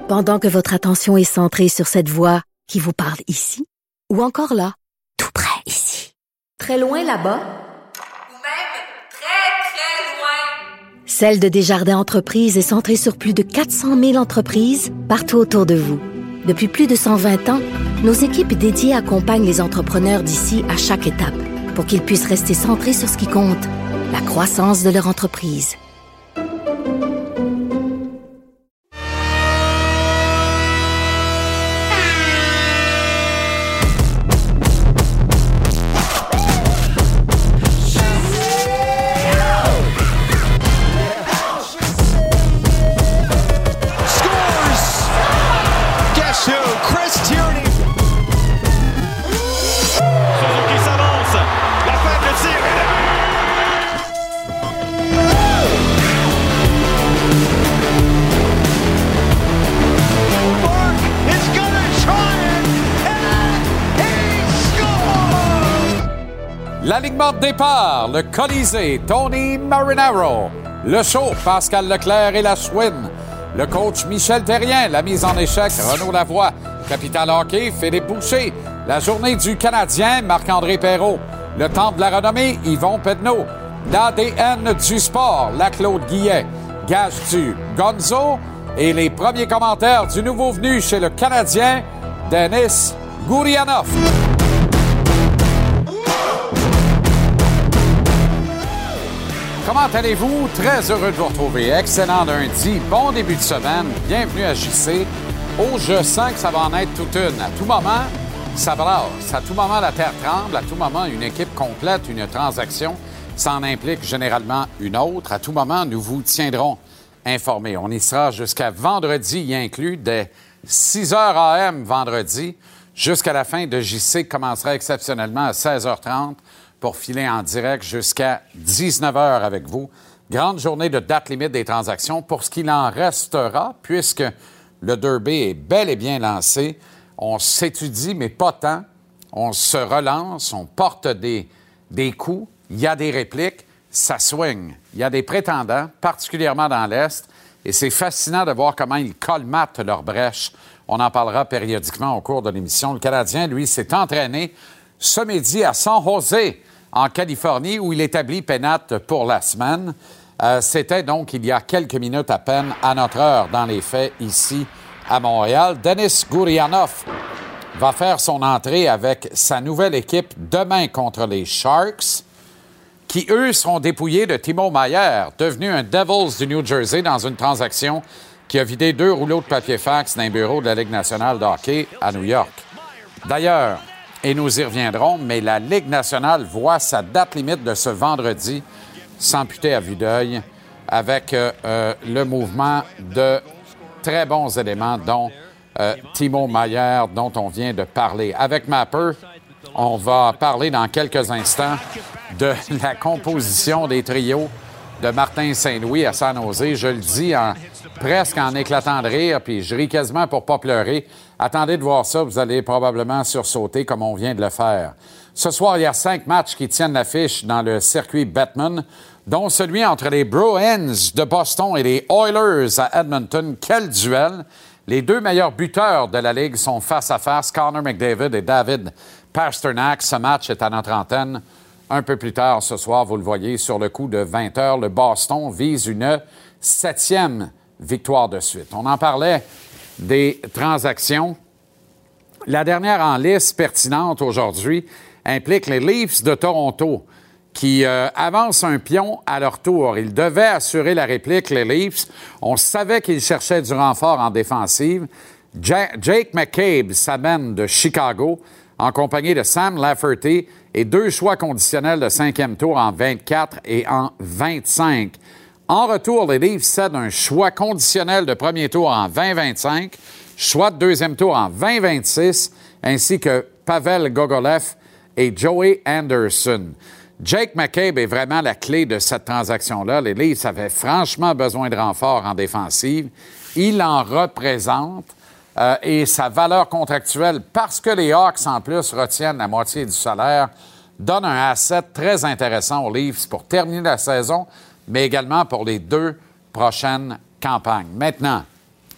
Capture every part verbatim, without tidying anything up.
Pendant que votre attention est centrée sur cette voix qui vous parle ici, ou encore là, tout près ici, très loin là-bas, ou même très, très loin, Celle de Desjardins Entreprises est centrée sur plus de quatre cent mille entreprises partout autour de vous. Depuis plus de cent vingt ans, nos équipes dédiées accompagnent les entrepreneurs d'ici à chaque étape pour qu'ils puissent rester centrés sur ce qui compte, la croissance de leur entreprise. L'alignement de départ, le Colisée, Tony Marinaro. Le show, Pascal Leclerc et la Schwinn. Le coach Michel Therrien, la mise en échec, Renaud Lavoie. Capital Hockey, Philippe Boucher. La journée du Canadien, Marc-André Perrault. Le temple de la renommée, Yvon Pedneau. L'A D N du sport, la Claude Guillet. Gage du Gonzo. Et les premiers commentaires du nouveau venu chez le Canadien, Denis Gurianov. Comment allez-vous? Très heureux de vous retrouver. Excellent lundi, bon début de semaine. Bienvenue à J C. Oh, je sens que ça va en être toute une. À tout moment, ça brasse. À tout moment, la terre tremble. À tout moment, une équipe complète, une transaction, ça en implique généralement une autre. À tout moment, nous vous tiendrons informés. On y sera jusqu'à vendredi, y inclus, dès six heures A M vendredi, jusqu'à la fin de J C, qui commencera exceptionnellement à seize heures trente. Pour filer en direct jusqu'à dix-neuf heures avec vous. Grande journée de date limite des transactions pour ce qu'il en restera, puisque le derby est bel et bien lancé. On s'étudie, mais pas tant. On se relance, on porte des, des coups, il y a des répliques, ça swing. Il y a des prétendants, particulièrement dans l'Est, et c'est fascinant de voir comment ils colmatent leurs brèches. On en parlera périodiquement au cours de l'émission. Le Canadien, lui, s'est entraîné ce midi à San José, en Californie, où il établit pénate pour la semaine. Euh, c'était donc il y a quelques minutes à peine à notre heure dans les faits ici à Montréal. Denis Gurianov va faire son entrée avec sa nouvelle équipe demain contre les Sharks, qui, eux, seront dépouillés de Timo Meier, devenu un Devils du New Jersey dans une transaction qui a vidé deux rouleaux de papier fax d'un bureau de la Ligue nationale de hockey à New York. D'ailleurs, et nous y reviendrons, mais la Ligue nationale voit sa date limite de ce vendredi s'amputer à vue d'œil avec euh, euh, le mouvement de très bons éléments, dont euh, Timo Meier, dont on vient de parler. Avec Mapper, on va parler dans quelques instants de la composition des trios de Martin Saint-Louis à San José. Je le dis en, presque en éclatant de rire, puis je ris quasiment pour pas pleurer. Attendez de voir ça, vous allez probablement sursauter comme on vient de le faire. Ce soir, il y a cinq matchs qui tiennent l'affiche dans le circuit Bettman, dont celui entre les Bruins de Boston et les Oilers à Edmonton. Quel duel! Les deux meilleurs buteurs de la Ligue sont face à face, Connor McDavid et David Pastrnak. Ce match est à notre antenne un peu plus tard ce soir. Vous le voyez, sur le coup de vingt heures, le Boston vise une septième victoire de suite. On en parlait des transactions. La dernière en liste pertinente aujourd'hui implique les Leafs de Toronto qui euh, avancent un pion à leur tour. Ils devaient assurer la réplique, les Leafs. On savait qu'ils cherchaient du renfort en défensive. Ja- Jake McCabe s'amène de Chicago en compagnie de Sam Lafferty et deux choix conditionnels de cinquième tour en vingt-quatre et en vingt-cinq. En retour, les Leafs cèdent un choix conditionnel de premier tour en vingt vingt-cinq, choix de deuxième tour en vingt vingt-six, ainsi que Pavel Gogolev et Joey Anderson. Jake McCabe est vraiment la clé de cette transaction-là. Les Leafs avaient franchement besoin de renfort en défensive. Il en représente euh, et sa valeur contractuelle, parce que les Hawks, en plus, retiennent la moitié du salaire, donne un asset très intéressant aux Leafs pour terminer la saison, mais également pour les deux prochaines campagnes. Maintenant,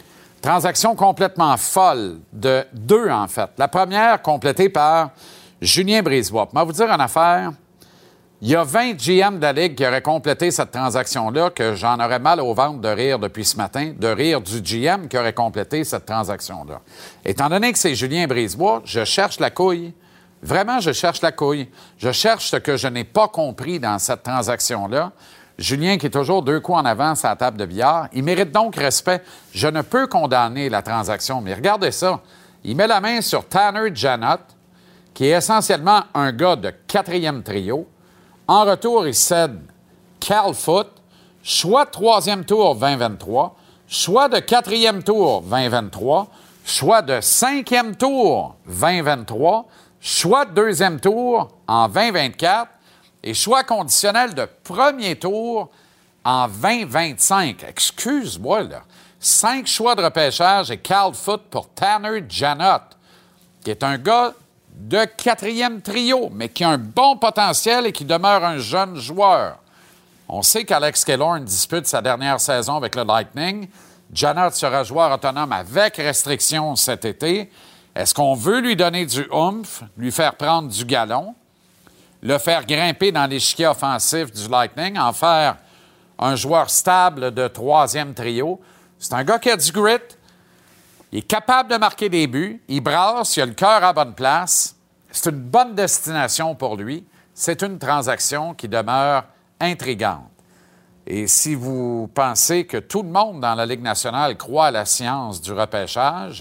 Transaction complètement folle de deux, en fait. La première, complétée par Julien Brisebois. Je vais vous dire une affaire. Il y a vingt G M de la Ligue qui auraient complété cette transaction-là, que j'en aurais mal au ventre de rire depuis ce matin, de rire du G M qui aurait complété cette transaction-là. Étant donné que c'est Julien Brisebois, je cherche la couille. Vraiment, je cherche la couille. Je cherche ce que je n'ai pas compris dans cette transaction-là. Julien, qui est toujours deux coups en avance à la table de billard, il mérite donc respect. Je ne peux condamner la transaction, mais regardez ça. Il met la main sur Tanner Janot, qui est essentiellement un gars de quatrième trio. En retour, il cède Cal Foote, choix de troisième tour vingt vingt-trois, choix de quatrième tour vingt vingt-trois, choix de cinquième tour vingt vingt-trois, choix de deuxième tour en vingt vingt-quatre et choix conditionnel de premier tour en vingt vingt-cinq. Excuse-moi, là. Cinq choix de repêchage et Cal Foote pour Tanner Janot, qui est un gars de quatrième trio, mais qui a un bon potentiel et qui demeure un jeune joueur. On sait qu'Alex Killorn dispute sa dernière saison avec le Lightning. Janot sera joueur autonome avec restriction cet été. Est-ce qu'on veut lui donner du oomph, lui faire prendre du galon, le faire grimper dans l'échiquier offensif du Lightning, en faire un joueur stable de troisième trio? C'est un gars qui a du grit. Il est capable de marquer des buts. Il brasse. Il a le cœur à bonne place. C'est une bonne destination pour lui. C'est une transaction qui demeure intrigante. Et si vous pensez que tout le monde dans la Ligue nationale croit à la science du repêchage,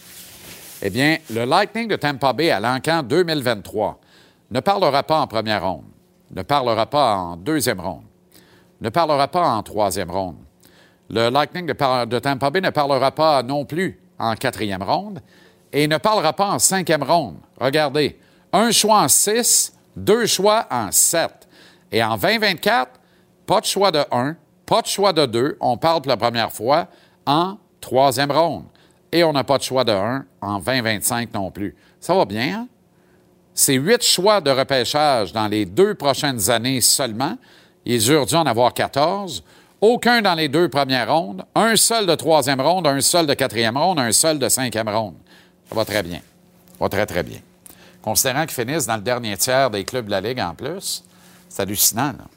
eh bien, le Lightning de Tampa Bay à l'encan deux mille vingt-trois ne parlera pas en première ronde, ne parlera pas en deuxième ronde, ne parlera pas en troisième ronde. Le Lightning de, de Tampa Bay ne parlera pas non plus en quatrième ronde et ne parlera pas en cinquième ronde. Regardez, un choix en six, deux choix en sept. Et en vingt vingt-quatre, pas de choix de un, pas de choix de deux. On parle pour la première fois en troisième ronde. Et on n'a pas de choix de un en vingt vingt-cinq non plus. Ça va bien, hein? C'est huit choix de repêchage dans les deux prochaines années seulement. Il est dû en avoir quatorze. Aucun dans les deux premières rondes. Un seul de troisième ronde, un seul de quatrième ronde, un seul de cinquième ronde. Ça va très bien. Ça va très, très bien. Considérant qu'ils finissent dans le dernier tiers des clubs de la Ligue en plus, c'est hallucinant, là.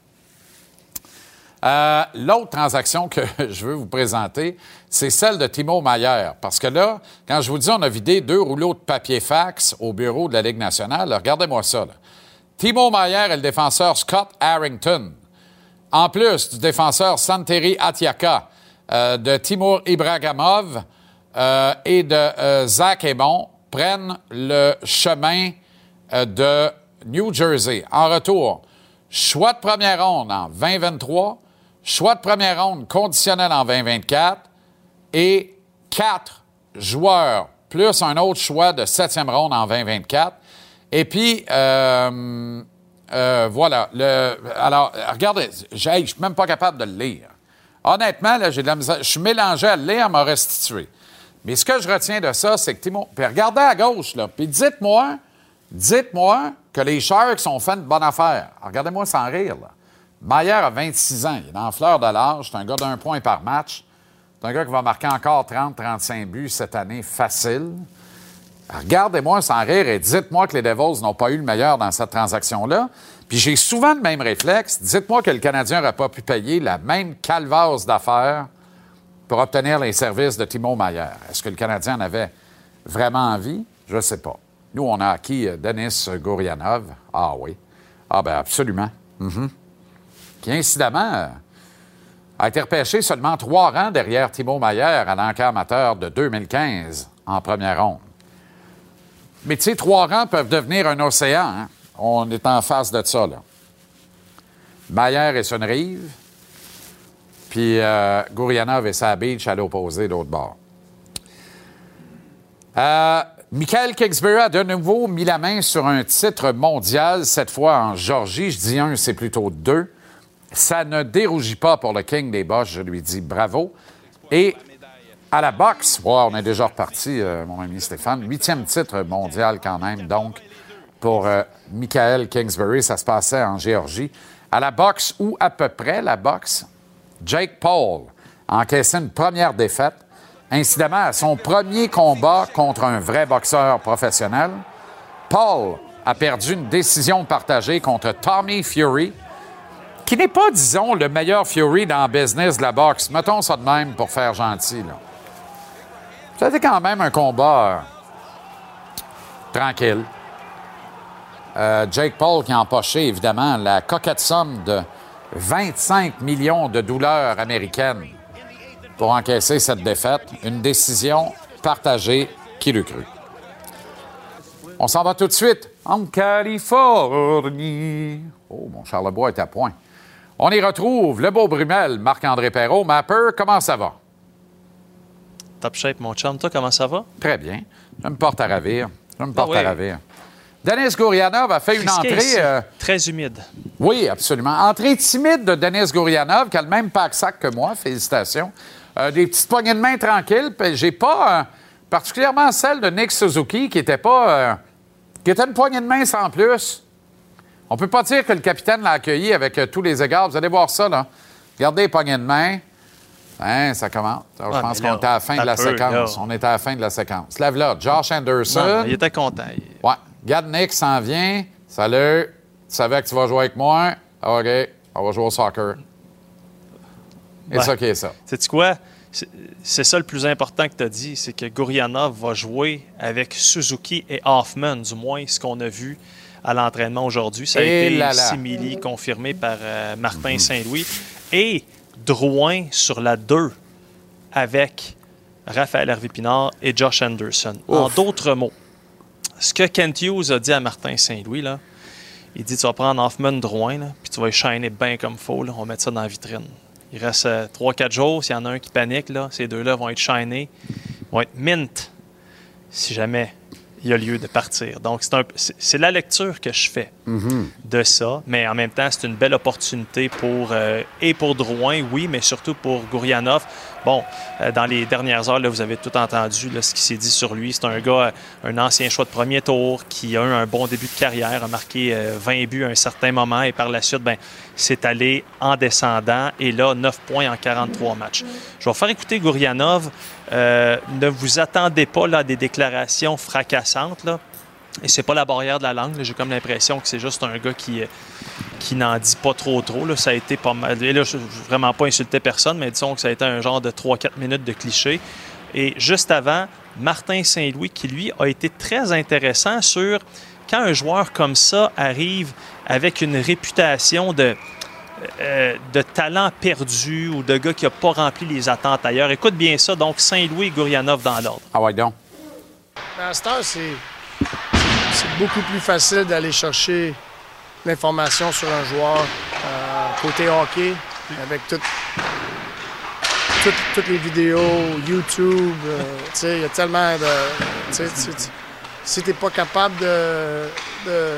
Euh, l'autre transaction que je veux vous présenter, c'est celle de Timo Meier. Parce que là, quand je vous dis on a vidé deux rouleaux de papier fax au bureau de la Ligue nationale, là, regardez-moi ça. Là. Timo Meier et le défenseur Scott Harrington, en plus du défenseur Santeri Atiaka, euh, de Timur Ibragimov euh, et de euh, Zach Ebon, prennent le chemin euh, de New Jersey. En retour, choix de première ronde en vingt vingt-trois, choix de première ronde conditionnel en vingt vingt-quatre et quatre joueurs plus un autre choix de septième ronde en vingt vingt-quatre. Et puis, euh, euh, voilà. Le, alors, regardez, je ne suis même pas capable de le lire. Honnêtement, là, j'ai de la misère. Je suis mélangé à le lire, à me restituer. Mais ce que je retiens de ça, c'est que Timo... Puis regardez à gauche, là. Puis dites-moi, dites-moi que les Sharks ont fait une bonne affaire. Regardez-moi sans rire, là. Meier a vingt-six ans. Il est dans la fleur de l'âge. C'est un gars d'un point par match. C'est un gars qui va marquer encore trente à trente-cinq buts cette année facile. Regardez-moi sans rire et dites-moi que les Devils n'ont pas eu le meilleur dans cette transaction-là. Puis j'ai souvent le même réflexe. Dites-moi que le Canadien n'aurait pas pu payer la même calvasse d'affaires pour obtenir les services de Timo Meier. Est-ce que le Canadien en avait vraiment envie? Je ne sais pas. Nous, on a acquis Denis Gourianov. Ah oui. Ah bien, absolument. Mm-hmm. Qui, incidemment, a été repêché seulement trois rangs derrière Timo Meier à l'encan amateur de deux mille quinze en première ronde. Mais tu sais, trois rangs peuvent devenir un océan. Hein? On est en face de ça, là. Meier est sur une rive, puis euh, Gourianov et sa beach à l'opposé, de l'autre bord. Euh, Michael Kingsbury a de nouveau mis la main sur un titre mondial, cette fois en Georgie. Je dis un, c'est plutôt deux. Ça ne dérougit pas pour le King des Boches, je lui dis bravo. Et à la boxe, wow, on est déjà reparti, euh, mon ami Stéphane. Huitième titre mondial quand même, donc, pour euh, Michael Kingsbury. Ça se passait en Géorgie. À la boxe, ou à peu près la boxe, Jake Paul a encaissé une première défaite, incidemment, à son premier combat contre un vrai boxeur professionnel, Paul a perdu une décision partagée contre Tommy Fury, qui n'est pas, disons, le meilleur Fury dans le business de la boxe. Mettons ça de même pour faire gentil, là. Ça a été quand même un combat euh, tranquille. Euh, Jake Paul qui a empoché, évidemment, la coquette somme de vingt-cinq millions de dollars américaines pour encaisser cette défaite. Une décision partagée, qui le crut. On s'en va tout de suite en Californie. Oh, mon Charlebois est à point. On y retrouve le beau Brumel, Marc-André Perrault. Mapper, comment ça va? Top shape, mon chum. Toi, comment ça va? Très bien. Je me porte à ravir. Je me porte ah oui. à ravir. Denis Gourianov a fait une Risqué entrée... Euh... Très humide. Oui, absolument. Entrée timide de Denis Gourianov, qui a le même pack-sac que moi. Félicitations. Euh, des petites poignées de main tranquilles. J'ai pas... Euh, particulièrement celle de Nick Suzuki, qui était pas... Euh, qui était une poignée de main sans plus. On peut pas dire que le capitaine l'a accueilli avec euh, tous les égards. Vous allez voir ça, là. Regardez les poignées de main. Hein, ça commence. Alors, je ah, pense qu'on là, est à la fin de la peu, séquence. là. On est à la fin de la séquence. Lève-là. Josh Anderson. Non, non, il était content. Ouais. Regarde, Nick s'en vient. Salut. Tu savais que tu vas jouer avec moi? OK. On va jouer au soccer. Et ouais. ça qui est ça. Sais-tu quoi? C'est, c'est ça le plus important que tu as dit, c'est que Gourianov va jouer avec Suzuki et Hoffman, du moins ce qu'on a vu à l'entraînement aujourd'hui. Ça a et été là là. simili confirmé par euh, Martin mm-hmm. Saint-Louis. Et Drouin sur la deux avec Raphaël Harvey-Pinard et Josh Anderson. Ouf. En d'autres mots, ce que Kent Hughes a dit à Martin Saint-Louis, là, il dit, tu vas prendre Hoffman Drouin, là, puis tu vas shiner bien comme il faut, là, on va mettre ça dans la vitrine. Il reste euh, trois quatre jours. S'il y en a un qui panique, là, ces deux-là vont être shinés, vont être mint, si jamais il y a lieu de partir. Donc, c'est, un, c'est, c'est la lecture que je fais mm-hmm. de ça. Mais en même temps, c'est une belle opportunité pour, euh, et pour Drouin, oui, mais surtout pour Gourianov. Bon, euh, dans les dernières heures, là, vous avez tout entendu là, ce qui s'est dit sur lui. C'est un gars, un ancien choix de premier tour, qui a eu un bon début de carrière, a marqué euh, vingt buts à un certain moment, et par la suite, ben, c'est allé en descendant. Et là, neuf points en quarante-trois matchs. Je vais faire écouter Gourianov. Euh, ne vous attendez pas là, à des déclarations fracassantes. Là. Et c'est pas la barrière de la langue. Là. J'ai comme l'impression que c'est juste un gars qui, qui n'en dit pas trop trop. Là. Ça a été pas mal. Et là, je ne veux vraiment pas insulter personne, mais disons que ça a été un genre de trois quatre minutes de cliché. Et juste avant, Martin Saint-Louis, qui lui a été très intéressant sur quand un joueur comme ça arrive avec une réputation de... Euh, de talent perdu ou de gars qui n'a pas rempli les attentes ailleurs. Écoute bien ça, donc Saint-Louis et Gourianov dans l'ordre. Ah ouais, donc. À cette heure, c'est, c'est beaucoup plus facile d'aller chercher l'information sur un joueur euh, côté hockey, avec tout, tout, toutes les vidéos, YouTube. Euh, tu sais, il y a tellement de... Tu sais, si tu n'es pas capable de... de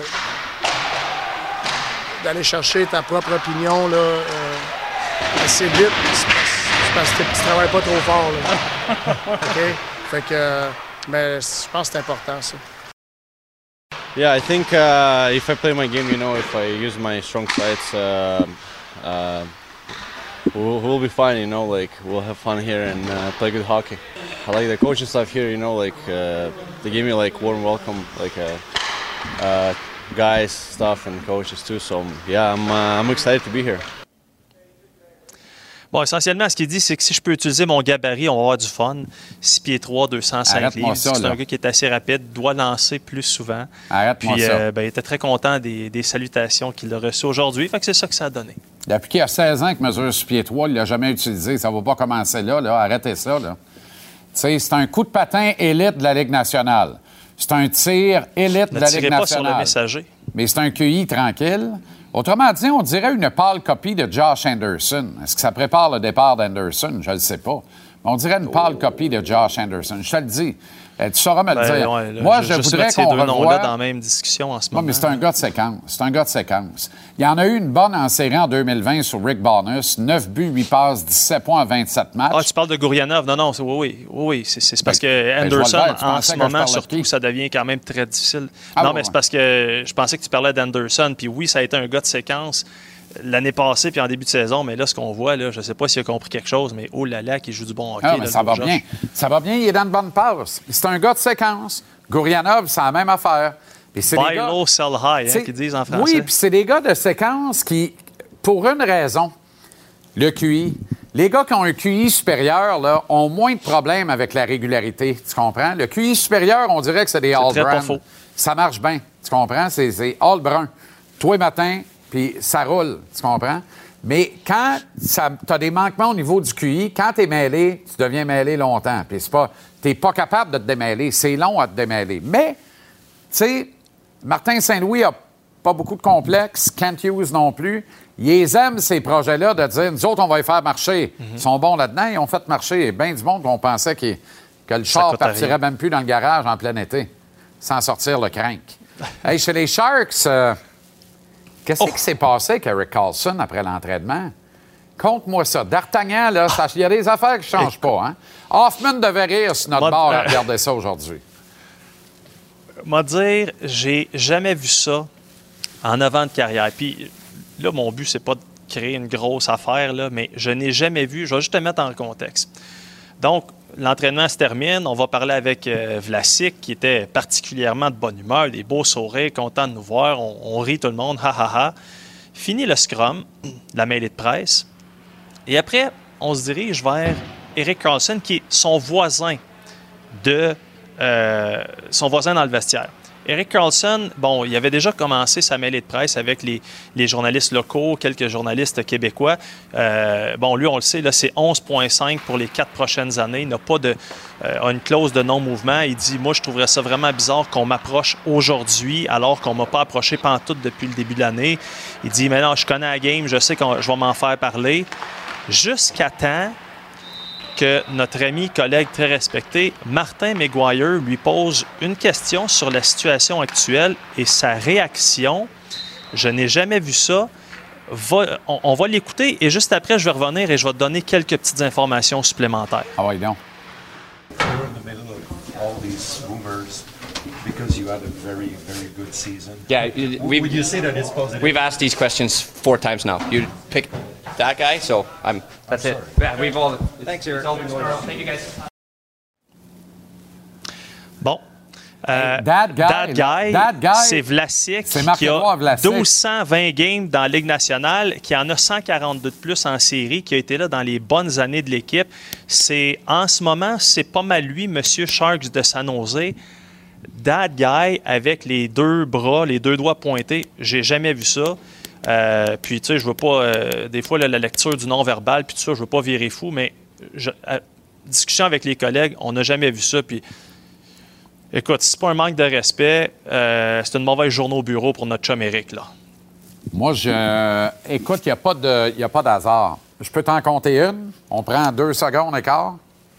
d'aller chercher ta propre opinion là, euh, assez vite, c'est parce que tu ne travailles pas trop fort. Là. OK? Fait que, mais je pense que c'est important, ça. Yeah, I think uh, if I play my game, you know, if I use my strong sides, uh, uh, we'll, we'll be fine, you know, like, we'll have fun here and uh, play good hockey. I like the coaching staff here, you know, like, uh, they gave me, like, warm welcome, like, a... Uh, guys, staff, and coaches too. So yeah, I'm uh, I'm excited to be here. Bon, essentiellement, ce qu'il dit, c'est que si je peux utiliser mon gabarit, on va avoir du fun. six pieds trois, deux cent cinq livres. Ça, c'est là. Un gars qui est assez rapide, doit lancer plus souvent. Arrête-moi Puis, ça. Euh, ben, il était très content des, des salutations qu'il a reçues aujourd'hui. Fait que c'est ça que ça a donné. Depuis qu'il a seize ans qu'il mesure six pieds trois, il ne l'a jamais utilisé. Ça ne va pas commencer là, là. Arrêtez ça, là. Tu sais, c'est un coup de patin élite de la Ligue nationale. C'est un tir élite de la Ligue nationale. Ne tirez pas sur le messager. Mais c'est un Q I tranquille. Autrement dit, on dirait une pâle copie de Josh Anderson. Est-ce que ça prépare le départ d'Anderson? Je ne le sais pas. Mais on dirait une pâle oh. copie de Josh Anderson. Je te le dis. Tu sauras me le ben, dire. Ouais, là, Moi, je, je, je voudrais ces qu'on deux revoie... noms-là dans la même discussion en ce moment. Non, mais c'est un gars de séquence. C'est un gars de séquence. Il y en a eu une bonne en série en deux mille vingt sur Rick Bonus. neuf buts, huit passes, dix-sept points en vingt-sept matchs. Ah, tu parles de Gourianov. Non, non, c'est, oui, oui, oui. C'est, c'est parce ben, que Anderson, ben, en ce moment, surtout, ça devient quand même très difficile. Ah, non, bon, mais c'est ouais. parce que je pensais que tu parlais d'Anderson. Puis oui, ça a été un gars de séquence. l'année passée puis en début de saison, mais là, ce qu'on voit, là, je ne sais pas s'il a compris quelque chose, mais oh là là, qu'il joue du bon hockey. Ah, mais là, ça va Josh. bien. Ça va bien, il est dans de bonnes passes. C'est un gars de séquence. Gourianov, c'est la même affaire. Puis c'est Buy des gars, low, sell high, hein, qu'ils disent en français. Oui, puis c'est des gars de séquence qui, pour une raison, le Q I. Les gars qui ont un Q I supérieur là, ont moins de problèmes avec la régularité. Tu comprends? Le Q I supérieur, on dirait que c'est des all très pas brown. faux. Ça marche bien. Tu comprends? C'est, c'est all brun. Tous les matins, puis ça roule. Tu comprends? Mais quand tu as des manquements au niveau du Q I, quand tu es mêlé, tu deviens mêlé longtemps. Puis c'est pas, tu n'es pas capable de te démêler. C'est long à te démêler. Mais, tu sais, Martin Saint-Louis a pas beaucoup de complexes. Kent Hughes non plus. Ils aiment ces projets-là de dire, nous autres, on va les faire marcher. Mm-hmm. Ils sont bons là-dedans. Ils ont fait marcher bien du monde qu'on pensait qu'il, que le char partirait même plus dans le garage en plein été, sans sortir le crank. Hey, chez les Sharks, euh, qu'est-ce oh. qui s'est passé avec Erik Karlsson après l'entraînement? Conte-moi ça. D'Artagnan, là, il y a des affaires qui ne changent pas. Hein? Hoffman devait rire sur notre bord à regarder ça aujourd'hui. Moi, dire, j'ai jamais vu ça en avant de carrière. Puis là, mon but, c'est pas de créer une grosse affaire, là, mais je n'ai jamais vu. Je vais juste te mettre en contexte. Donc, l'entraînement se termine. On va parler avec euh, Vlasic, qui était particulièrement de bonne humeur, des beaux sourires, content de nous voir. On, on rit tout le monde, ha ha ha. Fini le scrum, la mêlée de presse. Et après, on se dirige vers Erik Karlsson, qui est son voisin de euh, son voisin dans le vestiaire. Erik Karlsson, bon, il avait déjà commencé sa mêlée de presse avec les, les journalistes locaux, quelques journalistes québécois. Euh, bon, lui, on le sait, là, c'est onze virgule cinq pour les quatre prochaines années. Il n'a pas de, euh, une clause de non-mouvement. Il dit, moi, je trouverais ça vraiment bizarre qu'on m'approche aujourd'hui alors qu'on ne m'a pas approché pantoute depuis le début de l'année. Il dit, mais non, je connais la game, je sais que je vais m'en faire parler. Jusqu'à temps que notre ami, collègue très respecté, Martin McGuire, lui pose une question sur la situation actuelle et sa réaction. Je n'ai jamais vu ça. Va, on, on va l'écouter et juste après, je vais revenir et je vais te donner quelques petites informations supplémentaires. Ah oui, donc. You're in the middle of all these rumors because you had a very, very good season. Yeah, we've, would you say that it's positive? We've asked these questions four times now. You picked that guy, so I'm. That's it. Yeah, we've all. Thanks, Eric. Thank you, guys. Bon. Euh, that guy, that guy, that guy c'est Vlasic c'est qui a Vlasic. douze cent vingt games dans la Ligue nationale, qui en a cent quarante-deux de plus en série, qui a été là dans les bonnes années de l'équipe. C'est, en ce moment, c'est pas mal lui, M. Sharks de San Jose. That guy, avec les deux bras, les deux doigts pointés, j'ai jamais vu ça. Euh, puis, tu sais, je veux pas... Euh, des fois, là, la lecture du non-verbal, puis tout ça, je veux pas virer fou, mais je, euh, discussion avec les collègues, on n'a jamais vu ça, puis... Écoute, c'est pas un manque de respect, euh, c'est une mauvaise journée au bureau pour notre chum Eric, là. Moi, je... Euh, écoute, il n'y a pas de, il y a pas d'hasard. Je peux t'en compter une. On prend deux secondes et quart.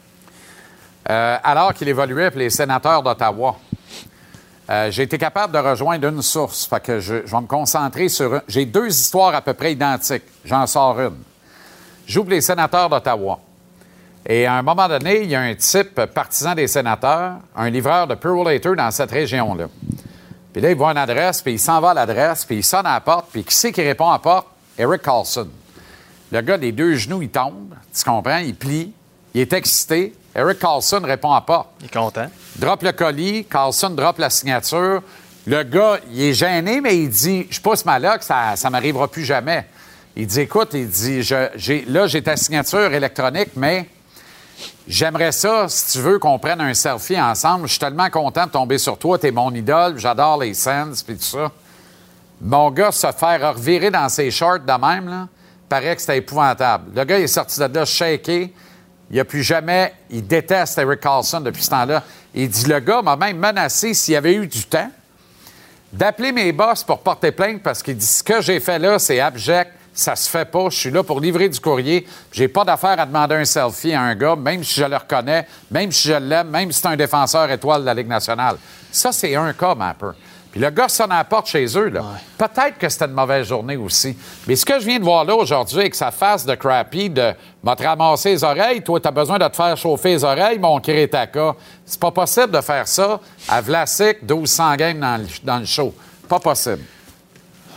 Euh, alors qu'il évoluait avec les sénateurs d'Ottawa, euh, j'ai été capable de rejoindre une source. Fait que je, je vais me concentrer sur... Une. J'ai deux histoires à peu près identiques. J'en sors une. J'ouvre les sénateurs d'Ottawa. Et à un moment donné, il y a un type partisan des sénateurs, un livreur de Purolator dans cette région-là. Puis là, il voit une adresse, puis il s'en va à l'adresse, puis il sonne à la porte, puis qui c'est qui répond à la porte? Erik Karlsson. Le gars, des deux genoux, il tombe, tu comprends? Il plie, il est excité. Erik Karlsson répond à la porte. Il est content. Drop le colis, Karlsson drop la signature. Le gars, il est gêné, mais il dit, je pousse ma loque, ça ne m'arrivera plus jamais. Il dit, écoute, il dit, je, j'ai, là, j'ai ta signature électronique, mais... J'aimerais ça, si tu veux, qu'on prenne un selfie ensemble. Je suis tellement content de tomber sur toi. T'es mon idole. J'adore les Sens et tout ça. Mon gars, se faire revirer dans ses shorts de même, là, paraît que c'était épouvantable. Le gars, il est sorti de là shaké. Il n'a plus jamais... Il déteste Erik Karlsson depuis ce temps-là. Il dit, le gars m'a même menacé, s'il y avait eu du temps, d'appeler mes boss pour porter plainte parce qu'il dit, ce que j'ai fait là, c'est abject. Ça se fait pas. Je suis là pour livrer du courrier. J'ai pas d'affaire à demander un selfie à un gars, même si je le reconnais, même si je l'aime, même si c'est un défenseur étoile de la Ligue nationale. Ça, c'est un cas, un peu. Puis le gars sonne à la porte chez eux. Là. Ouais. Peut-être que c'était une mauvaise journée aussi. Mais ce que je viens de voir là aujourd'hui, avec sa face de crappy, de m'a te ramasser les oreilles, toi, t'as besoin de te faire chauffer les oreilles, mon Kiritaka. C'est pas possible de faire ça à Vlasic, douze cents games dans le, dans le show. Pas possible.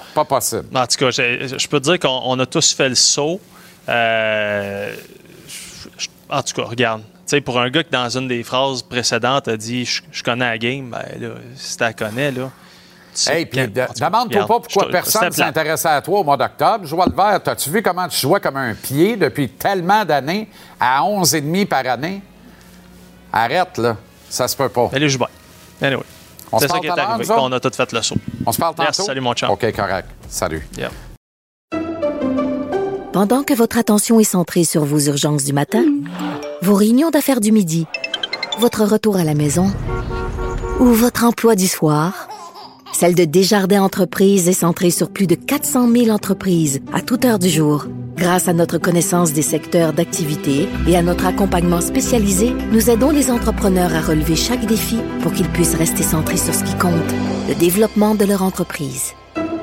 Pas possible. En tout cas, je, je peux te dire qu'on on a tous fait le saut. Euh, je, en tout cas, regarde. Tu sais, pour un gars qui, dans une des phrases précédentes, a dit je, « je connais la game », ben là, si tu la connais, là... Hey, puis de, demande-toi pas pourquoi je, personne ne s'intéressait à toi au mois d'octobre. Joie le vert, as-tu vu comment tu jouais comme un pied depuis tellement d'années à onze et demi par année? Arrête, là. Ça se peut pas. Allez, je joue bien. Anyway. On C'est se ça parle qui est arrivé. On a tout fait le saut. On se parle tantôt? Merci, salut mon chum. OK, correct. Salut. Yeah. Pendant que votre attention est centrée sur vos urgences du matin, vos réunions d'affaires du midi, votre retour à la maison ou votre emploi du soir, celle de Desjardins Entreprises est centrée sur plus de quatre cent mille entreprises à toute heure du jour. Grâce à notre connaissance des secteurs d'activité et à notre accompagnement spécialisé, nous aidons les entrepreneurs à relever chaque défi pour qu'ils puissent rester centrés sur ce qui compte, le développement de leur entreprise.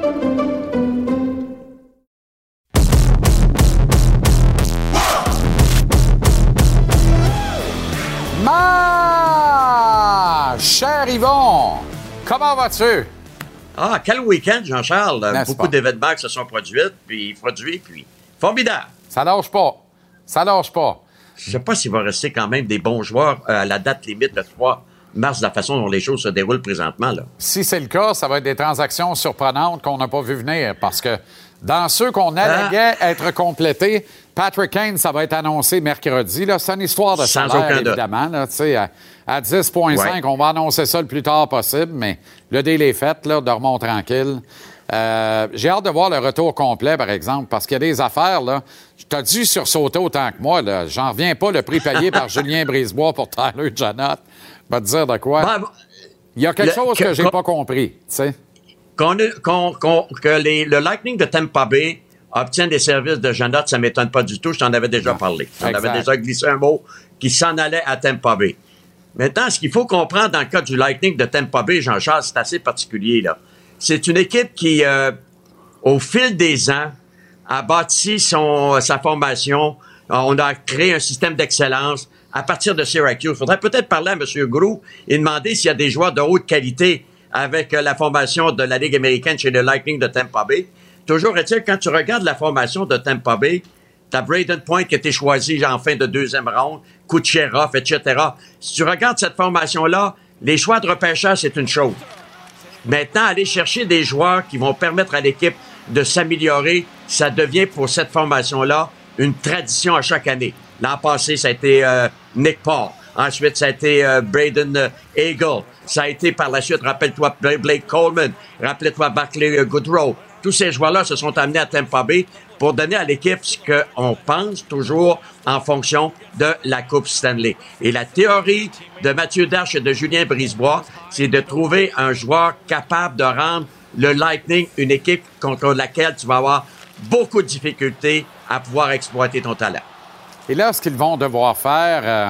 Ma cher Yvon, comment vas-tu? Ah, quel week-end, Jean-Charles. N'est-ce Beaucoup pas? d'événements qui se sont produits, puis produits, puis formidable. Ça lâche pas. Ça lâche pas. Je ne sais pas s'il va rester quand même des bons joueurs à la date limite de trois mars, de la façon dont les choses se déroulent présentement, là. Si c'est le cas, ça va être des transactions surprenantes qu'on n'a pas vu venir parce que dans ceux qu'on alléguait ah. être complétés, Patrick Kane, ça va être annoncé mercredi. Là. C'est une histoire de Sans salaire, évidemment. Là, à, à dix virgule cinq, ouais. On va annoncer ça le plus tard possible, mais le deal est fait, là, dormons tranquille. Euh, j'ai hâte de voir le retour complet, par exemple, parce qu'il y a des affaires, là. Tu as dû sursauter autant que moi, là. J'en reviens pas, le prix payé par Julien Brisebois pour Tyler Janot. Je vais te dire de quoi. Ben, il y a quelque le, chose que, que j'ai qu'on, pas compris, tu sais. Qu'on, qu'on, qu'on, que les, le Lightning de Tampa Bay obtient des services de Janot, ça m'étonne pas du tout. Je t'en avais déjà non, parlé. J'en avais déjà glissé un mot qui s'en allait à Tampa Bay. Maintenant, ce qu'il faut comprendre dans le cas du Lightning de Tampa Bay, Jean-Charles, c'est assez particulier, là. C'est une équipe qui, euh, au fil des ans, a bâti son, sa formation. On a créé un système d'excellence à partir de Syracuse. Il faudrait peut-être parler à M. Groulx et demander s'il y a des joueurs de haute qualité avec euh, la formation de la Ligue américaine chez le Lightning de Tampa Bay. Toujours est-il, quand tu regardes la formation de Tampa Bay, t'as Braden Point qui a été choisi en fin de deuxième ronde, Kucherov, et cetera. Si tu regardes cette formation-là, les choix de repêchage, c'est une chose. Maintenant, aller chercher des joueurs qui vont permettre à l'équipe de s'améliorer, ça devient pour cette formation-là une tradition à chaque année. L'an passé, ça a été euh, Nick Paul. Ensuite, ça a été euh, Braden euh, Eagle. Ça a été par la suite, rappelle-toi, Blake Coleman. Rappelle-toi Barclay euh, Goodrow. Tous ces joueurs-là se sont amenés à Tampa Bay pour donner à l'équipe ce qu'on pense toujours en fonction de la Coupe Stanley. Et la théorie de Mathieu Darche et de Julien Brisebois, c'est de trouver un joueur capable de rendre le Lightning une équipe contre laquelle tu vas avoir beaucoup de difficultés à pouvoir exploiter ton talent. Et là, ce qu'ils vont devoir faire, euh,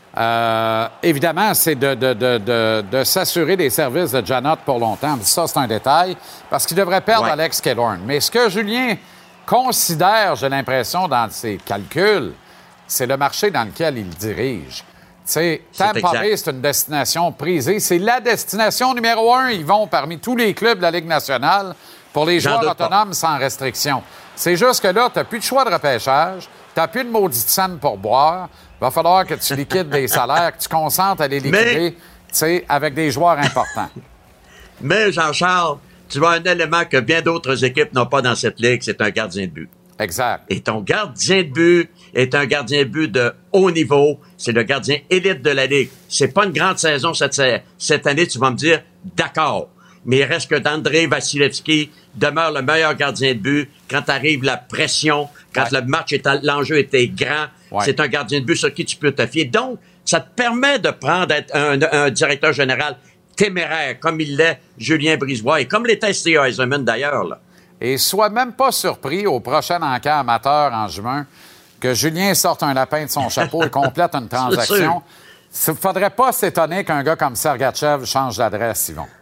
euh, évidemment, c'est de, de, de, de, de s'assurer des services de Janot pour longtemps. Ça, c'est un détail, parce qu'ils devraient perdre ouais. Alex Killorn. Mais ce que Julien considère, j'ai l'impression, dans ses calculs, c'est le marché dans lequel il dirige. Tu sais, Tampa Bay, c'est une destination prisée. C'est la destination numéro un. Ils vont parmi tous les clubs de la Ligue nationale pour les joueurs autonomes sans restriction. C'est juste que là, tu n'as plus de choix de repêchage, tu n'as plus de maudite scène pour boire. Il va falloir que tu liquides des salaires, que tu concentres à les liquider, tu sais, avec des joueurs importants. Mais, Jean-Charles, tu vois un élément que bien d'autres équipes n'ont pas dans cette ligue, c'est un gardien de but. Exact. Et ton gardien de but est un gardien de but de haut niveau. C'est le gardien élite de la Ligue. C'est pas une grande saison cette, cette année, tu vas me dire, d'accord. Mais il reste que d'Andrei Vasilevski demeure le meilleur gardien de but quand arrive la pression, quand ouais. le match est à, l'enjeu était grand. Ouais. C'est un gardien de but sur qui tu peux te fier. Donc, ça te permet de prendre un, un directeur général téméraire, comme il l'est Julien Brisebois et comme l'était Steve Yzerman d'ailleurs, là. Et sois même pas surpris au prochain encamp amateur en juin que Julien sorte un lapin de son chapeau et complète une transaction. Il ne faudrait pas s'étonner qu'un gars comme Sergachev change d'adresse, Yvon.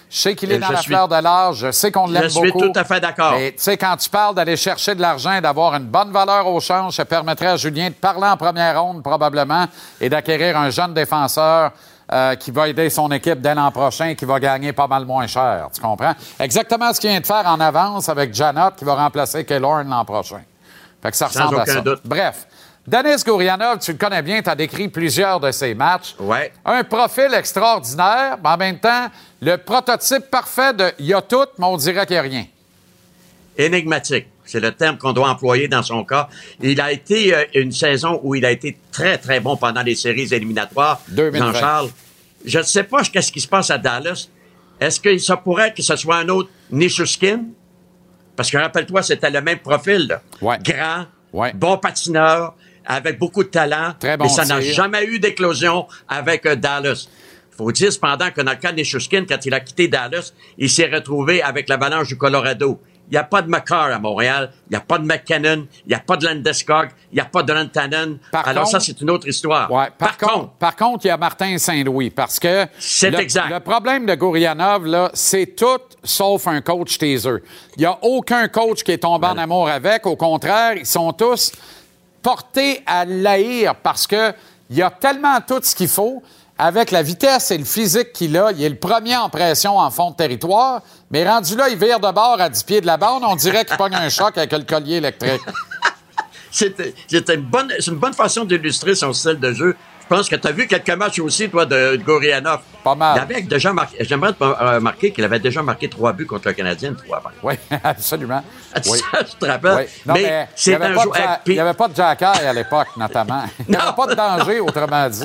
Je sais qu'il est Euh, dans je la suis- fleur de l'âge. Je sais qu'on l'aime Je suis beaucoup. tout à fait d'accord. Mais tu sais, quand tu parles d'aller chercher de l'argent et d'avoir une bonne valeur au change, ça permettrait à Julien de parler en première ronde, probablement, et d'acquérir un jeune défenseur euh, qui va aider son équipe dès l'an prochain et qui va gagner pas mal moins cher. Tu comprends? Exactement ce qu'il vient de faire en avance avec Janot, qui va remplacer Killorn l'an prochain. Fait que ça Sans ressemble à aucun ça. doute. Bref. Denis Gourianov, tu le connais bien, tu as décrit plusieurs de ses matchs. Ouais. Un profil extraordinaire, mais en même temps, le prototype parfait de « il y a tout, mais on dirait qu'il n'y a rien ». Énigmatique. C'est le terme qu'on doit employer dans son cas. Il a été euh, une saison où il a été très, très bon pendant les séries éliminatoires. deux mille vingt. Jean-Charles, je ne sais pas qu'est-ce qui se passe à Dallas. Est-ce que ça pourrait que ce soit un autre Nichushkin? Parce que rappelle-toi, c'était le même profil. Là. Ouais. Grand, Ouais. bon patineur, avec beaucoup de talent. Très bon mais ça n'a tir. jamais eu d'éclosion avec euh, Dallas. Il faut dire cependant que dans le cas de Nichushkin, quand il a quitté Dallas, il s'est retrouvé avec l'Avalanche du Colorado. Il n'y a pas de McCarr à Montréal, il n'y a pas de McKinnon, il n'y a pas de Landeskog, il n'y a pas de Rantanen. Par Alors contre- ça, c'est une autre histoire. Ouais, par, contre, par contre, il y a Martin Saint-Louis, parce que C'est le, exact. le problème de Gourianov, là, c'est tout sauf un coach taser. Il n'y a aucun coach qui est tombé en amour avec. Au contraire, ils sont tous portés à l'haïr parce que il y a tellement tout ce qu'il faut. Avec la vitesse et le physique qu'il a, il est le premier en pression en fond de territoire, mais rendu là, il vire de bord à dix pieds de la bande, on dirait qu'il pogne un choc avec le collier électrique. C'était c'était une bonne, c'est une bonne façon d'illustrer son style de jeu. Je pense que tu as vu quelques matchs aussi, toi, de, de Gourianov. Pas mal. Il avait déjà marqué, j'aimerais te remarquer qu'il avait déjà marqué trois buts contre le Canadien, trois avant. Oui, absolument. Ça, Oui. je te rappelle. Oui. Non, mais, mais il c'est n'y avait, un pas de joueur. Ja- il y avait pas de Jack Eye à l'époque, notamment. Il n'y avait Non. pas de danger, autrement dit.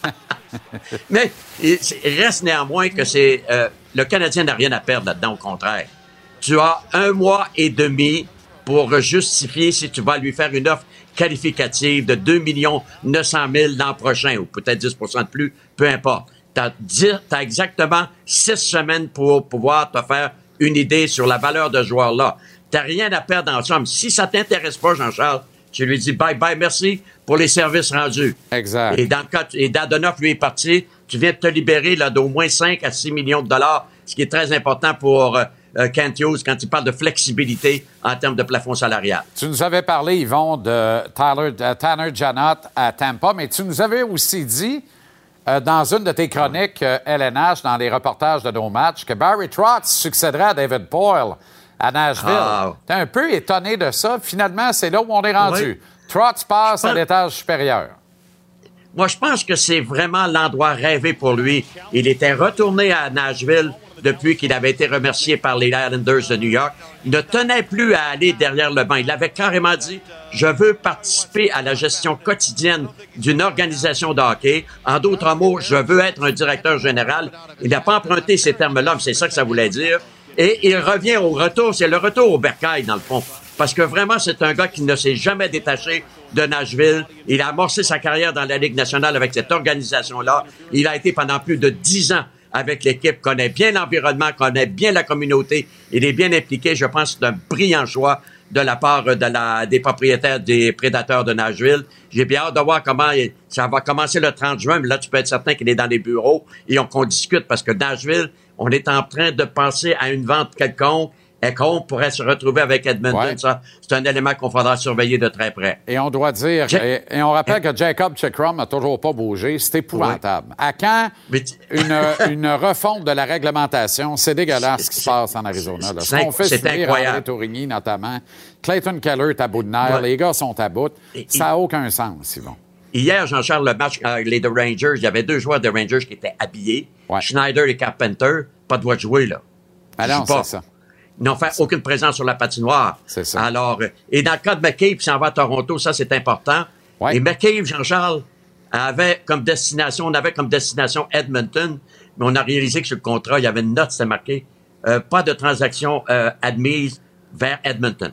Mais il il reste néanmoins que c'est euh, le Canadien n'a rien à perdre là-dedans, au contraire. Tu as un mois et demi pour justifier si tu vas lui faire une offre qualificative de deux millions neuf cent mille l'an prochain, ou peut-être dix pour cent de plus, peu importe. Tu as exactement six semaines pour pouvoir te faire une idée sur la valeur de ce joueur-là. Tu n'as rien à perdre en somme. Si ça t'intéresse pas, Jean-Charles, tu lui dis bye-bye, merci pour les services rendus. Exact. Et dans le cas, et Dadonov, lui, est parti. Tu viens de te libérer là, d'au moins cinq à six millions de dollars, ce qui est très important pour euh, euh, Kent Hughes quand il parle de flexibilité en termes de plafond salarial. Tu nous avais parlé, Yvon, de Tyler, de Tanner Janot à Tampa, mais tu nous avais aussi dit, euh, dans une de tes chroniques euh, L N H, dans les reportages de nos matchs, que Barry Trotz succéderait à David Poile à Nashville. Ah. T'es un peu étonné de ça. Finalement, c'est là où on est rendu. Oui. Trotz passe Je pense- à l'étage supérieur. Moi, je pense que c'est vraiment l'endroit rêvé pour lui. Il était retourné à Nashville depuis qu'il avait été remercié par les Islanders de New York. Il ne tenait plus à aller derrière le banc. Il avait carrément dit « Je veux participer à la gestion quotidienne d'une organisation de hockey. En d'autres mots, je veux être un directeur général. » Il n'a pas emprunté ces termes-là, mais c'est ça que ça voulait dire. Et il revient au retour. C'est le retour au bercail, dans le fond. Parce que vraiment, c'est un gars qui ne s'est jamais détaché de Nashville. Il a amorcé sa carrière dans la Ligue nationale avec cette organisation-là. Il a été pendant plus de dix ans avec l'équipe, connaît bien l'environnement, connaît bien la communauté. Il est bien impliqué. Je pense que c'est un brillant choix de la part de la, des propriétaires des Prédateurs de Nashville. J'ai bien hâte de voir comment il- ça va commencer le trente juin, mais là, tu peux être certain qu'il est dans les bureaux et on, qu'on discute parce que Nashville, on est en train de penser à une vente quelconque et qu'on pourrait se retrouver avec Edmonton. Ouais. Ça, c'est un élément qu'on faudra surveiller de très près. Et on doit dire, Ja- et, et on rappelle que Jacob Chikrum n'a toujours pas bougé. C'est épouvantable. À quand Mais tu- une, une refonte de la réglementation? C'est dégueulasse ce qui se C'est- passe en Arizona. Là. Ce c'est- qu'on fait c'est subir incroyable. André Tourigny, notamment. Clayton Keller est à bout de nerfs. Ouais. Les gars sont à bout. Et- Ça n'a aucun sens, Yvon. Hier, Jean-Charles, le match avec les The Rangers, il y avait deux joueurs de Rangers qui étaient habillés. Ouais. Schneider et Carpenter, pas de droit de jouer, là. Ah Ils non, jouent pas. c'est ça. Ils n'ont fait aucune présence sur la patinoire. C'est ça. Alors, euh, et dans le cas de McCabe, qui s'en va à Toronto, ça, c'est important. Ouais. Et McCabe, Jean-Charles, avait comme destination, on avait comme destination Edmonton, mais on a réalisé que sur le contrat, il y avait une note, c'était marqué, euh, pas de transaction euh, admise vers Edmonton.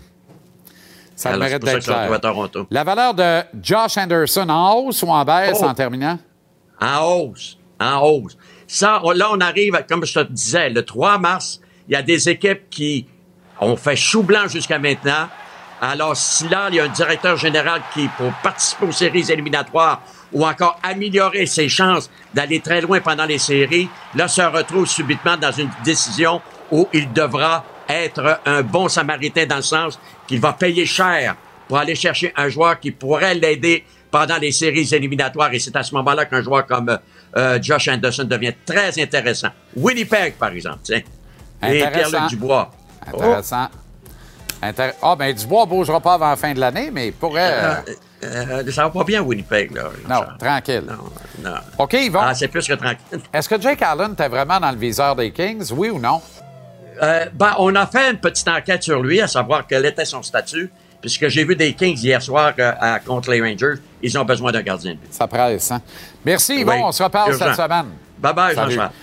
Ça a le Alors, c'est mérite pour ça d'être que ça va clair. à Toronto. La valeur de Josh Anderson en hausse ou en baisse Oh. en terminant? En hausse. En hausse. Ça, on- là, on arrive, à- comme je te disais, le trois mars, il y a des équipes qui ont fait chou blanc jusqu'à maintenant. Alors, si là, il y a un directeur général qui, pour participer aux séries éliminatoires, ou encore améliorer ses chances d'aller très loin pendant les séries, là, se retrouve subitement dans une décision où il devra être un bon samaritain dans le sens qu'il va payer cher pour aller chercher un joueur qui pourrait l'aider pendant les séries éliminatoires. Et c'est à ce moment-là qu'un joueur comme euh, Josh Anderson devient très intéressant. Winnipeg, par exemple, tiens. Et Pierre-Luc Dubois. Intéressant. Oh, Intér- oh ben Dubois ne bougera pas avant la fin de l'année, mais il pourrait... Euh... Euh, ça va pas bien, Winnipeg, là. Non, genre. tranquille. Non, non. OK, Yvon. Ah, c'est plus que tranquille. Est-ce que Jake Allen était vraiment dans le viseur des Kings, oui ou non? Euh, ben, on a fait une petite enquête sur lui, à savoir quel était son statut, puisque j'ai vu des Kings hier soir euh, à, contre les Rangers. Ils ont besoin d'un gardien de but. Ça presse, hein? Merci, Yvon. Oui. On se reparle Urgent. cette semaine. Bye-bye, Jean-Charles.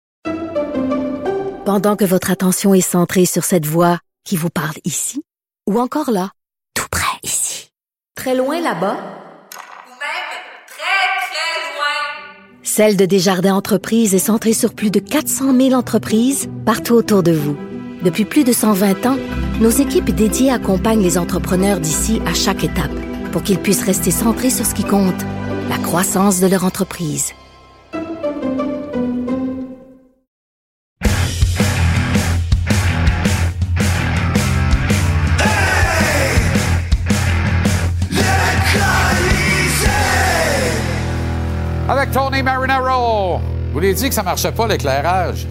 Pendant que votre attention est centrée sur cette voix qui vous parle ici, ou encore là, tout près ici, très loin là-bas, ou même très, très loin, Celle de Desjardins Entreprises est centrée sur plus de quatre cent mille entreprises partout autour de vous. Depuis plus de cent vingt ans, nos équipes dédiées accompagnent les entrepreneurs d'ici à chaque étape pour qu'ils puissent rester centrés sur ce qui compte, la croissance de leur entreprise. Avec Tony Marinaro. Vous l'avez dit que ça ne marchait pas, l'éclairage.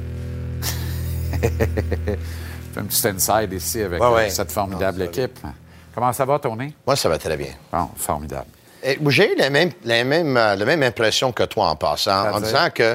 Fais un petit inside ici avec ouais, ouais. cette formidable non, équipe. Comment ça va, Tony? Moi, ça va très bien. Bon, formidable. Et, j'ai eu la même, la, même, la même impression que toi en passant, en disant que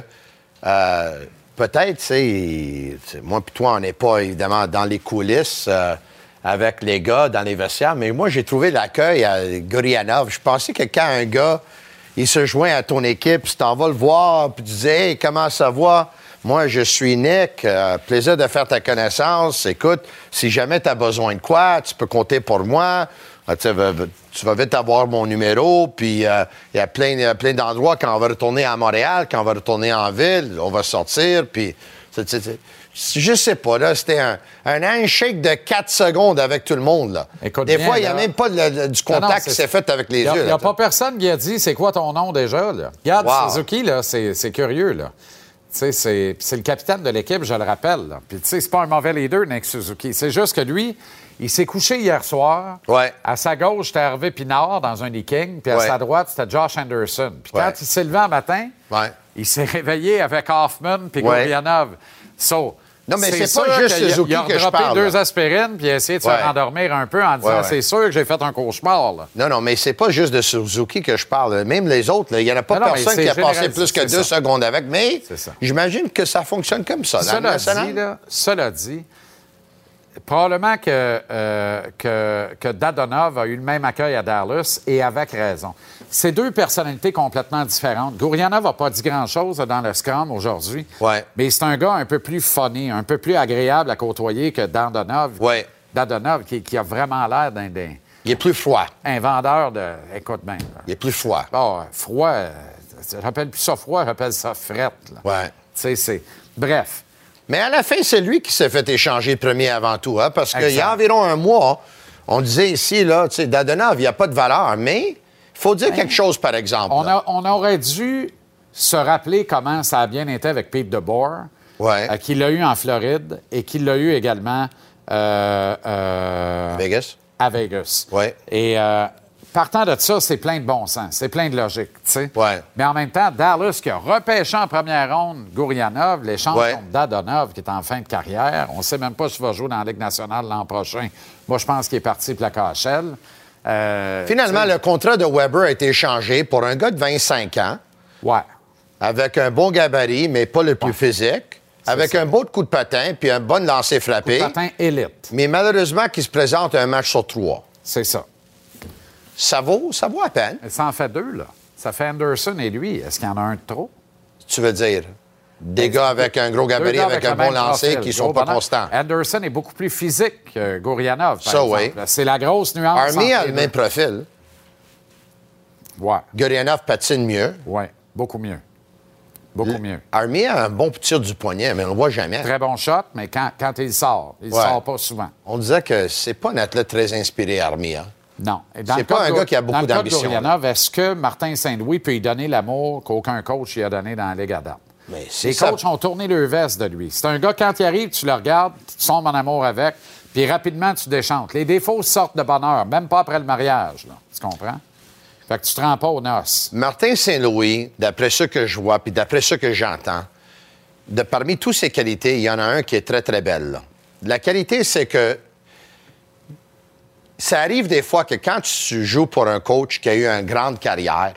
euh, peut-être, tu sais, moi et toi, on n'est pas évidemment dans les coulisses euh, avec les gars dans les vestiaires, mais moi, j'ai trouvé l'accueil à Gurianov. Je pensais que quand un gars, il se joint à ton équipe, tu t'en vas le voir, puis tu dis « Hey, comment ça va? » Moi, je suis Nick. Euh, plaisir de faire ta connaissance. Écoute, si jamais tu as besoin de quoi, tu peux compter pour moi. Euh, tu, vas, tu vas vite avoir mon numéro. Puis, il euh, y a plein, plein d'endroits quand on va retourner à Montréal, quand on va retourner en ville, on va sortir. Puis, c'est, c'est, c'est, je sais pas, là, c'était un, un handshake de quatre secondes avec tout le monde, là. Écoute Des bien, fois, il n'y a même pas le, le, du contact non, non, qui s'est fait avec les yeux. Il n'y a, a pas personne qui a dit « C'est quoi ton nom déjà? » là. Regarde, wow. Suzuki, là, c'est, c'est curieux, là. Tu sais, c'est, c'est le capitaine de l'équipe, je le rappelle. Là. Puis, tu sais, c'est pas un mauvais leader, Nick Suzuki. C'est juste que lui, il s'est couché hier soir. Ouais. À sa gauche, c'était Hervé Pinard dans un des Kings. Puis à ouais. sa droite, c'était Josh Anderson. Puis ouais. quand il s'est levé un matin, ouais. il s'est réveillé avec Hoffman puis ouais. Gurianov. So, non, mais c'est, c'est pas juste Suzuki il a, il a que je parle. deux aspirines puis il a essayé de ouais. se rendormir un peu en disant ouais, ouais. c'est sûr que j'ai fait un cauchemar. Là. Non, non, mais c'est pas juste de Suzuki que je parle. Même les autres, il n'y en a pas non, personne non, qui a passé plus que deux ça. secondes avec. Mais j'imagine que ça fonctionne comme ça. Cela dit, là, cela dit, probablement que, euh, que, que Dadonov a eu le même accueil à Dallas et avec raison. C'est deux personnalités complètement différentes. Gurianov n'a pas dit grand-chose dans le scrum aujourd'hui, ouais. mais c'est un gars un peu plus funny, un peu plus agréable à côtoyer que Dadonov. Ouais. Dadonov, qui, qui a vraiment l'air d'un, d'un... Il est plus froid. Un vendeur de... Écoute bien. Là. Il est plus froid. Oh, froid, euh, je rappelle plus ça froid, je rappelle ça frette. Là. Ouais. Tu sais, c'est... Bref. Mais à la fin, c'est lui qui s'est fait échanger le premier avant tout, hein, parce qu'il y a environ un mois, on disait ici, là, tu sais, Dadonov, il n'y a pas de valeur, mais... Il faut dire ben, quelque chose, par exemple. On, a, on aurait dû se rappeler comment ça a bien été avec Pete DeBoer, ouais. euh, qu'il l'a eu en Floride et qu'il l'a eu également euh, euh, Vegas. à Vegas. Ouais. Et euh, partant de ça, c'est plein de bon sens, c'est plein de logique. Ouais. Mais en même temps, Dallas, qui a repêché en première ronde Gurianov, l'échange ouais. contre Dadonov, qui est en fin de carrière, on ne sait même pas s'il va jouer dans la Ligue nationale l'an prochain. Moi, je pense qu'il est parti pour la K H L. Euh, Finalement, le contrat de Weber a été échangé pour un gars de vingt-cinq ans. Ouais. Avec un bon gabarit, mais pas le plus ouais. physique. C'est avec ça. Un beau coup de patin, puis un bon lancer frappé. Coup de patin élite. Mais malheureusement, qui se présente un match sur trois. C'est ça. Ça vaut, ça vaut à peine. Ça en fait deux, là. Ça fait Anderson et lui. Est-ce qu'il y en a un de trop? Tu veux dire? Des gars avec un gros gabarit, avec, avec un bon lancer qui ne sont pas constants. Anderson est beaucoup plus physique que Gurianov, par ça, exemple. Oui. C'est la grosse nuance. Armia a le même profil. Ouais. Gurianov patine mieux. Oui, beaucoup mieux. Beaucoup mieux. Armia a un bon tir du poignet, mais on ne le voit jamais. Très bon shot, mais quand, quand il sort, il ne ouais. sort pas souvent. On disait que c'est pas un athlète très inspiré, Armia. Non. Dans c'est pas un gars qui a beaucoup d'ambition. Est-ce que Martin Saint-Louis peut lui donner l'amour qu'aucun coach lui a donné dans la Ligue à date? Mais Les ça. coachs ont tourné le veste de lui. C'est un gars, quand il arrive, tu le regardes, tu tombes en amour avec, puis rapidement, tu déchantes. Les défauts sortent de bonheur, même pas après le mariage. Là. Tu comprends? Fait que tu te rends pas aux noces. Martin Saint-Louis, d'après ce que je vois, puis d'après ce que j'entends, de parmi toutes ses qualités, il y en a un qui est très, très belle. Là. La qualité, c'est que ça arrive des fois que quand tu joues pour un coach qui a eu une grande carrière,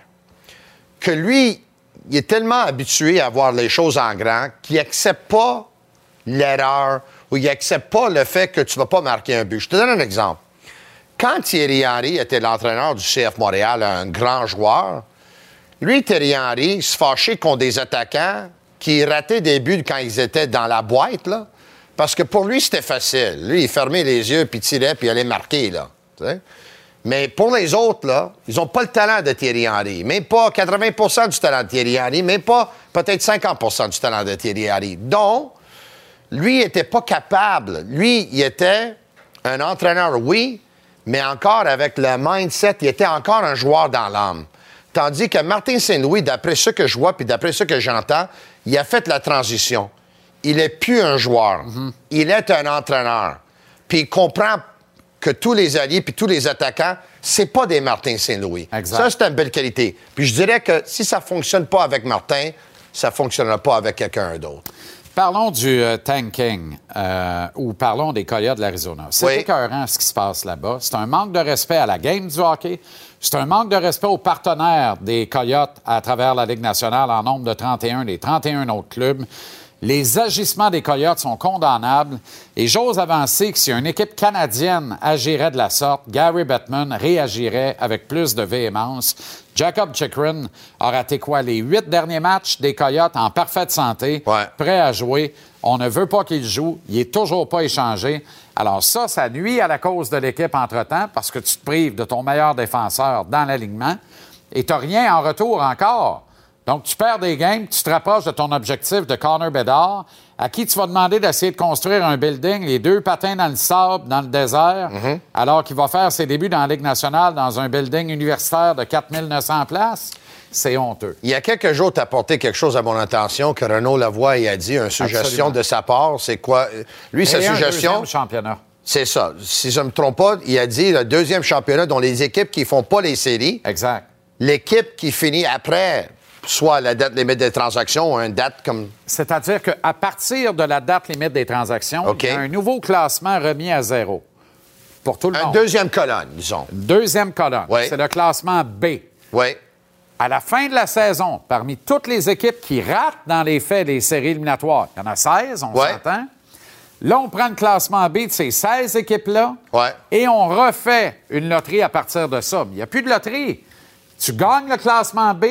que lui, il est tellement habitué à voir les choses en grand qu'il n'accepte pas l'erreur ou il n'accepte pas le fait que tu ne vas pas marquer un but. Je te donne un exemple. Quand Thierry Henry était l'entraîneur du C F Montréal, un grand joueur, lui, Thierry Henry, se fâchait contre des attaquants qui rataient des buts quand ils étaient dans la boîte, là, parce que pour lui, c'était facile. Lui, il fermait les yeux, puis tirait, puis il allait marquer, là. T'sais? Mais pour les autres, là, ils n'ont pas le talent de Thierry Henry. Même pas quatre-vingts pour cent du talent de Thierry Henry, même pas peut-être cinquante pour cent du talent de Thierry Henry. Donc, lui, il n'était pas capable. Lui, il était un entraîneur, oui, mais encore avec le mindset, il était encore un joueur dans l'âme. Tandis que Martin Saint-Louis, d'après ce que je vois puis d'après ce que j'entends, il a fait la transition. Il n'est plus un joueur. Mm-hmm. Il est un entraîneur. Puis il comprend que tous les alliés puis tous les attaquants, c'est pas des Martin Saint-Louis. Exact. Ça, c'est une belle qualité. Puis je dirais que si ça fonctionne pas avec Martin, ça fonctionnera pas avec quelqu'un d'autre. Parlons du euh, tanking, euh, ou parlons des Coyotes de l'Arizona. C'est oui. écœurant ce qui se passe là-bas. C'est un manque de respect à la game du hockey. C'est un manque de respect aux partenaires des Coyotes à travers la Ligue nationale en nombre de trente et un, des trente et un autres clubs. Les agissements des Coyotes sont condamnables et j'ose avancer que si une équipe canadienne agirait de la sorte, Gary Bettman réagirait avec plus de véhémence. Jacob Chychrun a raté quoi? Les huit derniers matchs des Coyotes en parfaite santé, ouais. prêt à jouer. On ne veut pas qu'il joue. Il n'est toujours pas échangé. Alors ça, ça nuit à la cause de l'équipe entre-temps parce que tu te prives de ton meilleur défenseur dans l'alignement et tu n'as rien en retour encore. Donc, tu perds des games, tu te rapproches de ton objectif de Connor Bedard, à qui tu vas demander d'essayer de construire un building, les deux patins dans le sable, dans le désert, mm-hmm. alors qu'il va faire ses débuts dans la Ligue nationale dans un building universitaire de quatre mille neuf cents places. C'est honteux. Il y a quelques jours, tu as apporté quelque chose à mon attention que Renaud Lavoie il a dit, une suggestion Absolument. de sa part. C'est quoi? Lui, Et sa suggestion... Un championnat. C'est ça. Si je ne me trompe pas, il a dit le deuxième championnat dont les équipes qui ne font pas les séries. Exact. L'équipe qui finit après... soit la date limite des transactions ou une date comme... C'est-à-dire qu'à partir de la date limite des transactions, okay. il y a un nouveau classement remis à zéro pour tout le une monde. Une deuxième colonne, disons. Une deuxième colonne. Oui. C'est le classement B. Oui. À la fin de la saison, parmi toutes les équipes qui ratent dans les faits des séries éliminatoires, il y en a seize, on oui. s'entend. Là, on prend le classement B de ces seize équipes-là oui. et on refait une loterie à partir de ça. Il n'y a plus de loterie. Tu gagnes le classement B,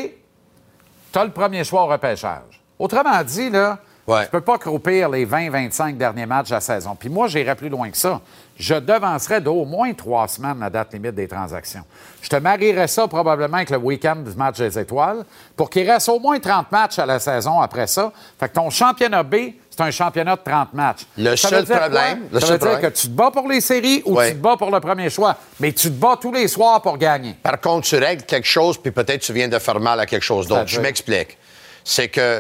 tu as le premier choix au repêchage. Autrement dit, là, ouais. tu ne peux pas croupir les vingt vingt-cinq derniers matchs de la saison. Puis moi, j'irais plus loin que ça. Je devancerais d'au moins trois semaines la date limite des transactions. Je te marierais ça probablement avec le week-end du match des étoiles pour qu'il reste au moins trente matchs à la saison après ça. Fait que ton championnat B, c'est un championnat de trente matchs. Le ça seul problème... Le ça seul veut dire problème. que tu te bats pour les séries ou ouais. tu te bats pour le premier choix. Mais tu te bats tous les soirs pour gagner. Par contre, tu règles quelque chose, puis peut-être tu viens de faire mal à quelque chose d'autre. Je m'explique. C'est que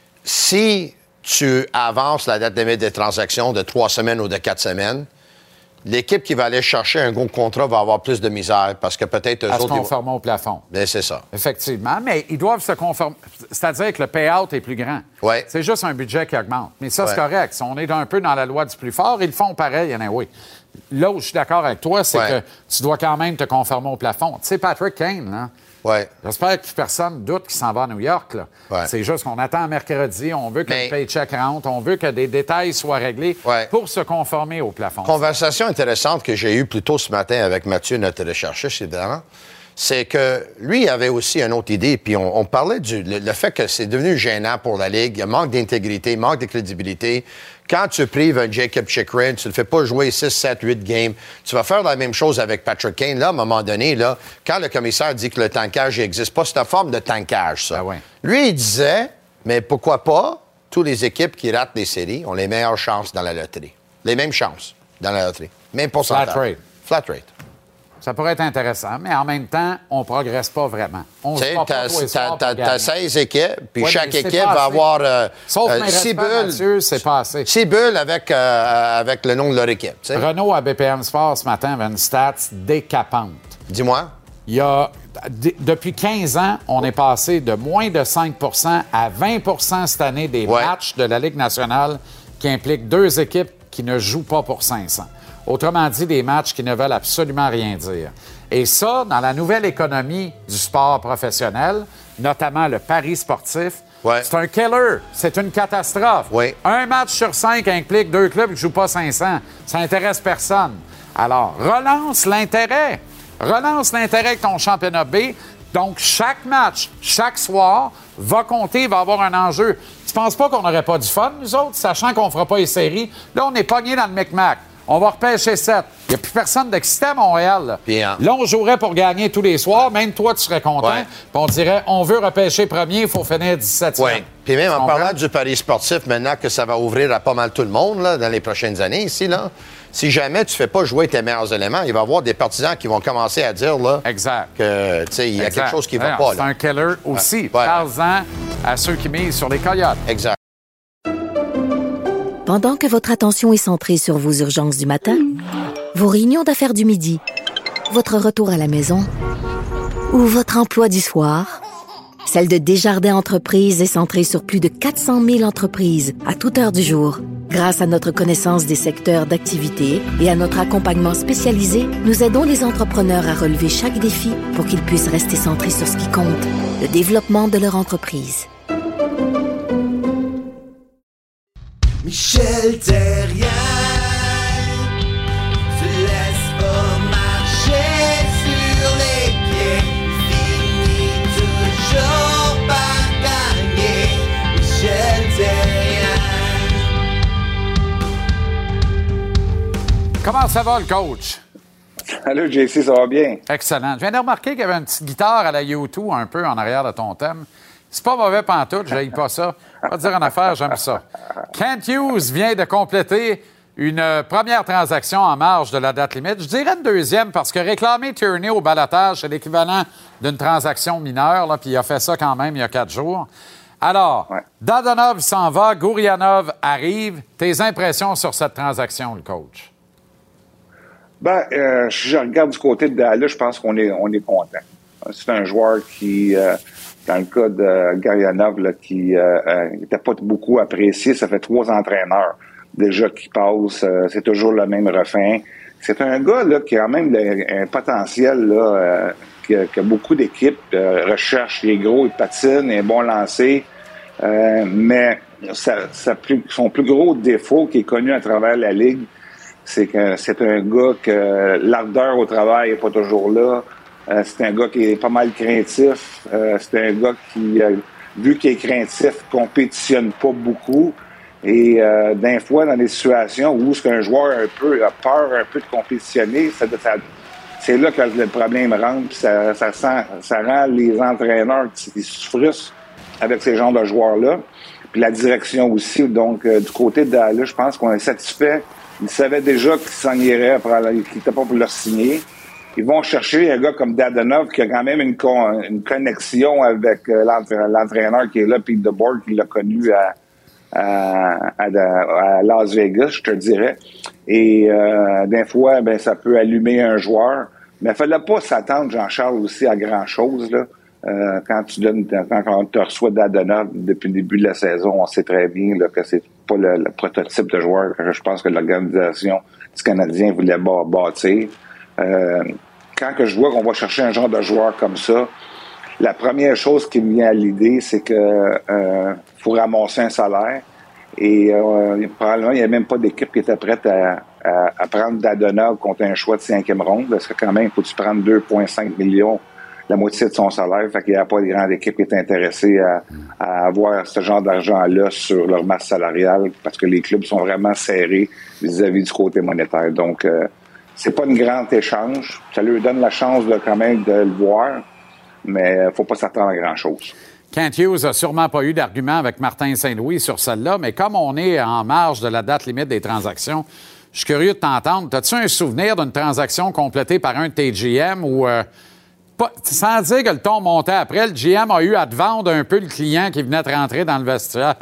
si tu avances la date limite des transactions de trois semaines ou de quatre semaines, l'équipe qui va aller chercher un gros contrat va avoir plus de misère parce que peut-être eux à autres... se conformer au plafond. Bien, c'est ça. Effectivement, mais ils doivent se conformer. C'est-à-dire que le payout est plus grand. Ouais. C'est juste un budget qui augmente. Mais ça, c'est ouais. correct. Si on est un peu dans la loi du plus fort, ils le font pareil, il y en a oui. Là où je suis d'accord avec toi, c'est ouais. que tu dois quand même te conformer au plafond. Tu sais, Patrick Kane, là, ouais. j'espère que personne doute qu'il s'en va à New York. Là. Ouais. C'est juste qu'on attend mercredi, on veut que mais... le paycheck rentre, on veut que des détails soient réglés ouais. pour se conformer au plafond. Conversation intéressante que j'ai eue plus tôt ce matin avec Mathieu, notre recherchiste, évidemment, c'est que lui avait aussi une autre idée, puis on, on parlait du le, le fait que c'est devenu gênant pour la Ligue, il y a manque d'intégrité, manque de crédibilité. Quand tu prives un Jacob Chychrun, tu le fais pas jouer six, sept, huit games, tu vas faire la même chose avec Patrick Kane. Là, à un moment donné, là, quand le commissaire dit que le tankage n'existe pas, c'est une forme de tankage, ça. Ah ouais. Lui, il disait, mais pourquoi pas, toutes les équipes qui ratent les séries ont les meilleures chances dans la loterie. Les mêmes chances dans la loterie. Même pourcentage. Flat rate. Flat rate. Ça pourrait être intéressant, mais en même temps, on ne progresse pas vraiment. On tu sais, tu as seize équipes, puis ouais, chaque équipe va avoir euh, Sauf euh, mes six bulles. bulles. C'est pas assez. Six bulles avec, euh, avec le nom de leur équipe. T'sais. Renaud à B P M Sport ce matin avait une stats décapante. Dis-moi. Il y a, d- depuis quinze ans, on est passé de moins de cinq pour cent à vingt pour cent cette année des ouais. matchs de la Ligue nationale qui impliquent deux équipes qui ne jouent pas pour cinq cents. Autrement dit, des matchs qui ne veulent absolument rien dire. Et ça, dans la nouvelle économie du sport professionnel, notamment le pari sportif, ouais. c'est un killer. C'est une catastrophe. Oui. Un match sur cinq implique deux clubs qui ne jouent pas cinq cents. Ça n'intéresse personne. Alors, relance l'intérêt. Relance l'intérêt avec ton championnat B. Donc, chaque match, chaque soir, va compter, va avoir un enjeu. Tu penses pas qu'on n'aurait pas du fun, nous autres, sachant qu'on ne fera pas les séries? Là, on est pognés dans le micmac. On va repêcher sept. Il n'y a plus personne d'excité à Montréal. Là. Bien. là, on jouerait pour gagner tous les soirs. Même toi, tu serais content. Ouais. Puis on dirait, on veut repêcher premier, il faut finir dix-septième. Oui. Puis même en parlant du pari sportif, maintenant que ça va ouvrir à pas mal tout le monde là, dans les prochaines années ici, là, si jamais tu ne fais pas jouer tes meilleurs éléments, il va y avoir des partisans qui vont commencer à dire là, exact. que il y a exact. quelque chose qui ne va Alors, pas. C'est là. un killer aussi. Ouais. Parle-en à ceux qui misent sur les Coyotes. Exact. Pendant que votre attention est centrée sur vos urgences du matin, vos réunions d'affaires du midi, votre retour à la maison ou votre emploi du soir, celle de Desjardins Entreprises est centrée sur plus de quatre cent mille entreprises à toute heure du jour. Grâce à notre connaissance des secteurs d'activité et à notre accompagnement spécialisé, nous aidons les entrepreneurs à relever chaque défi pour qu'ils puissent rester centrés sur ce qui compte, le développement de leur entreprise. Michel Terrien se laisse pas marcher sur les pieds, finit toujours par gagner. Michel Terrien. Comment ça va, le coach? Salut, J C, ça va bien? Excellent. Je viens de remarquer qu'il y avait une petite guitare à la U deux un peu en arrière de ton thème. C'est pas mauvais pantoute, j'haïs pas ça. Je vais te dire en affaire, j'aime ça. Kent Hughes vient de compléter une première transaction en marge de la date limite. Je dirais une deuxième parce que réclamer Tierney au balotage, c'est l'équivalent d'une transaction mineure, là, puis il a fait ça quand même il y a quatre jours. Alors, ouais. Dadonov s'en va, Gourianov arrive. Tes impressions sur cette transaction, le coach? Ben, euh, si je regarde du côté de Dallas, je pense qu'on est, on est content. C'est un joueur qui... Euh, dans le cas de Gurianov, là, qui n'était euh, pas beaucoup apprécié, ça fait trois entraîneurs déjà qui passent, euh, c'est toujours le même refrain. C'est un gars là, qui a quand même le, un potentiel là, euh, que, que beaucoup d'équipes euh, recherchent. Il est gros, il patine, il est bon lancé, euh, mais ça, ça plus, son plus gros défaut qui est connu à travers la Ligue, c'est que c'est un gars que l'ardeur au travail n'est pas toujours là. Euh, c'est un gars qui est pas mal craintif. Euh, c'est un gars qui, euh, vu qu'il est craintif, compétitionne pas beaucoup. Et euh, d'un fois, dans des situations où ce qu'un joueur un peu a peur un peu de compétitionner, ça, ça, c'est là que le problème rentre. Puis ça, ça, sent, ça rend les entraîneurs qui se frustrent avec ces genres de joueurs-là. Puis la direction aussi. Donc, euh, du côté de Dallas, je pense qu'on est satisfait. Ils savaient déjà qu'ils s'en iraient, qu'ils n'étaient pas pour leur signer. Ils vont chercher un gars comme Dadonov qui a quand même une, con, une connexion avec euh, l'entra- l'entraîneur qui est là, Pete DeBoer, qui l'a connu à, à, à, à Las Vegas, je te dirais. Et euh, des fois, ben ça peut allumer un joueur. Mais il ne fallait pas s'attendre, Jean-Charles, aussi à grand-chose. Là. Euh, quand tu donnes, quand on te reçoit Dadonov depuis le début de la saison, on sait très bien là, que c'est pas le, le prototype de joueur que je pense que l'organisation du Canadien voulait bâtir. Euh, quand que je vois qu'on va chercher un genre de joueur comme ça, la première chose qui me vient à l'idée, c'est que euh, faut ramasser un salaire. Et euh, probablement, il n'y a même pas d'équipe qui était prête à, à, à prendre Dadonov contre un choix de cinquième ronde. Parce que quand même, il faut que tu prennes deux virgule cinq millions, la moitié de son salaire. Fait qu'il n'y a pas de grande équipe qui est intéressée à, à avoir ce genre d'argent-là sur leur masse salariale parce que les clubs sont vraiment serrés vis-à-vis du côté monétaire. Donc, euh, c'est pas une grande échange. Ça lui donne la chance de quand même de le voir, mais il ne faut pas s'attendre à grand-chose. Kent Hughes n'a sûrement pas eu d'argument avec Martin Saint-Louis sur celle-là, mais comme on est en marge de la date limite des transactions, Je suis curieux de t'entendre. As-tu un souvenir d'une transaction complétée par un de tes G M ou, euh, pas, sans dire que le ton montait après, le G M a eu à te vendre un peu le client qui venait de rentrer dans le vestiaire?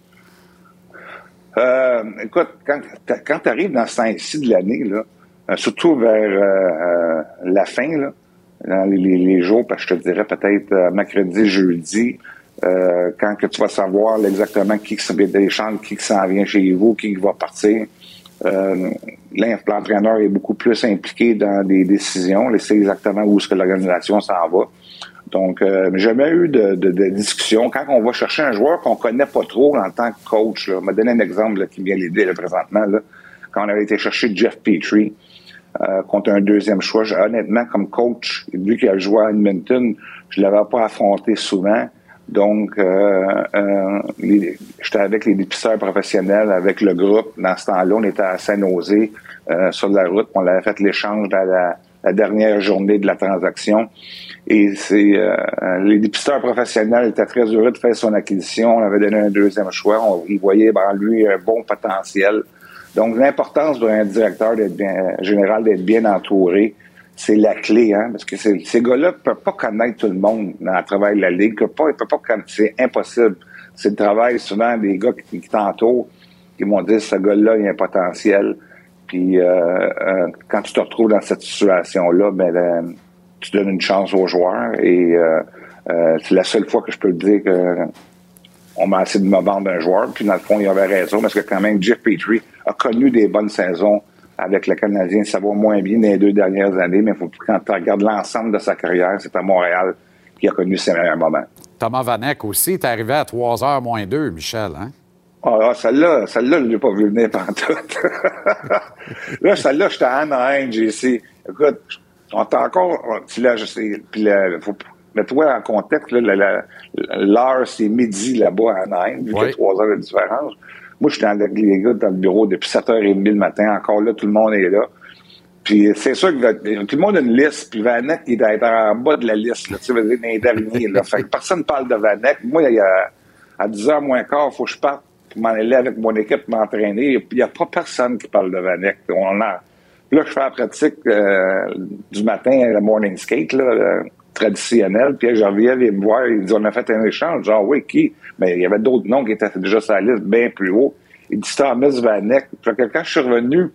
Euh, écoute, quand, quand tu arrives dans ce temps-ci de l'année, là, euh, surtout vers euh, euh, la fin, là, dans les, les, les jours, parce que je te dirais peut-être euh, mercredi, jeudi, euh, quand que tu vas savoir exactement qui qui d'échange, qui s'en vient chez vous, qui va partir, euh, l'entraîneur est beaucoup plus impliqué dans des décisions. Il sait exactement où est-ce que l'organisation s'en va. Donc, euh, j'ai jamais eu de, de, de discussion. Quand on va chercher un joueur qu'on connaît pas trop en tant que coach, là, je vais donner un exemple là, qui vient l'aider là, présentement. Là, quand on avait été chercher Jeff Petrie euh, contre un deuxième choix, honnêtement, comme coach, vu qu'il a joué à Edmonton, je l'avais pas affronté souvent. Donc, euh, euh, les, j'étais avec les dépisteurs professionnels, avec le groupe. Dans ce temps-là, on était à Saint-Nosé, euh, sur la route. On avait fait l'échange dans la, la dernière journée de la transaction. Et c'est euh, les dépisteurs professionnels étaient très heureux de faire son acquisition. On avait donné un deuxième choix. On, ils voyaient en lui un bon potentiel. Donc, l'importance d'un directeur d'être bien, général d'être bien entouré, c'est la clé, hein, parce que c'est, ces gars-là ne peuvent pas connaître tout le monde dans le travail de la Ligue. Ils peuvent pas, ils peuvent pas connaître, c'est impossible. C'est le travail souvent des gars qui, qui t'entourent, qui m'ont dit, ce gars-là, il a un potentiel. Puis, euh, euh, quand tu te retrouves dans cette situation-là, ben, là, tu donnes une chance aux joueurs. Et euh, euh, c'est la seule fois que je peux te dire que on m'a essayé de me vendre un joueur. Puis, dans le fond, il avait raison, parce que quand même, Jeff Petrie a connu des bonnes saisons avec le Canadien. Ça va moins bien dans les deux dernières années, mais faut, quand tu regardes l'ensemble de sa carrière, c'est à Montréal qu'il a connu ses meilleurs moments. Thomas Vanek aussi, t'es arrivé à trois heures moins deux, Michel, hein? Ah, celle-là, celle-là, je l'ai pas vu venir pantoute. Là, celle-là, j'étais à Anaheim, J C. Écoute, on t'a encore, tu l'as, je sais, puis là, faut, mets-toi en contexte, là, la, la, l'heure, c'est midi là-bas à Anaheim, vu qu'il y a trois heures de différence. Moi, je suis avec les gars dans le bureau depuis sept heures trente le matin. Encore là, tout le monde est là. Puis c'est sûr que tout le monde a une liste. Puis Vanek, il est en bas de la liste. Là, tu sais, dans les derniers. Là. Fait que personne ne parle de Vanek. Moi, il y a, à dix heures moins quart, il faut que je parte pour m'en aller avec mon équipe m'entraîner. Puis il n'y a pas personne qui parle de Vanek. On a, là, je fais la pratique euh, du matin, le morning skate, là, euh, traditionnel. Puis je reviens, il me voir, il dit, on a fait un échange. Genre, oui, qui? Mais il y avait d'autres noms qui étaient déjà sur la liste, bien plus haut. Il dit Thomas Vanek. Fait que quand je suis revenu,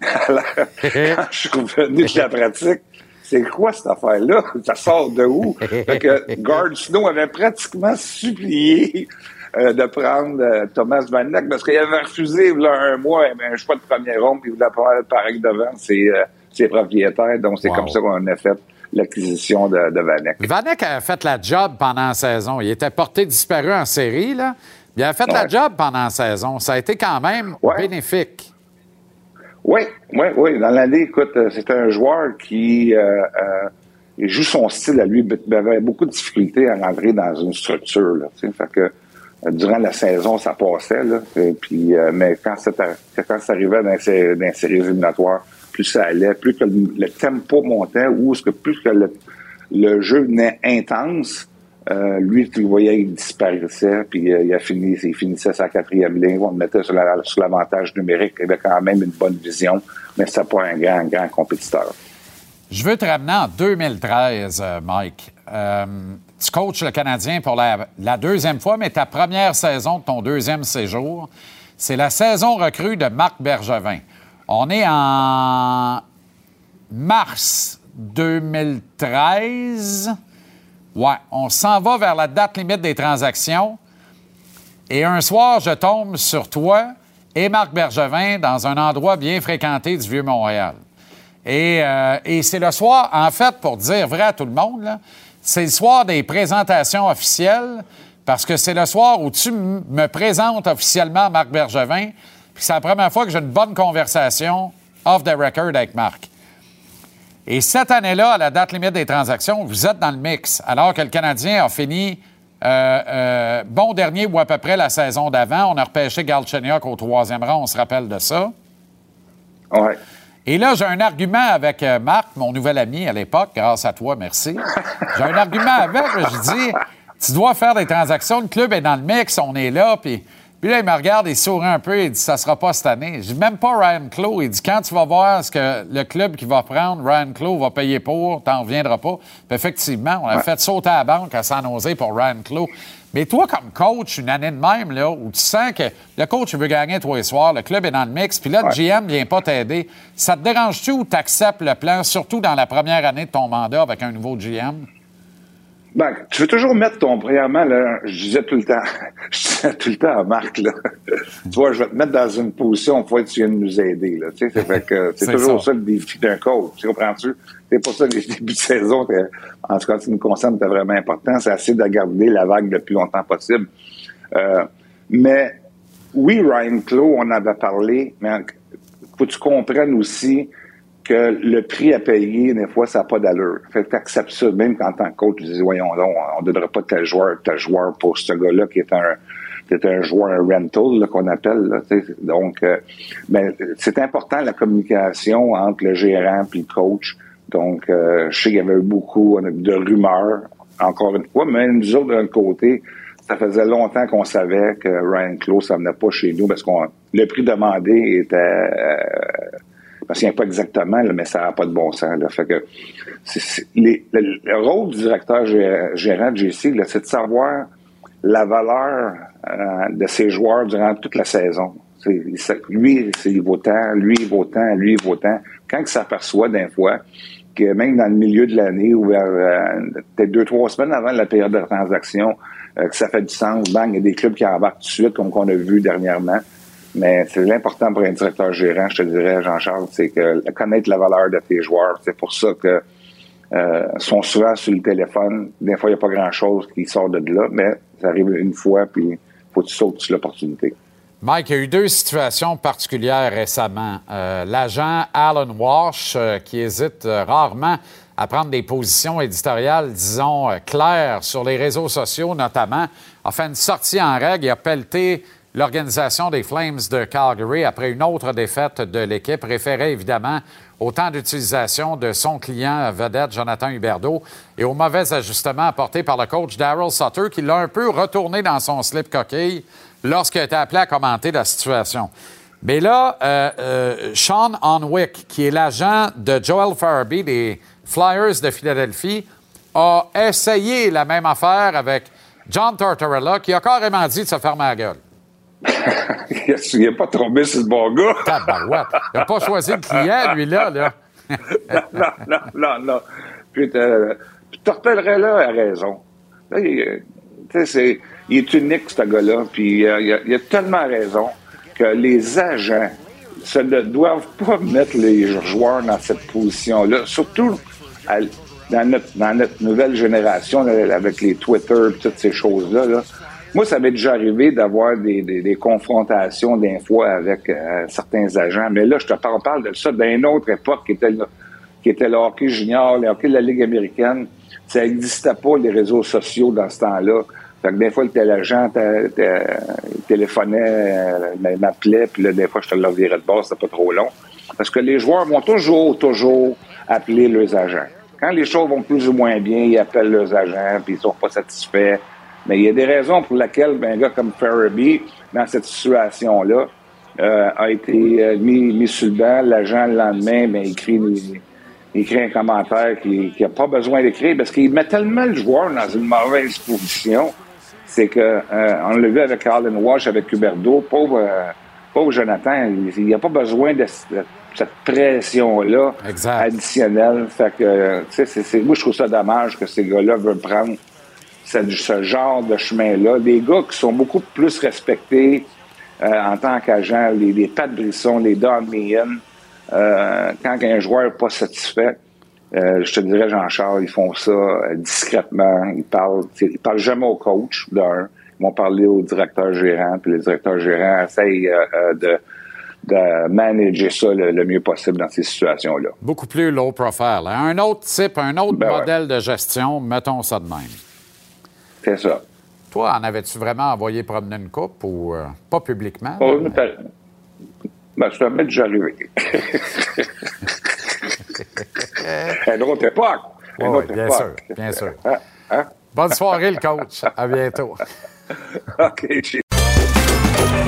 quand je suis revenu de la pratique, c'est quoi cette affaire-là? Ça sort de où? Fait que Gord Snow avait pratiquement supplié euh, de prendre euh, Thomas Vanek parce qu'il avait refusé, il y a un mois, un choix de première ronde, puis il voulait pas être pareil devant ses, euh, ses propriétaires. Donc, c'est wow. Comme ça qu'on a fait l'acquisition de, de Vanek. Vanek a fait la job pendant la saison. Il était porté disparu en série, là. Il a fait ouais. la job pendant la saison. Ça a été quand même ouais. bénéfique. Oui, oui, oui. Dans l'année, écoute, c'est un joueur qui euh, euh, il joue son style à lui. Il avait beaucoup de difficultés à rentrer dans une structure. Là, fait que euh, durant la saison, ça passait. Là, et puis, euh, mais quand, quand ça arrivait dans les, dans les séries éliminatoires, plus ça allait, plus que le, le tempo montait, ou est-ce que plus que le, le jeu venait intense, euh, lui, tu le voyais, il disparaissait, puis euh, il a fini, il finissait sa quatrième ligne, on le mettait sur, la, sur l'avantage numérique, il avait quand même une bonne vision, mais c'était pas un grand, grand compétiteur. Je veux te ramener en deux mille treize, euh, Mike. Euh, tu coaches le Canadien pour la, la deuxième fois, mais ta première saison de ton deuxième séjour, c'est la saison recrue de Marc Bergevin. On est en mars deux mille treize. Ouais, on s'en va vers la date limite des transactions. Et un soir, je tombe sur toi et Marc Bergevin dans un endroit bien fréquenté du Vieux-Montréal. Et, euh, et c'est le soir, en fait, pour dire vrai à tout le monde, là, c'est le soir des présentations officielles parce que c'est le soir où tu m- me présentes officiellement Marc Bergevin. Puis c'est la première fois que j'ai une bonne conversation off the record avec Marc. Et cette année-là, à la date limite des transactions, vous êtes dans le mix, alors que le Canadien a fini euh, euh, bon dernier ou à peu près la saison d'avant. On a repêché Galchenyuk au troisième rang, on se rappelle de ça. Ouais. Et là, j'ai un argument avec euh, Marc, mon nouvel ami à l'époque, grâce à toi, merci. J'ai un argument avec, je dis, tu dois faire des transactions, le club est dans le mix, on est là, puis... Puis là, il me regarde, il sourit un peu, il dit « ça sera pas cette année ». Je dis même pas Ryan Clough. Il dit « quand tu vas voir ce que le club qui va prendre, Ryan Clough va payer pour, t'en reviendras pas ». Puis effectivement, on a ouais. fait sauter à la banque à San Jose pour Ryan Clough. Mais toi, comme coach, une année de même, là, où tu sens que le coach veut gagner tous les soirs, le club est dans le mix, puis là, le ouais. G M ne vient pas t'aider, ça te dérange-tu ou tu acceptes le plan, surtout dans la première année de ton mandat avec un nouveau G M? Ben, tu veux toujours mettre ton... Premièrement, là, je disais tout le temps, je disais tout le temps à Marc, là, tu vois, je vais te mettre dans une position, il faut que tu viennes nous aider, là, tu sais, c'est, fait que, c'est, c'est toujours ça. ça le défi d'un coach, tu comprends-tu? C'est pour ça que les débuts de saison, en tout cas, ce qui nous concerne, c'était vraiment important, c'est essayer de garder la vague le plus longtemps possible. Euh, mais, oui, Ryan Clough, on en avait parlé, mais faut que tu comprennes aussi que le prix à payer, des fois, ça n'a pas d'allure. Fait que tu acceptes ça, même quand en tant que coach, tu dis, voyons donc, on ne donnera pas tel joueur, tel joueur pour ce gars-là qui est un, qui est un joueur un rental, là, qu'on appelle, là, donc, euh, ben, c'est important, la communication entre le gérant et le coach. Donc, euh, je sais qu'il y avait eu beaucoup de rumeurs, encore une fois, mais nous autres, d'un côté, ça faisait longtemps qu'on savait que Ryan Clough, ça venait pas chez nous parce qu'on, le prix demandé était, euh, parce qu'il n'y a pas exactement, là, mais ça n'a pas de bon sens. Là. Fait que c'est, c'est, les, le, le rôle du directeur gérant de J C, là, c'est de savoir la valeur euh, de ses joueurs durant toute la saison. C'est, lui, c'est, il vaut tant, lui, il vaut tant, lui, il vaut tant. Quand il s'aperçoit d'un fois que même dans le milieu de l'année ou vers euh, peut-être deux, trois semaines avant la période de transaction, euh, que ça fait du sens, bang, il y a des clubs qui embarquent tout de suite, comme qu'on a vu dernièrement. Mais c'est l'important pour un directeur gérant, je te dirais, Jean-Charles, c'est que connaître la valeur de tes joueurs. C'est pour ça que euh, sont souvent sur le téléphone. Des fois, il n'y a pas grand-chose qui sort de là, mais ça arrive une fois, puis il faut que tu sautes sur l'opportunité. Mike, il y a eu deux situations particulières récemment. Euh, l'agent Alan Walsh, euh, qui hésite euh, rarement à prendre des positions éditoriales, disons, euh, claires sur les réseaux sociaux notamment, a fait une sortie en règle et a pelleté l'organisation des Flames de Calgary après une autre défaite de l'équipe, référée évidemment au temps d'utilisation de son client vedette, Jonathan Huberdeau, et au mauvais ajustement apporté par le coach Daryl Sutter, qui l'a un peu retourné dans son slip coquille lorsqu'il a été appelé à commenter la situation. Mais là, euh, euh, Sean Onwick, qui est l'agent de Joel Farabee des Flyers de Philadelphie, a essayé la même affaire avec John Tortorella, qui a carrément dit de se fermer la gueule. Il n'a pas trompé sur ce bon gars. Tabarouette. Il n'a pas choisi le client, lui-là. Là. non, non, non, non. Puis, euh, puis Tortorella a raison. Là, il, c'est, il est unique, ce gars-là. Puis euh, il, a, il a tellement raison que les agents se ne doivent pas mettre les joueurs dans cette position-là. Surtout à, dans, notre, dans notre nouvelle génération, là, avec les Twitter et toutes ces choses-là. Là. Moi, ça m'est déjà arrivé d'avoir des, des, des confrontations des fois avec euh, certains agents, mais là, je te parle, parle de ça d'une autre époque qui était, le, qui était le hockey junior, le hockey de la Ligue américaine. Ça n'existait pas, les réseaux sociaux, dans ce temps-là. Fait que des fois, le agent téléphonait, m'appelait, puis là, des fois, je te le virais de base, c'était pas trop long. Parce que les joueurs vont toujours, toujours appeler leurs agents. Quand les choses vont plus ou moins bien, ils appellent leurs agents, puis ils sont pas satisfaits. Mais il y a des raisons pour lesquelles ben, un gars comme Farabee, dans cette situation-là, euh, a été euh, mis, mis sur le banc. L'agent, le lendemain, ben, écrit, il, il écrit un commentaire qu'il n'a pas besoin d'écrire parce qu'il met tellement le joueur dans une mauvaise position. C'est que, euh, on l'a vu avec Alan Walsh, avec Huberdeau, pauvre, euh, pauvre Jonathan, il n'a pas besoin de, de cette pression-là exact. Additionnelle. Fait que, tu sais, c'est, c'est, moi, je trouve ça dommage que ces gars-là veulent prendre ce, ce genre de chemin-là. Des gars qui sont beaucoup plus respectés euh, en tant qu'agents, les, les Pat Brisson, les Don Meehan, euh, quand un joueur n'est pas satisfait, euh, je te dirais, Jean-Charles, ils font ça euh, discrètement. Ils parlent, ils parlent jamais au coach, d'un. Ils vont parler au directeur gérant, puis le directeur gérant essaye euh, euh, de, de manager ça le, le mieux possible dans ces situations-là. Beaucoup plus low profile. Hein? Un autre type, un autre ben modèle ouais. de gestion, mettons ça de même. C'est ça. Toi, en avais-tu vraiment envoyé promener une coupe ou euh, pas publiquement? Oh, mais... ben, ben, ça m'est déjà arrivé. Une autre époque. Une oui, autre bien époque. sûr, bien sûr. Hein? Hein? Bonne soirée, le coach. À bientôt. OK.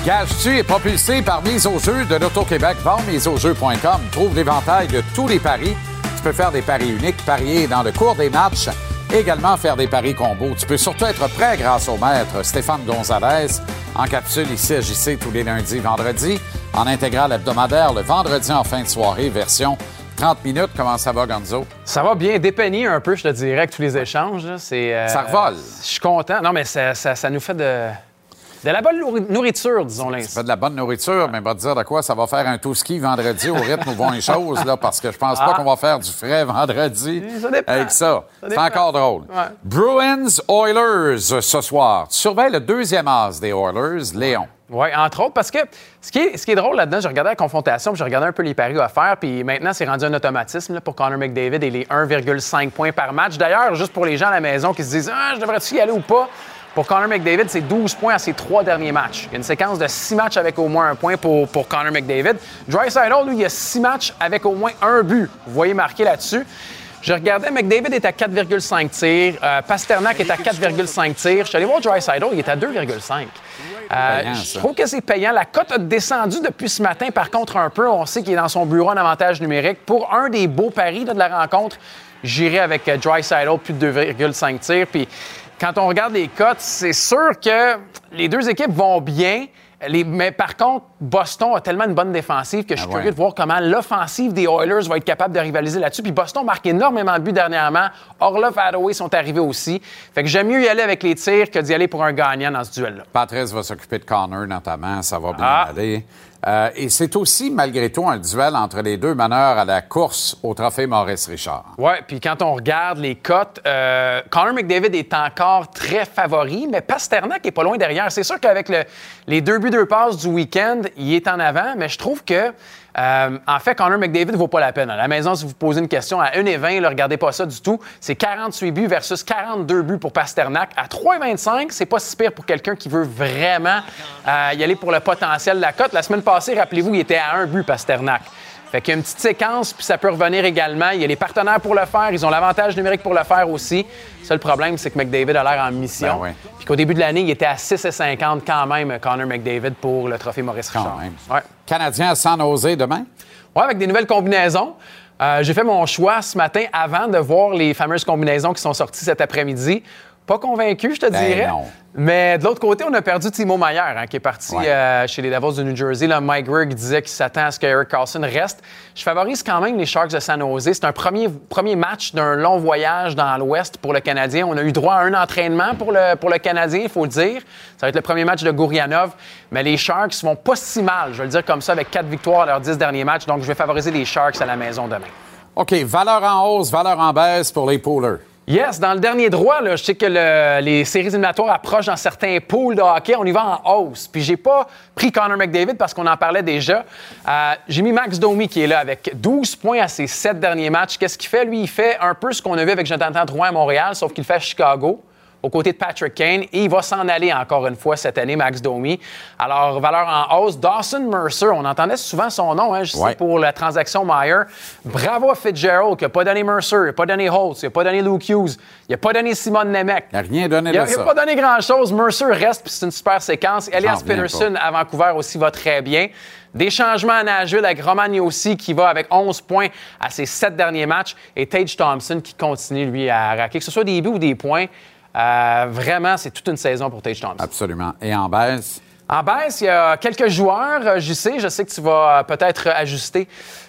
Gage-tu est propulsé par Mise au jeu de l'Auto-Québec. Va mise au jeu point com. Trouve l'éventail de tous les paris. Tu peux faire des paris uniques, parier dans le cours des matchs, également faire des paris combos. Tu peux surtout être prêt grâce au maître Stéphane Gonzalez en capsule ici à J C tous les lundis, vendredis, en intégrale hebdomadaire le vendredi en fin de soirée, version trente minutes. Comment ça va, Gonzo? Ça va bien, dépeigné un peu, je te dirais, avec tous les échanges. Là. C'est, euh, ça revole. Je suis content. Non, mais ça, ça, ça nous fait de... De la bonne nourriture, disons-le. Ça fait de la bonne nourriture, mais on va te dire de quoi ça va faire un tout-ski vendredi au rythme où vont les choses, là, parce que je pense pas Ah. qu'on va faire du frais vendredi Ça dépend. avec ça. Ça C'est dépend. encore drôle. Ouais. Bruins-Oilers ce soir. Tu surveilles le deuxième as des Oilers, Léon. Oui, entre autres, parce que ce qui est, ce qui est drôle là-dedans, j'ai regardé la confrontation, puis j'ai regardé un peu les paris à faire, puis maintenant, c'est rendu un automatisme là, pour Connor McDavid et les un virgule cinq points par match. D'ailleurs, juste pour les gens à la maison qui se disent « Ah, je devrais-tu y aller ou pas? » Pour Connor McDavid, c'est douze points à ses trois derniers matchs. Il y a une séquence de six matchs avec au moins un point pour, pour Connor McDavid. Draisaitl, lui, il y a six matchs avec au moins un but. Vous voyez marqué là-dessus. Je regardais, McDavid est à quatre virgule cinq tirs. Euh, Pasternak est à quatre virgule cinq tirs. Je suis allé voir Draisaitl, il est à deux virgule cinq. Euh, Payant, je ça. trouve que c'est payant. La cote a descendu depuis ce matin, par contre, un peu. On sait qu'il est dans son bureau en avantage numérique. Pour un des beaux paris là, de la rencontre, j'irai avec euh, Draisaitl, plus de deux virgule cinq tirs. Puis quand on regarde les cotes, c'est sûr que les deux équipes vont bien. Les, mais par contre, Boston a tellement une bonne défensive que je suis Ah ouais. curieux de voir comment l'offensive des Oilers va être capable de rivaliser là-dessus. Puis Boston marque énormément de buts dernièrement. Orlov et Hathaway sont arrivés aussi. Fait que j'aime mieux y aller avec les tirs que d'y aller pour un gagnant dans ce duel-là. Patrice va s'occuper de Connor notamment, ça va bien Ah. aller. Euh, et c'est aussi, malgré tout, un duel entre les deux meneurs à la course au trophée Maurice Richard. Oui, puis quand on regarde les cotes, euh, Connor McDavid est encore très favori, mais Pasternak est pas loin derrière. C'est sûr qu'avec le- les deux buts, deux passes du week-end, il est en avant, mais je trouve que, euh, en fait, Connor McDavid ne vaut pas la peine. À la maison, si vous posez une question à un et vingt, ne regardez pas ça du tout. C'est quarante-huit buts versus quarante-deux buts pour Pasternak. À trois virgule vingt-cinq, c'est pas si pire pour quelqu'un qui veut vraiment euh, y aller pour le potentiel de la cote. La semaine passée, rappelez-vous, il était à un but, Pasternak. Fait qu'il y a une petite séquence, puis ça peut revenir également. Il y a les partenaires pour le faire. Ils ont l'avantage numérique pour le faire aussi. Le seul problème, c'est que McDavid a l'air en mission. Ben ouais. Puis qu'au début de l'année, il était à six virgule cinquante quand même, Connor McDavid, pour le trophée Maurice Quand Richard. même. Ouais. Canadien à San Jose demain? Oui, avec des nouvelles combinaisons. Euh, j'ai fait mon choix ce matin avant de voir les fameuses combinaisons qui sont sorties cet après-midi. Pas convaincu, je te Ben dirais. non. Mais de l'autre côté, on a perdu Timo Meier, hein, qui est parti Ouais. euh, chez les Devils de New Jersey. Là, Mike Grigg disait qu'il s'attend à ce que Erik Karlsson reste. Je favorise quand même les Sharks de San Jose. C'est un premier, premier match d'un long voyage dans l'Ouest pour le Canadien. On a eu droit à un entraînement pour le, pour le Canadien, il faut le dire. Ça va être le premier match de Gourianov. Mais les Sharks vont pas si mal, je vais le dire comme ça, avec quatre victoires à leurs dix derniers matchs. Donc, je vais favoriser les Sharks à la maison demain. OK, valeur en hausse, valeur en baisse pour les poolers. Yes, dans le dernier droit, là, je sais que le- les séries éliminatoires approchent dans certains pools de hockey. On y va en hausse. Puis j'ai pas pris Connor McDavid parce qu'on en parlait déjà. Euh, j'ai mis Max Domi qui est là avec douze points à ses sept derniers matchs. Qu'est-ce qu'il fait? Lui, il fait un peu ce qu'on a vu avec Jonathan Drouin à Montréal, sauf qu'il le fait à Chicago, aux côtés de Patrick Kane. Et il va s'en aller encore une fois cette année, Max Domi. Alors, valeur en hausse. Dawson Mercer, on entendait souvent son nom, hein, je sais, Ouais. pour la transaction Meyer. Bravo à Fitzgerald qui n'a pas donné Mercer, il n'a pas donné Holtz, il n'a pas donné Luke Hughes, il n'a pas donné Simon Nemec. Il n'a rien donné Il de n'a ça. pas donné grand-chose. Mercer reste, puis c'est une super séquence. Elias reviens Pettersson à Vancouver aussi va très bien. Des changements à Nashville avec Roman Yossi qui va avec onze points à ses sept derniers matchs et Tage Thompson qui continue, lui, à raquer. Que ce soit des buts ou des points, euh, vraiment, c'est toute une saison pour Tage Thompson. Absolument. Et en baisse? En baisse, il y a quelques joueurs, euh, J C. Je sais que tu vas euh, peut-être ajuster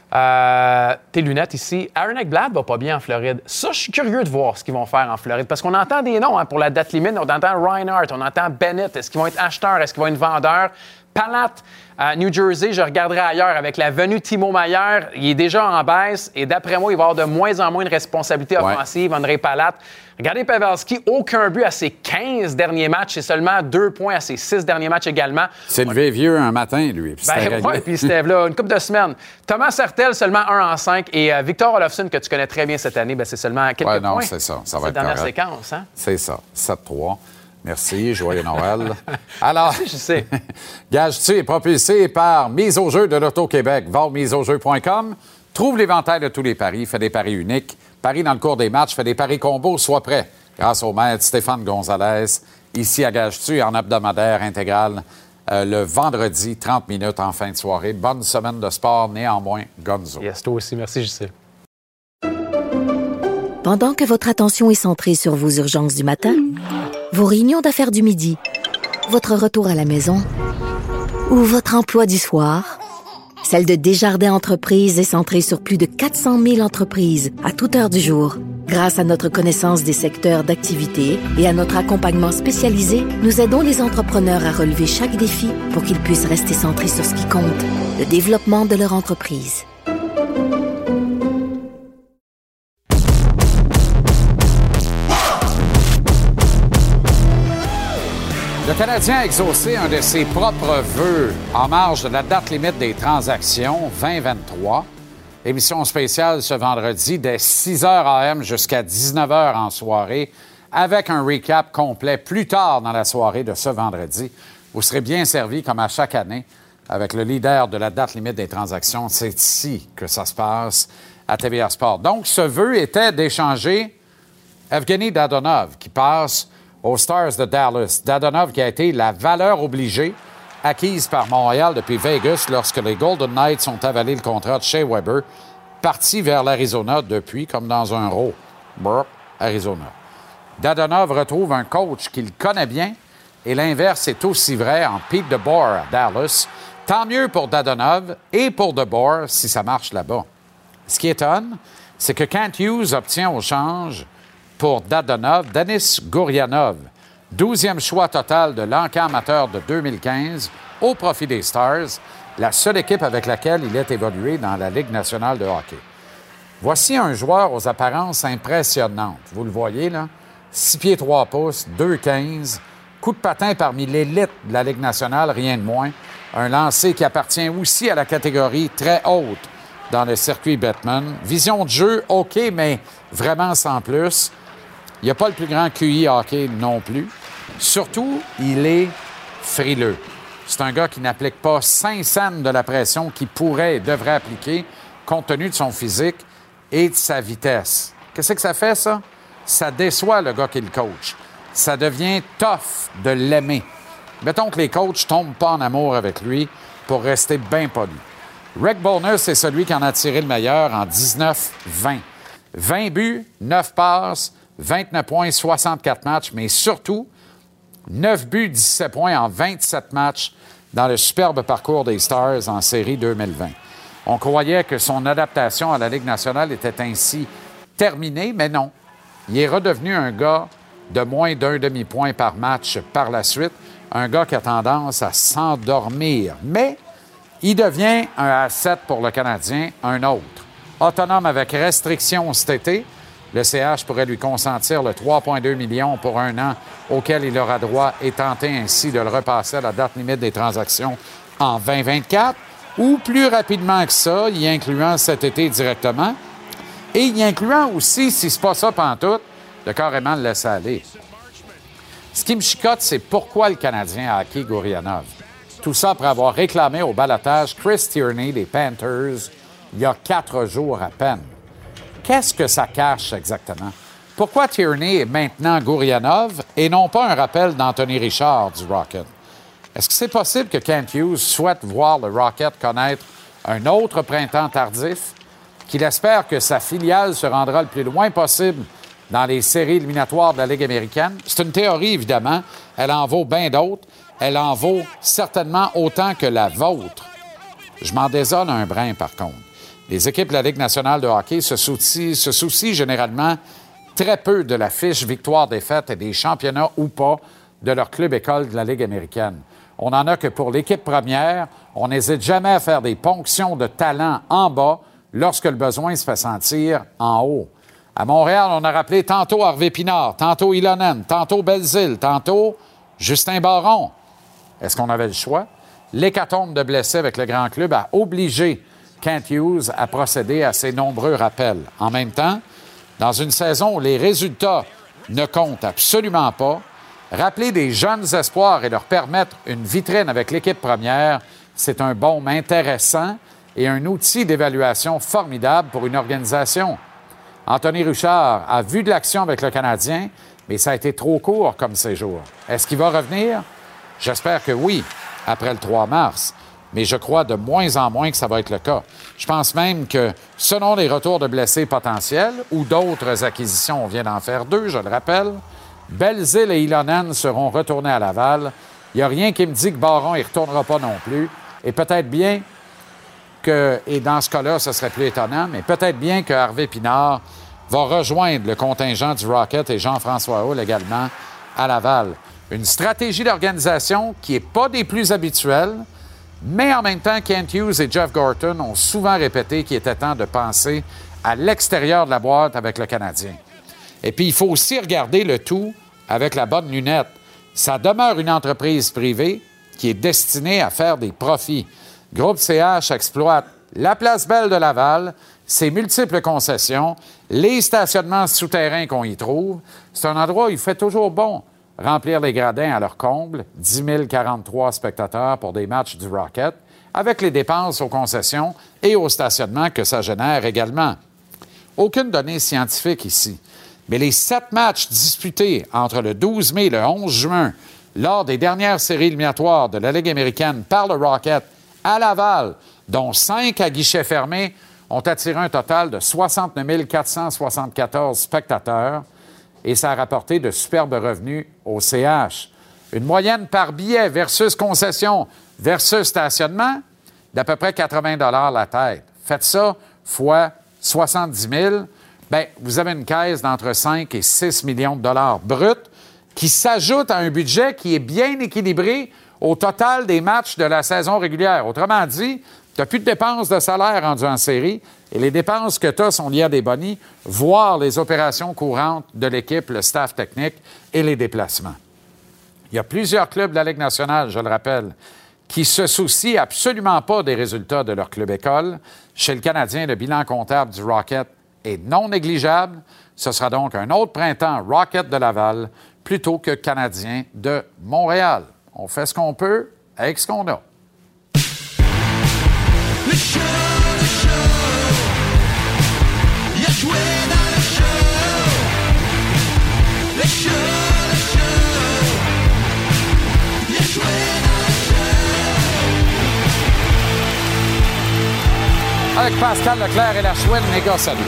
euh, tes lunettes ici. Aaron Ekblad va pas bien en Floride. Ça, je suis curieux de voir ce qu'ils vont faire en Floride. Parce qu'on entend des noms hein, pour la date limite. On entend Reinhardt, on entend Bennett. Est-ce qu'ils vont être acheteurs? Est-ce qu'ils vont être vendeurs? Palat, à New Jersey, je regarderai ailleurs. Avec la venue de Timo Meier, il est déjà en baisse. Et d'après moi, il va avoir de moins en moins de responsabilités Ouais. offensives. André Palat. Regardez Pavelski, aucun but à ses quinze derniers matchs et seulement deux points à ses six derniers matchs également. C'est levé vieux un matin, lui. Puis c'était Ben, réglé. ouais, puis c'était là une couple de semaines. Thomas Sartel, seulement un en cinq. Et euh, Victor Olofsson, que tu connais très bien cette année, ben, c'est seulement quelques Ouais, non, points. c'est ça. Ça va Cette être dernière correct. séquence, hein? C'est ça. sept trois. Merci. Joyeux Noël. Alors, Je sais. Gage-tu est propulsé par Mise au jeu de l'Auto-Québec. Va au mise au jeu point com. Trouve l'éventail de tous les paris. Fais des paris uniques. Paris dans le cours des matchs. Fais des paris combos. Sois prêt. Grâce au maître Stéphane Gonzalez. Ici à Gage-tu en hebdomadaire intégral euh, le vendredi, trente minutes en fin de soirée. Bonne semaine de sport, néanmoins, Gonzo. Yes, toi aussi. Merci, J C. Pendant que votre attention est centrée sur vos urgences du matin, vos réunions d'affaires du midi, votre retour à la maison ou votre emploi du soir, celle de Desjardins Entreprises est centrée sur plus de quatre cent mille entreprises à toute heure du jour. Grâce à notre connaissance des secteurs d'activité et à notre accompagnement spécialisé, nous aidons les entrepreneurs à relever chaque défi pour qu'ils puissent rester centrés sur ce qui compte, le développement de leur entreprise. Le Canadien a exaucé un de ses propres vœux en marge de la date limite des transactions, vingt vingt-trois. Émission spéciale ce vendredi dès six heures A M jusqu'à dix-neuf heures en soirée, avec un recap complet plus tard dans la soirée de ce vendredi. Vous serez bien servi comme à chaque année avec le leader de la date limite des transactions. C'est ici que ça se passe à T V R Sport. Donc, ce vœu était d'échanger Evgeny Dadonov qui passe aux Stars de Dallas. Dadonov qui a été la valeur obligée acquise par Montréal depuis Vegas lorsque les Golden Knights ont avalé le contrat de Shea Weber, parti vers l'Arizona depuis, comme dans un row. Brr, Arizona. Dadonov retrouve un coach qu'il connaît bien et l'inverse est aussi vrai en Pete DeBoer à Dallas. Tant mieux pour Dadonov et pour DeBoer si ça marche là-bas. Ce qui étonne, c'est que Kent Hughes obtient au change pour Dadonov Denis Gourianov, douzième choix total de l'Encan amateur de deux mille quinze au profit des Stars, la seule équipe avec laquelle il est évolué dans la Ligue nationale de hockey. Voici un joueur aux apparences impressionnantes. Vous le voyez, là? six pieds trois pouces, deux quinze, coup de patin parmi l'élite de la Ligue nationale, rien de moins. Un lancer qui appartient aussi à la catégorie très haute dans le circuit Bettman. Vision de jeu, OK, mais vraiment sans plus. Il n'y a pas le plus grand Q I hockey non plus. Surtout, il est frileux. C'est un gars qui n'applique pas cinq cents de la pression qu'il pourrait et devrait appliquer compte tenu de son physique et de sa vitesse. Qu'est-ce que ça fait, ça? Ça déçoit le gars qui le coach. Ça devient tough de l'aimer. Mettons que les coachs ne tombent pas en amour avec lui pour rester bien poli. Rick Bowness est celui qui en a tiré le meilleur en dix-neuf vingt. vingt buts, neuf passes, vingt-neuf points, soixante-quatre matchs, mais surtout neuf buts, dix-sept points en vingt-sept matchs dans le superbe parcours des Stars en série deux mille vingt. On croyait que son adaptation à la Ligue nationale était ainsi terminée, mais non. Il est redevenu un gars de moins d'un demi-point par match par la suite, un gars qui a tendance à s'endormir. Mais il devient un asset pour le Canadien, un autre. Autonome avec restriction cet été, le C H pourrait lui consentir le trois virgule deux millions pour un an auquel il aura droit et tenter ainsi de le repasser à la date limite des transactions en vingt vingt-quatre ou plus rapidement que ça, y incluant cet été directement et y incluant aussi, si c'est pas ça pantoute, de carrément le laisser aller. Ce qui me chicote, c'est pourquoi le Canadien a acquis Gourianov. Tout ça après avoir réclamé au balotage Chris Tierney des Panthers il y a quatre jours à peine. Qu'est-ce que ça cache exactement? Pourquoi Tierney est maintenant Gourianov et non pas un rappel d'Anthony Richard du Rocket? Est-ce que c'est possible que Kent Hughes souhaite voir le Rocket connaître un autre printemps tardif, qu'il espère que sa filiale se rendra le plus loin possible dans les séries éliminatoires de la Ligue américaine? C'est une théorie, évidemment. Elle en vaut bien d'autres. Elle en vaut certainement autant que la vôtre. Je m'en désole un brin, par contre. Les équipes de la Ligue nationale de hockey se soucient, se soucient généralement très peu de la fiche victoire-défaite et des championnats ou pas de leur club-école de la Ligue américaine. On n'en a que pour l'équipe première. On n'hésite jamais à faire des ponctions de talent en bas lorsque le besoin se fait sentir en haut. À Montréal, on a rappelé tantôt Harvey Pinard, tantôt Ilonen, tantôt Belzile, tantôt Justin Barron. Est-ce qu'on avait le choix? L'hécatombe de blessés avec le grand club a obligé Kent Hughes à procéder à ces nombreux rappels. En même temps, dans une saison où les résultats ne comptent absolument pas, rappeler des jeunes espoirs et leur permettre une vitrine avec l'équipe première, c'est un baume intéressant et un outil d'évaluation formidable pour une organisation. Anthony Richard a vu de l'action avec le Canadien, mais ça a été trop court comme séjour. Est-ce qu'il va revenir? J'espère que oui. après le trois mars. Mais je crois de moins en moins que ça va être le cas. Je pense même que, selon les retours de blessés potentiels ou d'autres acquisitions, on vient d'en faire deux, je le rappelle, Belzile et Ilonen seront retournés à Laval. Il n'y a rien qui me dit que Baron ne retournera pas non plus. Et peut-être bien que, et dans ce cas-là, ce serait plus étonnant, mais peut-être bien que Harvey Pinard va rejoindre le contingent du Rocket et Jean-François Houle également à Laval. Une stratégie d'organisation qui n'est pas des plus habituelles, mais en même temps, Kent Hughes et Jeff Gorton ont souvent répété qu'il était temps de penser à l'extérieur de la boîte avec le Canadien. Et puis, il faut aussi regarder le tout avec la bonne lunette. Ça demeure une entreprise privée qui est destinée à faire des profits. Groupe C H exploite la place Belle de Laval, ses multiples concessions, les stationnements souterrains qu'on y trouve. C'est un endroit où il fait toujours bon remplir les gradins à leur comble, dix mille quarante-trois spectateurs pour des matchs du Rocket, avec les dépenses aux concessions et au stationnement que ça génère également. Aucune donnée scientifique ici, mais les sept matchs disputés entre le douze mai et le onze juin lors des dernières séries éliminatoires de la Ligue américaine par le Rocket à Laval, dont cinq à guichet fermé, ont attiré un total de soixante-neuf mille quatre cent soixante-quatorze spectateurs et ça a rapporté de superbes revenus au C H. Une moyenne par billet versus concession versus stationnement d'à peu près quatre-vingts dollars la tête. Faites ça fois soixante-dix mille, bien, vous avez une caisse d'entre cinq et six millions de dollars bruts qui s'ajoute à un budget qui est bien équilibré au total des matchs de la saison régulière. Autrement dit, tu n'as plus de dépenses de salaire rendues en série et les dépenses que tu as sont liées à des bonnies, voire les opérations courantes de l'équipe, le staff technique et les déplacements. Il y a plusieurs clubs de la Ligue nationale, je le rappelle, qui se soucient absolument pas des résultats de leur club-école. Chez le Canadien, le bilan comptable du Rocket est non négligeable. Ce sera donc un autre printemps Rocket de Laval plutôt que Canadien de Montréal. On fait ce qu'on peut avec ce qu'on a. Le show, le show, il a joué dans le show. Le show, le show, il a joué dans le show. Avec Pascal Leclerc et la Chouette, les gars, salut.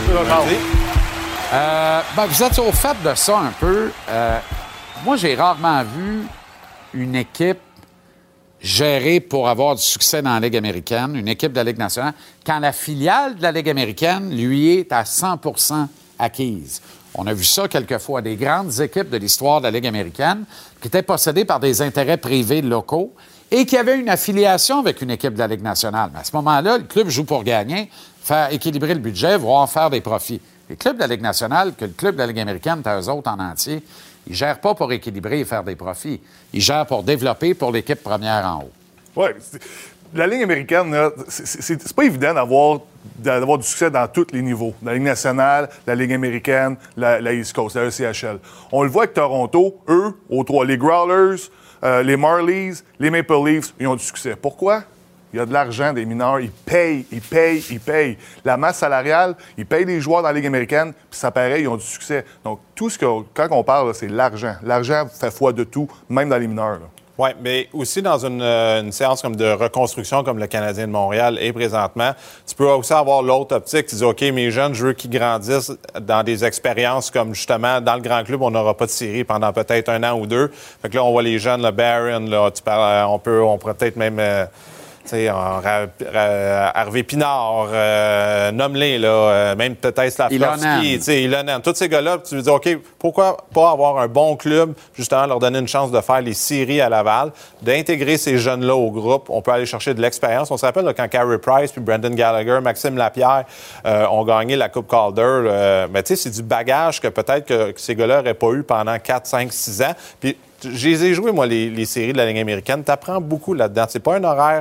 Euh, ben, vous êtes au fait de ça un peu. Euh, moi, j'ai rarement vu une équipe gérée pour avoir du succès dans la Ligue américaine, une équipe de la Ligue nationale, quand la filiale de la Ligue américaine, lui, est à cent pour cent acquise. On a vu ça quelquefois, des grandes équipes de l'histoire de la Ligue américaine qui étaient possédées par des intérêts privés locaux et qui avaient une affiliation avec une équipe de la Ligue nationale. Mais à ce moment-là, le club joue pour gagner, faire équilibrer le budget, voire faire des profits. Les clubs de la Ligue nationale, que le club de la Ligue américaine, t'as eux autres en entier, ils ne gèrent pas pour équilibrer et faire des profits. Ils gèrent pour développer pour l'équipe première en haut. Oui. La Ligue américaine, là, c'est, c'est, c'est pas évident d'avoir, d'avoir du succès dans tous les niveaux. La Ligue nationale, la Ligue américaine, la, la East Coast, la E C H L. On le voit avec Toronto, eux, aux trois, les Growlers, euh, les Marlies, les Maple Leafs, ils ont du succès. Pourquoi? Il y a de l'argent des mineurs, ils payent, ils payent, ils payent. La masse salariale, ils payent les joueurs dans la Ligue américaine, puis ça paraît, ils ont du succès. Donc, tout ce que, quand on parle, là, c'est l'argent. L'argent fait foi de tout, même dans les mineurs. Oui, mais aussi dans une, euh, une séance comme de reconstruction comme le Canadien de Montréal est présentement, tu peux aussi avoir l'autre optique. Tu dis, OK, mes jeunes, je veux qu'ils grandissent dans des expériences comme justement dans le grand club, on n'aura pas de série pendant peut-être un an ou deux. Fait que là, on voit les jeunes, le Barron, là, tu parles, on peut, on pourrait peut-être même... Euh, T'sais, Harvey Pinard, euh, nomme-les, là, euh, même peut-être Slavkovski, Ilonen, tous ces gars-là, tu veux dire, OK, pourquoi pas avoir un bon club, justement, leur donner une chance de faire les séries à Laval, d'intégrer ces jeunes-là au groupe. On peut aller chercher de l'expérience. On se rappelle là, quand Carey Price, puis Brendan Gallagher, Maxime Lapierre euh, ont gagné la Coupe Calder. Euh, mais tu sais, c'est du bagage que peut-être que, que ces gars-là n'auraient pas eu pendant quatre, cinq, six ans. Puis, je les ai joués, moi, les, les séries de la Ligue américaine. Tu apprends beaucoup là-dedans. C'est pas un horaire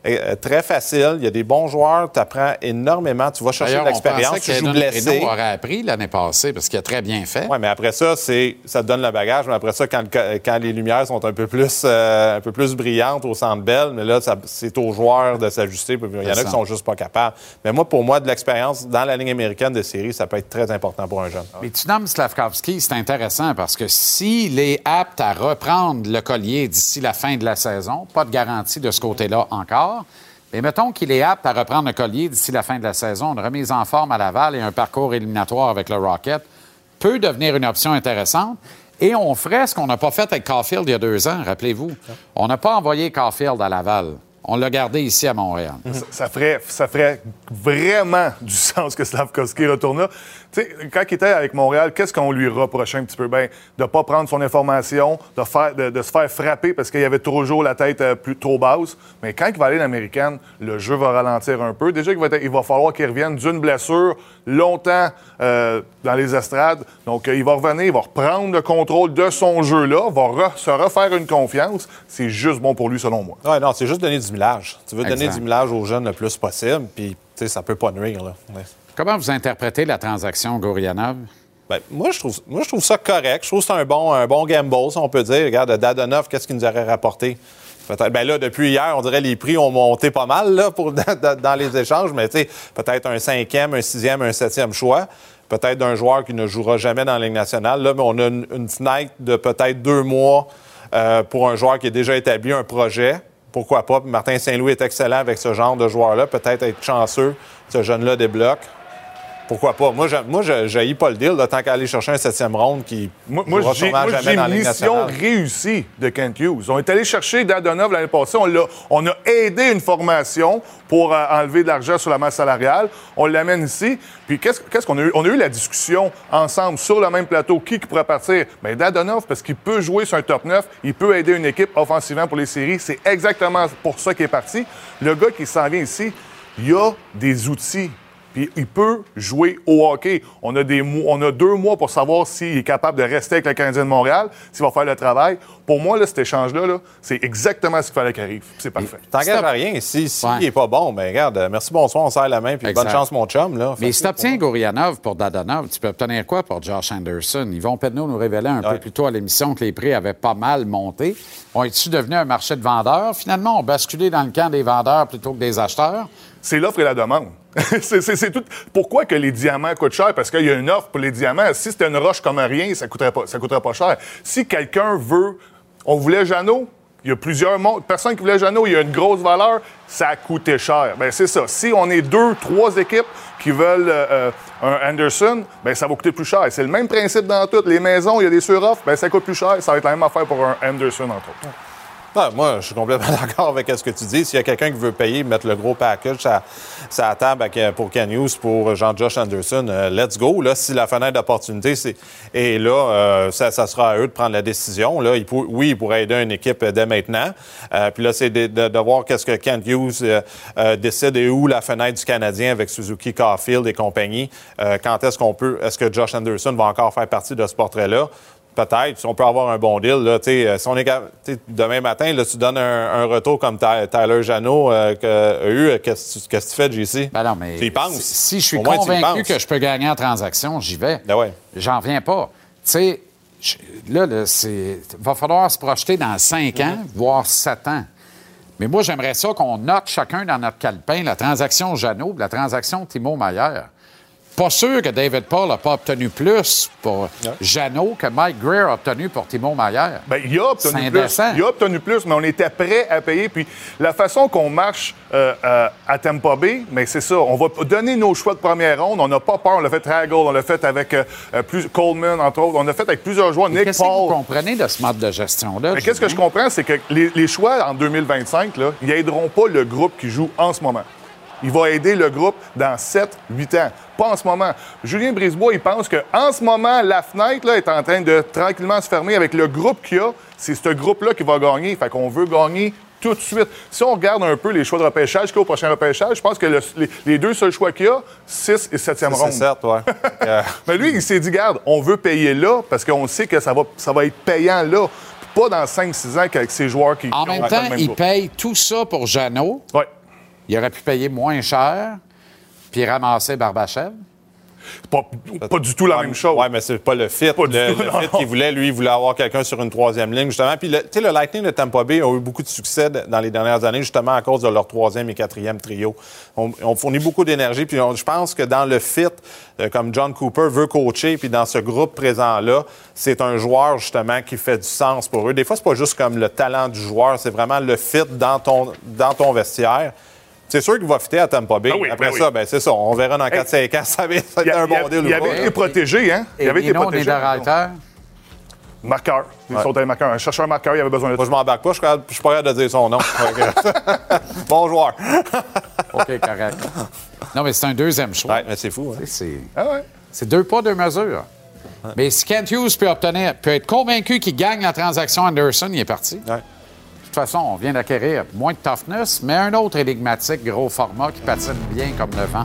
euh, très facile. Il y a des bons joueurs. Tu apprends énormément. Tu vas chercher de l'expérience. Tu joues blessé. On aurait appris l'année passée parce qu'il a très bien fait. Oui, mais après ça, c'est, ça te donne le bagage. Mais après ça, quand, quand les lumières sont un peu plus, euh, un peu plus brillantes au Centre Bell, mais là, ça, c'est aux joueurs de s'ajuster. Il y en a qui sont juste pas capables. Mais moi, pour moi, de l'expérience dans la ligne américaine de série, ça peut être très important pour un jeune. Mais tu nommes Slavkovski, c'est intéressant parce que s'il est apte à reprendre le collier d'ici la fin de la saison, pas de garantie de ce côté-là encore, mais mettons qu'il est apte à reprendre le collier d'ici la fin de la saison, une remise en forme à Laval et un parcours éliminatoire avec le Rocket peut devenir une option intéressante. Et on ferait ce qu'on n'a pas fait avec Caulfield il y a deux ans, rappelez-vous. On n'a pas envoyé Caulfield à Laval. On l'a gardé ici à Montréal. Ça, ça, ferait, ça ferait vraiment du sens que Slavkovski retourne là. Tu sais, quand il était avec Montréal, qu'est-ce qu'on lui reprochait un petit peu? Bien, de ne pas prendre son information, de, faire, de, de se faire frapper parce qu'il y avait toujours la tête euh, plus trop basse. Mais quand il va aller à l'américaine, le jeu va ralentir un peu. Déjà, il va, il va falloir qu'il revienne d'une blessure longtemps euh, dans les estrades. Donc, euh, il va revenir, il va reprendre le contrôle de son jeu-là, va re, se refaire une confiance. C'est juste bon pour lui, selon moi. Oui, non, c'est juste donner du millage. Tu veux Exact. donner du millage aux jeunes le plus possible, puis, tu sais, ça peut pas nuire, là. Ouais. Comment vous interprétez la transaction Gourianov? Bien, moi, je trouve, moi, je trouve ça correct. Je trouve que c'est un bon, un bon gamble, si on peut dire. Regarde, Dadonov, qu'est-ce qu'il nous aurait rapporté? Peut-être, bien là, depuis hier, on dirait que les prix ont monté pas mal là, pour, dans, dans les échanges, mais tu sais, peut-être un cinquième, un sixième, un septième choix. Peut-être d'un joueur qui ne jouera jamais dans la Ligue nationale. Là, mais on a une, une fenêtre de peut-être deux mois euh, pour un joueur qui est déjà établi, un projet. Pourquoi pas? Martin Saint-Louis est excellent avec ce genre de joueur-là. Peut-être être chanceux, ce jeune-là débloque. Pourquoi pas? Moi, je moi, j'haïs pas le deal, là, tant qu'à aller chercher un septième ronde qui moi, moi, j'ai, moi, j'ai une mission réussie de Kent Hughes. On est allé chercher Dadonov l'année passée. On, l'a, on a aidé une formation pour euh, enlever de l'argent sur la masse salariale. On l'amène ici. Puis qu'est-ce, qu'est-ce qu'on a eu? On a eu la discussion ensemble sur le même plateau. Qui, qui pourrait partir? Bien, Dadonov, parce qu'il peut jouer sur un top neuf. Il peut aider une équipe offensivement pour les séries. C'est exactement pour ça qu'il est parti. Le gars qui s'en vient ici, il a des outils. Puis il peut jouer au hockey. On a, des mois, on a deux mois pour savoir s'il est capable de rester avec le Canadien de Montréal, s'il va faire le travail. Pour moi, là, cet échange-là, là, c'est exactement ce qu'il fallait qu'il arrive. C'est parfait. T'engages à rien. S'il si, si ouais. n'est pas bon, bien, regarde, merci, bonsoir, on serre la main, puis exact. Bonne chance, mon chum. Là. Mais si tu obtiens Gourianov pour Dadonov, tu peux obtenir quoi pour Josh Anderson? Yvon Penneau nous révélait un ouais. peu plus tôt à l'émission que les prix avaient pas mal monté. On est-tu devenu un marché de vendeurs? Finalement, on basculé dans le camp des vendeurs plutôt que des acheteurs? C'est l'offre et la demande. c'est, c'est, c'est tout. Pourquoi que les diamants coûtent cher? Parce qu'il y a une offre pour les diamants. Si c'était une roche comme rien, ça coûterait pas, ça coûterait pas cher. Si quelqu'un veut... On voulait Jeannot, il y a plusieurs personnes qui voulaient Jeannot, il y a une grosse valeur, ça a coûté cher. Bien, c'est ça. Si on est deux, trois équipes qui veulent euh, un Anderson, bien, ça va coûter plus cher. C'est le même principe dans toutes. Les maisons, il y a des suroffres, bien, ça coûte plus cher. Ça va être la même affaire pour un Anderson, entre autres. Non, moi, je suis complètement d'accord avec ce que tu dis. S'il y a quelqu'un qui veut payer, mettre le gros package à sa table pour Kent Hughes, pour Jean-Josh Anderson, euh, let's go. Là, si la fenêtre d'opportunité c'est... est là, euh, ça, ça sera à eux de prendre la décision. Là, il pour... Oui, il pourrait aider une équipe dès maintenant. Euh, puis là, c'est de, de, de voir qu'est-ce que Kent Hughes euh, euh, décide et où la fenêtre du Canadien avec Suzuki, Caulfield et compagnie. Euh, quand est-ce qu'on peut... Est-ce que Josh Anderson va encore faire partie de ce portrait-là? Peut-être, si on peut avoir un bon deal. Là, si on est, demain matin, là, tu donnes un, un retour comme Tyler Jeannot euh, a eu, qu'est-ce que tu fais, J C? Ben non, mais tu y penses. Si, si je suis Au convaincu que je peux gagner en transaction, j'y vais. Ben ouais. J'en viens pas. Tu sais, là, là il va falloir se projeter dans cinq ans, mm-hmm. voire sept ans. Mais moi, j'aimerais ça qu'on note chacun dans notre calepin la transaction Jeannot et la transaction Timo Meier. Pas sûr que David Paul n'a pas obtenu plus pour Jeannot que Mike Greer a obtenu pour Timo Meier. Bien, il a obtenu plus. Il a obtenu plus, mais on était prêt à payer. Puis la façon qu'on marche euh, euh, à Tampa Bay, mais c'est ça. On va donner nos choix de première ronde. On n'a pas peur. On l'a fait Hagel, on l'a fait avec euh, plus, Coleman, entre autres. On l'a fait avec plusieurs joueurs. Nick qu'est-ce Paul. Qu'est-ce que vous comprenez de ce mode de gestion-là? Mais qu'est-ce que je comprends, c'est que les, les choix en deux mille vingt-cinq, là, ils n'aideront pas le groupe qui joue en ce moment. Il va aider le groupe dans sept huit ans. Pas en ce moment. Julien Brisebois, il pense qu'en ce moment, la fenêtre là, est en train de tranquillement se fermer avec le groupe qu'il y a. C'est ce groupe-là qui va gagner. Fait qu'on veut gagner tout de suite. Si on regarde un peu les choix de repêchage qu'il y a au prochain repêchage, je pense que le, les, les deux seuls choix qu'il y a, six et septième ronde. C'est certes, ouais. Mais lui, il s'est dit, garde, on veut payer là parce qu'on sait que ça va, ça va être payant là. pas dans cinq six ans qu'avec ces joueurs qui En qui même ont temps, le même il groupe. paye tout ça pour Jeannot. Ouais. Il aurait pu payer moins cher puis ramasser Barbashev. Pas, pas du tout la ouais, même chose. Oui, mais c'est pas le fit. Pas du le tout, le non, fit non. qu'il voulait, lui, il voulait avoir quelqu'un sur une troisième ligne, justement. Puis, tu sais, le Lightning de Tampa Bay a eu beaucoup de succès de- dans les dernières années, justement, à cause de leur troisième et quatrième trio. On, on fournit beaucoup d'énergie. Puis, on- je pense que dans le fit, euh, comme John Cooper veut coacher, puis dans ce groupe présent-là, c'est un joueur, justement, qui fait du sens pour eux. Des fois, c'est pas juste comme le talent du joueur, c'est vraiment le fit dans ton, dans ton vestiaire. C'est sûr qu'il va fitter à Tampa Bay. Ben oui, Après ben ça, oui. ben c'est ça. On verra dans quatre cinq ans. Ça va être Il y a- un il y a- bon deal il ou y pas. avait été protégé, hein? Il Et avait été Nino protégé. Niederreiter. Marqueur. Ils Ouais. sont allés marqueur. Un chercheur marqueur, il avait besoin de Moi, je m'embarque pas. Je suis capable- je suis pas capable de dire son nom. Bon joueur. OK, correct. Non, mais c'est un deuxième choix. Ouais, mais c'est fou. Hein? C'est, Ah ouais. c'est deux pas, deux mesures. Mais si Kent Hughes peut, obtenir, peut être convaincu qu'il gagne la transaction Anderson, il est parti. Ouais. De toute façon, on vient d'acquérir moins de toughness, mais un autre énigmatique gros format qui patine bien comme le vent.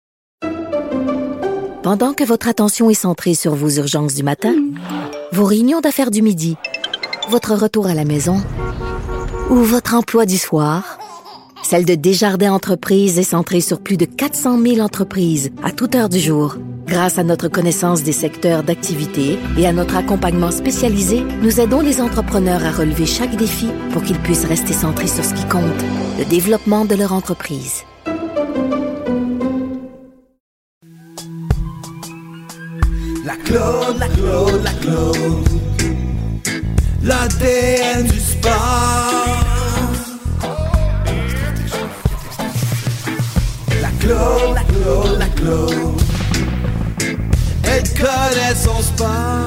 Pendant que votre attention est centrée sur vos urgences du matin, vos réunions d'affaires du midi, votre retour à la maison ou votre emploi du soir, celle de Desjardins Entreprises est centrée sur plus de quatre cent mille entreprises à toute heure du jour. Grâce à notre connaissance des secteurs d'activité et à notre accompagnement spécialisé, nous aidons les entrepreneurs à relever chaque défi pour qu'ils puissent rester centrés sur ce qui compte, le développement de leur entreprise. La Claude, la Claude, la Claude, l'A D N du sport. La Claude, la Claude, la Claude, elle connaît son sport.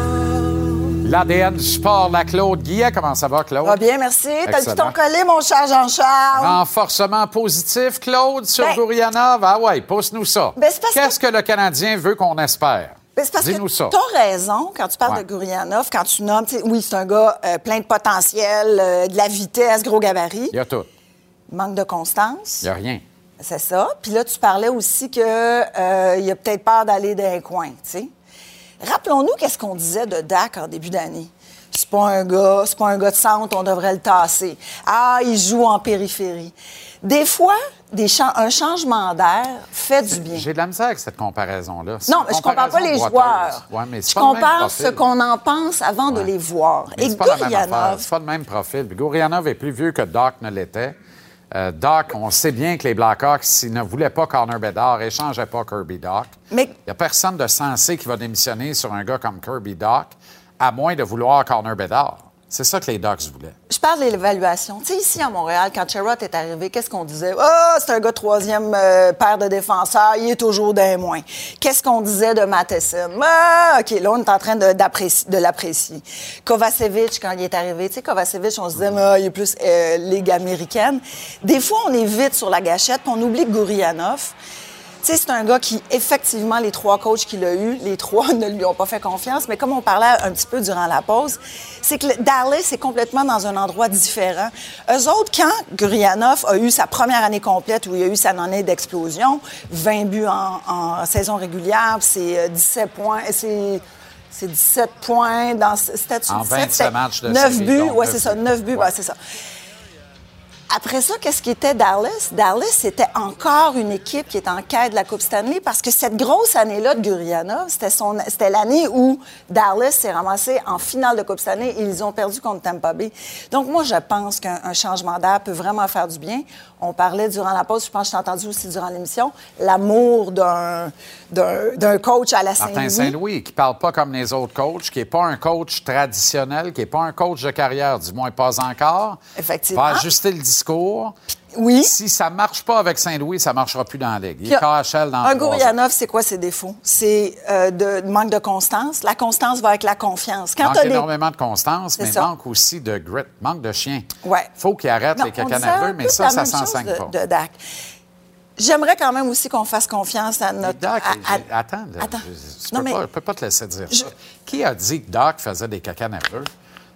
L'A D N du sport, la Claude Guillet. Comment ça va, Claude? Va bien, merci. T'as Excellent. dit ton collet, mon cher Jean-Charles? Renforcement positif, Claude, sur Ben- Gourianov. Ah ouais, pousse-nous ça. Ben, c'est parce Qu'est-ce que... le Canadien veut qu'on espère? Ben, c'est parce Dis-nous que ça. tu as raison quand tu parles Ouais. de Gourianov, quand tu nommes, tu sais, oui, c'est un gars euh, plein de potentiel, euh, de la vitesse, gros gabarit, Il y a tout. manque de constance. Il n'y a rien. C'est ça. Puis là, tu parlais aussi qu'il euh, a peut-être peur d'aller dans un coin, tu sais. Rappelons-nous qu'est-ce qu'on disait de Dak en début d'année. C'est pas un gars, c'est pas un gars de centre, on devrait le tasser. Ah, il joue en périphérie. Des fois, des cha- un changement d'air fait du bien. J'ai de la misère avec cette comparaison-là. C'est Non, une mais je compare pas les comparaison joueurs. boiteuse. Ouais, mais c'est je pas le même compare profil. ce qu'on en pense avant de Ouais. les voir. Mais Et c'est pas la même affaire. Gourianov, C'est pas le même profil. Puis Gourianov est plus vieux que Doc ne l'était. Euh, Doc, on sait bien que les Blackhawks, s'ils ne voulaient pas Connor Bedard, échangeaient pas Kirby Doc. Mais- Il n'y a personne de sensé qui va démissionner sur un gars comme Kirby Doc, à moins de vouloir Connor Bedard. C'est ça que les Ducks voulaient. je parle de l'évaluation. Tu sais, ici à Montréal, quand Sherrod est arrivé, qu'est-ce qu'on disait? Ah, c'est un gars de troisième euh, paire de défenseurs, il est toujours d'un moins. Qu'est-ce qu'on disait de Matheson? Ah, OK, là, on est en train de, d'apprécier- de l'apprécier. Kovacevic, quand il est arrivé, tu sais, Kovacevic, on se disait, ah, il est plus euh, ligue américaine. Des fois, on est vite sur la gâchette, puis on oublie que Gourianov, tu sais, c'est un gars qui, effectivement, les trois coachs qu'il a eus, les trois ne lui ont pas fait confiance, mais comme on parlait un petit peu durant la pause, c'est que le- Dallas est complètement dans un endroit différent. Eux autres, quand Gourianov a eu sa première année complète où il a eu sa année d'explosion, vingt buts en, en saison régulière, c'est euh, dix-sept points, c'est... C'est dix-sept points dans... C'était En vingt-sept matchs de neuf série, buts, donc ouais, neuf c'est ça, buts. neuf buts, Ouais. ouais, c'est ça. Après ça, qu'est-ce qui était Dallas? Dallas, c'était encore une équipe qui est en quête de la Coupe Stanley parce que cette grosse année-là de Gourianov, c'était, son, c'était l'année où Dallas s'est ramassé en finale de Coupe Stanley et ils ont perdu contre Tampa Bay. Donc, moi, je pense qu'un un changement d'air peut vraiment faire du bien. On parlait durant la pause, je pense que je t'ai entendu aussi durant l'émission, l'amour d'un, d'un, d'un coach à la Saint-Louis. Martin Saint-Louis, qui ne parle pas comme les autres coachs, qui n'est pas un coach traditionnel, qui n'est pas un coach de carrière, du moins pas encore. Effectivement. Va ajuster le discours. Oui. Si ça ne marche pas avec Saint-Louis, ça ne marchera plus dans la Ligue. Il Puis, est K H L dans un trois ans. Gourianov, c'est quoi ses défauts? C'est euh, de manque de constance. La constance va avec la confiance. Quand manque t'as des... énormément de constance, C'est mais ça. manque aussi de grit, manque de chien. Ouais. Faut qu'il arrête Non, les on disait cacanaveux, un mais peu ça, la ça même s'enseigne chose pas. de, de Dak. J'aimerais quand même aussi qu'on fasse confiance à notre... Doc, à- à- j'ai- attends, là, Attends. je ne Non, peux, mais- pas- je peux pas te laisser dire ça. Qui a dit que Doc faisait des cacanaveux?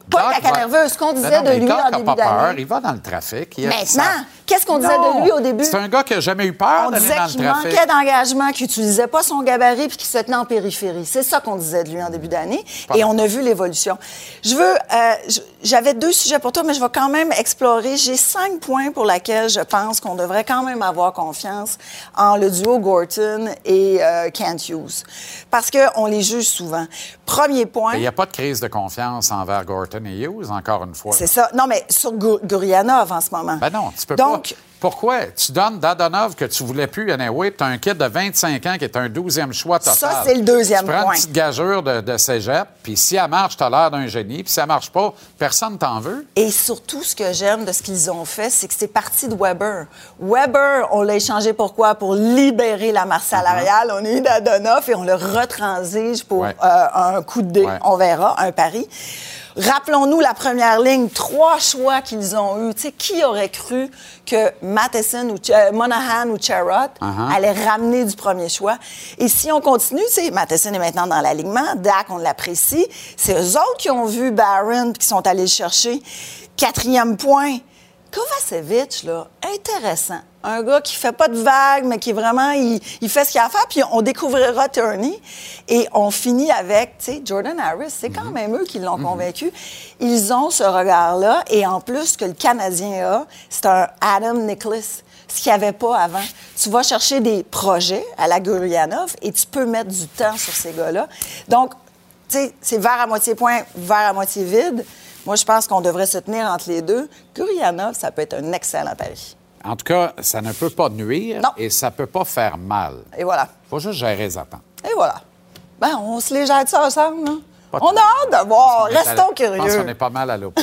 Pas le caca nerveux. Ce qu'on disait de lui en début pas peur, d'année. il va dans le trafic. Il Maintenant, ça... qu'est-ce qu'on disait non. de lui au début? C'est un gars qui n'a jamais eu peur On d'aller disait dans le qu'il trafic. manquait d'engagement, qu'il n'utilisait pas son gabarit puis qu'il se tenait en périphérie. C'est ça qu'on disait de lui en début d'année. Et on a vu l'évolution. Je veux... Euh, j'avais deux sujets pour toi, mais je vais quand même explorer. J'ai cinq points pour lesquels je pense qu'on devrait quand même avoir confiance en le duo Gorton et euh, Kent Hughes. Parce qu'on les juge souvent. Premier point... Il n'y a pas de crise de confiance envers Gorton et Hughes, encore une fois. C'est ça. Non, mais sur Gurianov en ce moment. Ben non, tu peux Donc, pas. Pourquoi? Tu donnes Dadonov que tu voulais plus, anyway, puis tu as un kid de vingt-cinq ans qui est un douzième choix total. Ça, c'est le deuxième point. Tu prends point. une petite gageure de, de cégep, puis si elle marche, tu as l'air d'un génie, puis si elle marche pas, personne t'en veut. Et surtout, ce que j'aime de ce qu'ils ont fait, c'est que c'est parti de Weber. Weber, on l'a échangé pour quoi? Pour libérer la masse salariale. Mm-hmm. On a eu Dadonov et on le retransige pour ouais. euh, un coup de dé. Ouais. On verra, un pari. Rappelons-nous la première ligne, trois choix qu'ils ont eus. Tu sais, qui aurait cru que Matheson ou euh, Monahan ou Charrot uh-huh. allaient ramener du premier choix? Et si on continue, tu sais, Matheson est maintenant dans l'alignement, Dak, on l'apprécie. C'est eux autres qui ont vu Barron et qui sont allés le chercher. Quatrième point, Kovacevic, là, intéressant. Un gars qui fait pas de vagues, mais qui vraiment, il, il fait ce qu'il a à faire. Puis on découvrira Turney. Et on finit avec, tu sais, Jordan Harris. C'est quand même eux qui l'ont mm-hmm. convaincu. Ils ont ce regard-là. Et en plus, ce que le Canadien a, c'est un Adam Nicholas. Ce qu'il n'y avait pas avant. Tu vas chercher des projets à la Gurianov et tu peux mettre du temps sur ces gars-là. Donc, tu sais, c'est verre à moitié plein, verre à moitié vide. Moi, je pense qu'on devrait se tenir entre les deux. Gurianov, ça peut être un excellent pari. En tout cas, ça ne peut pas nuire non. et ça ne peut pas faire mal. Et voilà. Il faut juste gérer les attentes. Et voilà. Ben, on se les jette ça ensemble. Hein? On a hâte de voir. Restons à... curieux. Je pense qu'on est pas mal à l'opposé.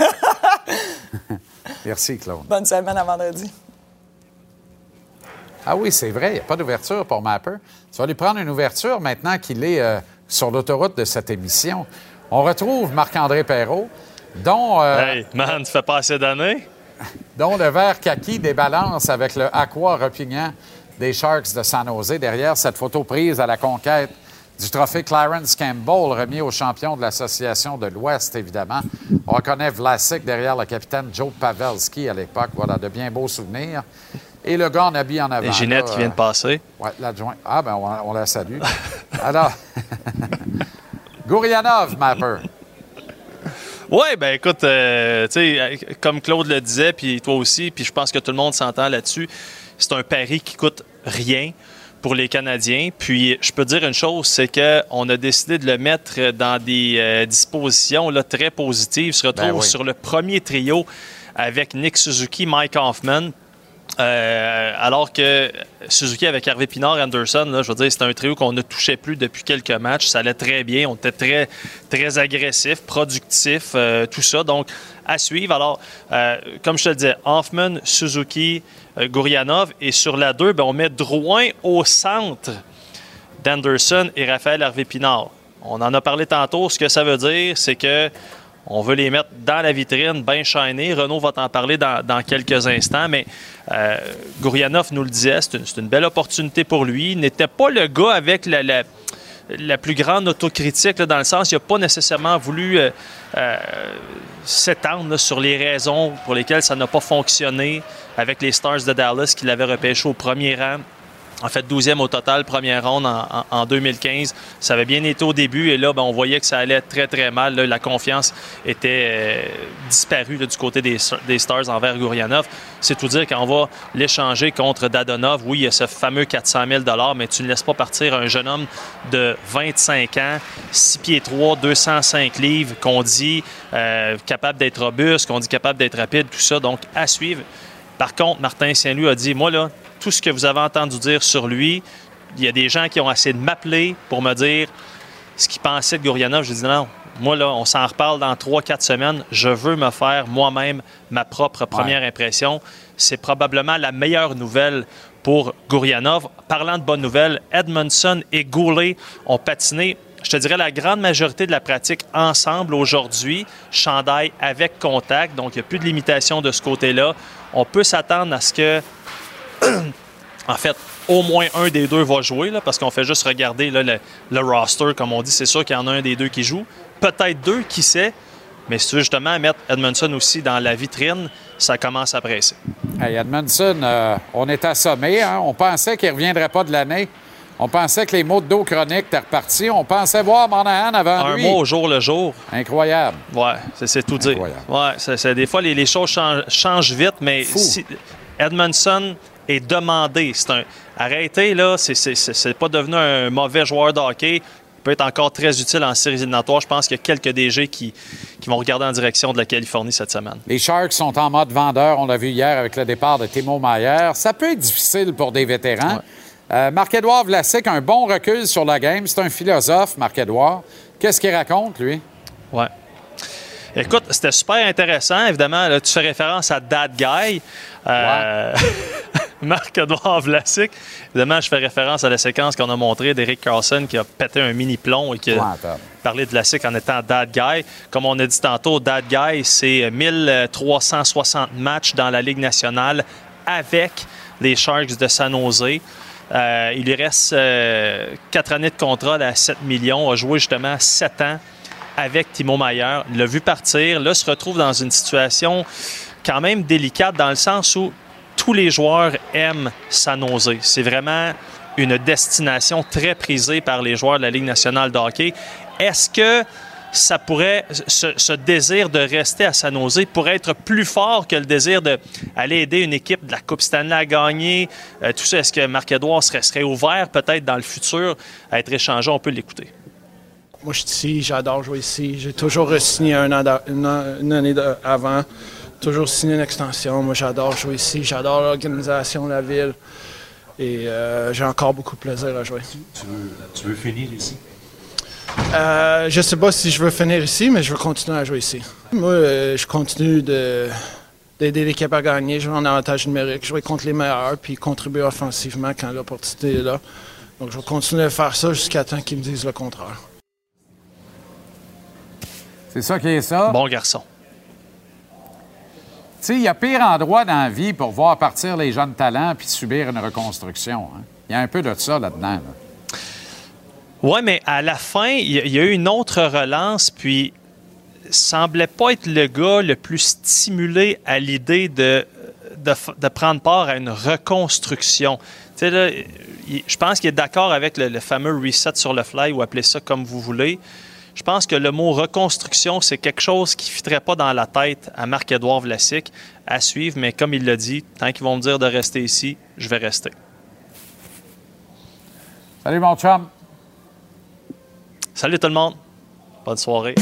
Merci, Claude. Bonne semaine à vendredi. Ah oui, c'est vrai. Il n'y a pas d'ouverture pour Mapper. Tu vas lui prendre une ouverture maintenant qu'il est euh, sur l'autoroute de cette émission. On retrouve Marc-André Perrault, dont... Euh, hey, man, tu fais pas assez d'années? dont le vert kaki débalance avec le aqua repugnant des Sharks de San Jose derrière cette photo prise à la conquête du trophée Clarence Campbell remis aux champions de l'Association de l'Ouest, évidemment. On reconnaît Vlasic derrière le capitaine Joe Pavelski à l'époque. Voilà, de bien beaux souvenirs. Et le gars en habit en avant. Et Ginette là, qui vient de passer. Oui, l'adjoint. Ah, ben on, on la salue. Alors, Gurianov, Mapper. Oui, ben écoute, euh, tu sais, comme Claude le disait, puis toi aussi, puis je pense que tout le monde s'entend là-dessus, c'est un pari qui coûte rien pour les Canadiens. Puis je peux dire une chose, c'est qu'on a décidé de le mettre dans des euh, dispositions là, très positives. Il se retrouve ben oui. sur le premier trio avec Nick Suzuki, Mike Hoffman. Euh, alors que Suzuki avec Harvey Pinard, Anderson, là, je veux dire, c'était un trio qu'on ne touchait plus depuis quelques matchs. Ça allait très bien. On était très, très agressif, productif, euh, tout ça. Donc, à suivre. Alors, euh, comme je te le disais, Hoffman, Suzuki, euh, Gurianov. Et sur la deux, ben, on met Drouin au centre d'Anderson et Raphaël Harvey Pinard. On en a parlé tantôt. Ce que ça veut dire, c'est que on veut les mettre dans la vitrine, bien shinés. Renaud va t'en parler dans, dans quelques instants, mais euh, Gurianov nous le disait, c'est une, c'est une belle opportunité pour lui. Il n'était pas le gars avec la, la, la plus grande autocritique, là, dans le sens, il n'a pas nécessairement voulu euh, euh, s'étendre là, sur les raisons pour lesquelles ça n'a pas fonctionné avec les Stars de Dallas qui l'avaient repêché au premier rang. En fait, douzième au total, première ronde en, en, en deux mille quinze. Ça avait bien été au début et là, ben, on voyait que ça allait très, très mal. Là, la confiance était euh, disparue là, du côté des, des Stars envers Gurianov. C'est tout dire qu'on va l'échanger contre Dadonov. Oui, il y a ce fameux quatre cent mille dollars, mais tu ne laisses pas partir un jeune homme de vingt-cinq ans, six pieds trois, deux cent cinq livres, qu'on dit euh, capable d'être robuste, qu'on dit capable d'être rapide, tout ça. Donc, à suivre. Par contre, Martin Saint-Louis a dit, moi, là, tout ce que vous avez entendu dire sur lui, il y a des gens qui ont essayé de m'appeler pour me dire ce qu'ils pensaient de Gurianov. J'ai dit non, moi là, on s'en reparle dans trois quatre semaines. Je veux me faire moi-même ma propre première ouais. impression. C'est probablement la meilleure nouvelle pour Gurianov. Parlant de bonnes nouvelles, Edmondson et Goulet ont patiné, je te dirais, la grande majorité de la pratique ensemble aujourd'hui. Chandail avec contact, donc il n'y a plus de limitation de ce côté-là. On peut s'attendre à ce que en fait, au moins un des deux va jouer, là, parce qu'on fait juste regarder là, le, le roster, comme on dit. C'est sûr qu'il y en a un des deux qui joue. Peut-être deux, qui sait. Mais si tu veux justement mettre Edmondson aussi dans la vitrine, ça commence à presser. Hey, Edmondson, euh, on est assommé. Hein? On pensait qu'il ne reviendrait pas de l'année. On pensait que les mots de dos chroniques étaient repartis. On pensait voir Monahan avant Un lui. Un mois au jour le jour. Incroyable. Ouais, c'est, c'est tout dire. Ouais, c'est, c'est, des fois, les, les choses changent, changent vite, mais si Edmondson est demandé. C'est un, arrêtez, là, c'est, c'est, c'est, c'est pas devenu un mauvais joueur de hockey. Il peut être encore très utile en séries éliminatoires. Je pense qu'il y a quelques D G qui, qui vont regarder en direction de la Californie cette semaine. Les Sharks sont en mode vendeur. On l'a vu hier avec le départ de Timo Meier. Ça peut être difficile pour des vétérans. Ouais. Euh, Marc-Édouard Vlasic a un bon recul sur la game. C'est un philosophe, Marc-Édouard. Qu'est-ce qu'il raconte, lui? Ouais. Écoute, c'était super intéressant. Évidemment, là, tu fais référence à That Guy. Euh... Ouais. Marc-Édouard Vlasic. Évidemment, je fais référence à la séquence qu'on a montrée d'Eric Carlson qui a pété un mini-plomb et qui a ouais, parlé de Vlasic en étant That Guy. Comme on a dit tantôt, That Guy, c'est mille trois cent soixante matchs dans la Ligue nationale avec les Sharks de San Jose. Euh, il lui reste euh, quatre années de contrat à sept millions. A joué justement sept ans avec Timo Meier. Il l'a vu partir. Là, se retrouve dans une situation quand même délicate dans le sens où tous les joueurs aiment San Jose. C'est vraiment une destination très prisée par les joueurs de la Ligue nationale de hockey. Est-ce que ça pourrait, ce, ce désir de rester à San Jose pourrait être plus fort que le désir d'aller aider une équipe de la Coupe Stanley à gagner? Euh, tout ça, est-ce que Marc-Édouard serait, serait ouvert peut-être dans le futur à être échangé? On peut l'écouter. Moi, je suis ici, j'adore jouer ici. J'ai toujours signé un an une, une année avant. Toujours signé une extension. Moi, j'adore jouer ici. J'adore l'organisation de la ville. Et euh, j'ai encore beaucoup de plaisir à jouer. Tu veux, tu veux finir ici? Euh, je sais pas si je veux finir ici, mais je veux continuer à jouer ici. Moi, euh, je continue de, d'aider l'équipe à gagner, jouer en avantage numérique, jouer contre les meilleurs, puis contribuer offensivement quand l'opportunité est là. Donc, je vais continuer à faire ça jusqu'à temps qu'ils me disent le contraire. C'est ça qui est ça? Bon garçon. Tu sais, il y a pire endroit dans la vie pour voir partir les jeunes talents puis subir une reconstruction. Hein? Il y a un peu de ça là-dedans. Là. Oui, mais à la fin, il y, y a eu une autre relance, puis semblait pas être le gars le plus stimulé à l'idée de, de, de prendre part à une reconstruction. Tu sais, là, il, je pense qu'il est d'accord avec le, le fameux reset sur le fly, ou appelez ça comme vous voulez. Je pense que le mot reconstruction, c'est quelque chose qui ne fitterait pas dans la tête à Marc-Édouard Vlasic à suivre, mais comme il l'a dit, tant qu'ils vont me dire de rester ici, je vais rester. Salut mon chum. Salut tout le monde. Bonne soirée.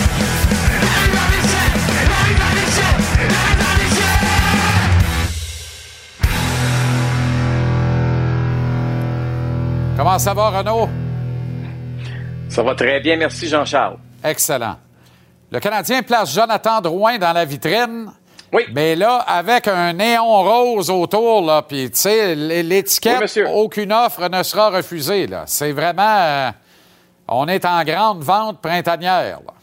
Comment ça va, Renaud? Ça va très bien, merci Jean-Charles. Excellent. Le Canadien place Jonathan Drouin dans la vitrine. Oui. Mais là, avec un néon rose autour, là, puis tu sais, l'étiquette, oui, aucune offre ne sera refusée, là. C'est vraiment... Euh, on est en grande vente printanière, là.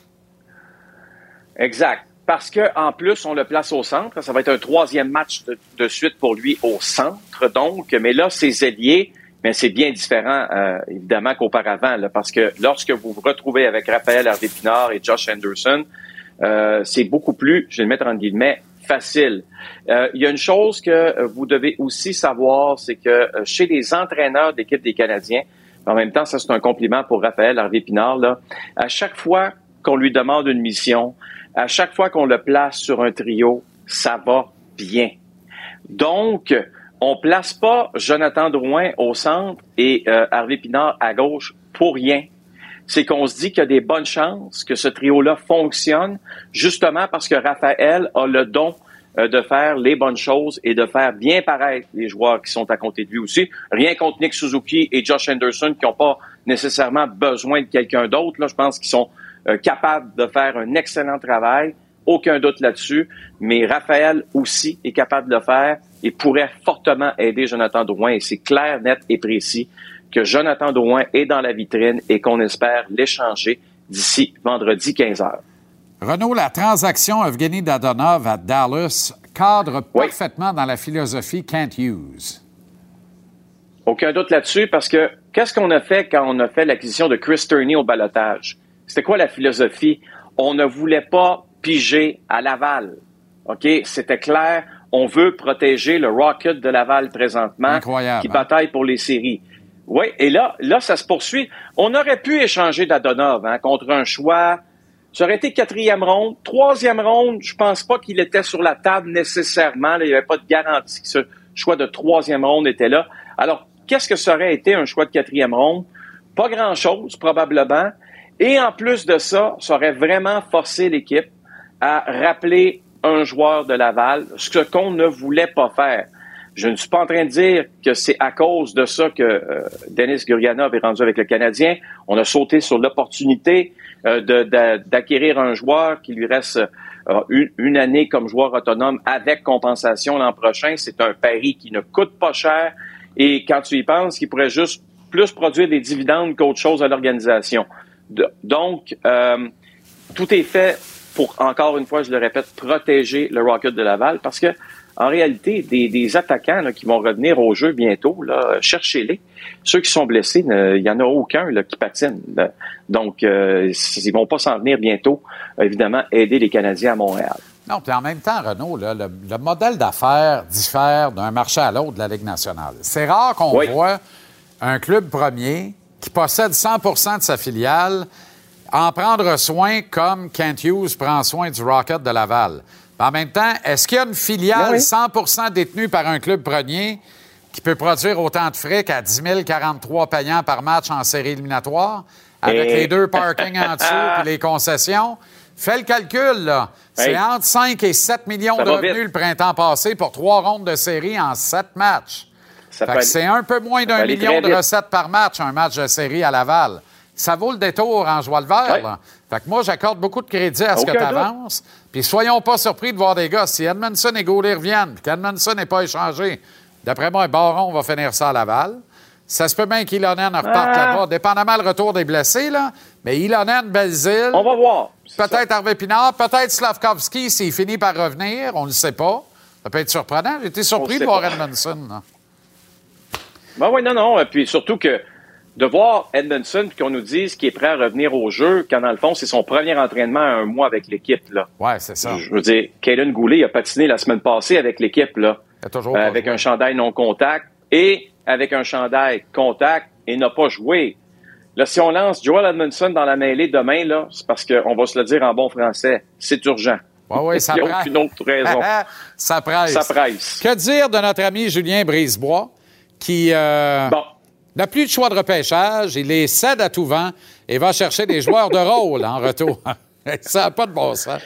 Exact. Parce qu'en plus, on le place au centre. Ça va être un troisième match de, de suite pour lui au centre, donc. Mais là, ses ailiers... Mais c'est bien différent, euh, évidemment, qu'auparavant, là, parce que lorsque vous vous retrouvez avec Raphaël Harvey-Pinard et Josh Anderson, euh, c'est beaucoup plus, je vais le mettre en guillemets, facile. Euh, il y a une chose que vous devez aussi savoir, c'est que euh, chez les entraîneurs d'équipe des Canadiens, en même temps, ça c'est un compliment pour Raphaël Harvey-Pinard, là, à chaque fois qu'on lui demande une mission, à chaque fois qu'on le place sur un trio, ça va bien. Donc, on place pas Jonathan Drouin au centre et euh, Harvey-Pinard à gauche pour rien. C'est qu'on se dit qu'il y a des bonnes chances que ce trio-là fonctionne, justement parce que Raphaël a le don euh, de faire les bonnes choses et de faire bien paraître les joueurs qui sont à côté de lui aussi. Rien contre Nick Suzuki et Josh Anderson qui n'ont pas nécessairement besoin de quelqu'un d'autre. Là, je pense qu'ils sont euh, capables de faire un excellent travail. Aucun doute là-dessus. Mais Raphaël aussi est capable de le faire et pourrait fortement aider Jonathan Drouin. Et c'est clair, net et précis que Jonathan Drouin est dans la vitrine et qu'on espère l'échanger d'ici vendredi quinze heures. Renaud, la transaction Evgeny Dadonov à Dallas cadre oui. parfaitement dans la philosophie Kent Hughes. Aucun doute là-dessus parce que qu'est-ce qu'on a fait quand on a fait l'acquisition de Chris Turney au balotage? C'était quoi la philosophie? On ne voulait pas pigé à Laval. OK? C'était clair. On veut protéger le Rocket de Laval présentement. Incroyable, qui hein? bataille pour les séries. Oui, et là, là, ça se poursuit. On aurait pu échanger Dadonov hein, contre un choix. Ça aurait été quatrième ronde. Troisième ronde, je pense pas qu'il était sur la table nécessairement. Là, il n'y avait pas de garantie que ce choix de troisième ronde était là. Alors, qu'est-ce que ça aurait été un choix de quatrième ronde? Pas grand-chose, probablement. Et en plus de ça, ça aurait vraiment forcé l'équipe à rappeler un joueur de Laval, ce qu'on ne voulait pas faire. Je ne suis pas en train de dire que c'est à cause de ça que euh, Denis Gurianov est rendu avec le Canadien. On a sauté sur l'opportunité euh, de, de, d'acquérir un joueur qui lui reste euh, une, une année comme joueur autonome avec compensation l'an prochain. C'est un pari qui ne coûte pas cher et quand tu y penses, qu'il pourrait juste plus produire des dividendes qu'autre chose à l'organisation. De, donc, euh, tout est fait pour, encore une fois, je le répète, protéger le Rocket de Laval parce que en réalité, des, des attaquants là, qui vont revenir au jeu bientôt, là, cherchez-les. Ceux qui sont blessés, il n'y en a aucun là, qui patine. Là. Donc, euh, ils vont pas s'en venir bientôt, évidemment, aider les Canadiens à Montréal. Non, puis en même temps, Renaud, là, le, le modèle d'affaires diffère d'un marché à l'autre de la Ligue nationale. C'est rare qu'on oui. voit un club premier qui possède cent pour cent de sa filiale en prendre soin comme Kent Hughes prend soin du Rocket de Laval. En même temps, est-ce qu'il y a une filiale oui. cent pour cent détenue par un club premier qui peut produire autant de fric à dix mille quarante-trois payants par match en série éliminatoire, avec et... les deux parkings en dessous et les concessions? Fais le calcul, là. C'est hey. entre cinq et sept millions Ça de revenus vite. le printemps passé pour trois rondes de série en sept matchs. Ça fait que c'est un peu moins d'un million de recettes par match, un match de série à Laval. Ça vaut le détour en joie le vert, ouais. là. Fait que moi, j'accorde beaucoup de crédit à ce Aucun que tu avances. Puis soyons pas surpris de voir des gars. Si Edmondson et Goulet reviennent, puis qu'Edmondson n'est pas échangé, d'après moi, Baron va finir ça à Laval. Ça se peut bien qu'Ilonen reparte ah. là-bas, dépendamment le retour des blessés, là. Mais Ilonen, Belzile... On va voir. Peut-être Harvey Pinard, peut-être Slavkovski s'il finit par revenir. On ne le sait pas. Ça peut être surprenant. J'ai été surpris de voir pas. Edmondson, là. Ben oui, non, non. Puis surtout que de voir Edmondson puis qu'on nous dise qu'il est prêt à revenir au jeu, quand dans le fond, c'est son premier entraînement à un mois avec l'équipe, là. Ouais, c'est ça. Je veux dire, Caden Goulet, il a patiné la semaine passée avec l'équipe, là. Il a toujours euh, avec joué. un chandail non-contact et avec un chandail contact et n'a pas joué. Là, si on lance Joel Edmondson dans la mêlée demain, là, c'est parce qu'on va se le dire en bon français, c'est urgent. Oui, oui, ça presse. Il n'y a aucune autre raison. Ça presse. Ça presse. Que dire de notre ami Julien Brisebois, qui... Euh... Bon. n'a plus de choix de repêchage, il les cède à tout vent et va chercher des joueurs de rôle en retour. Ça n'a pas de bon sens.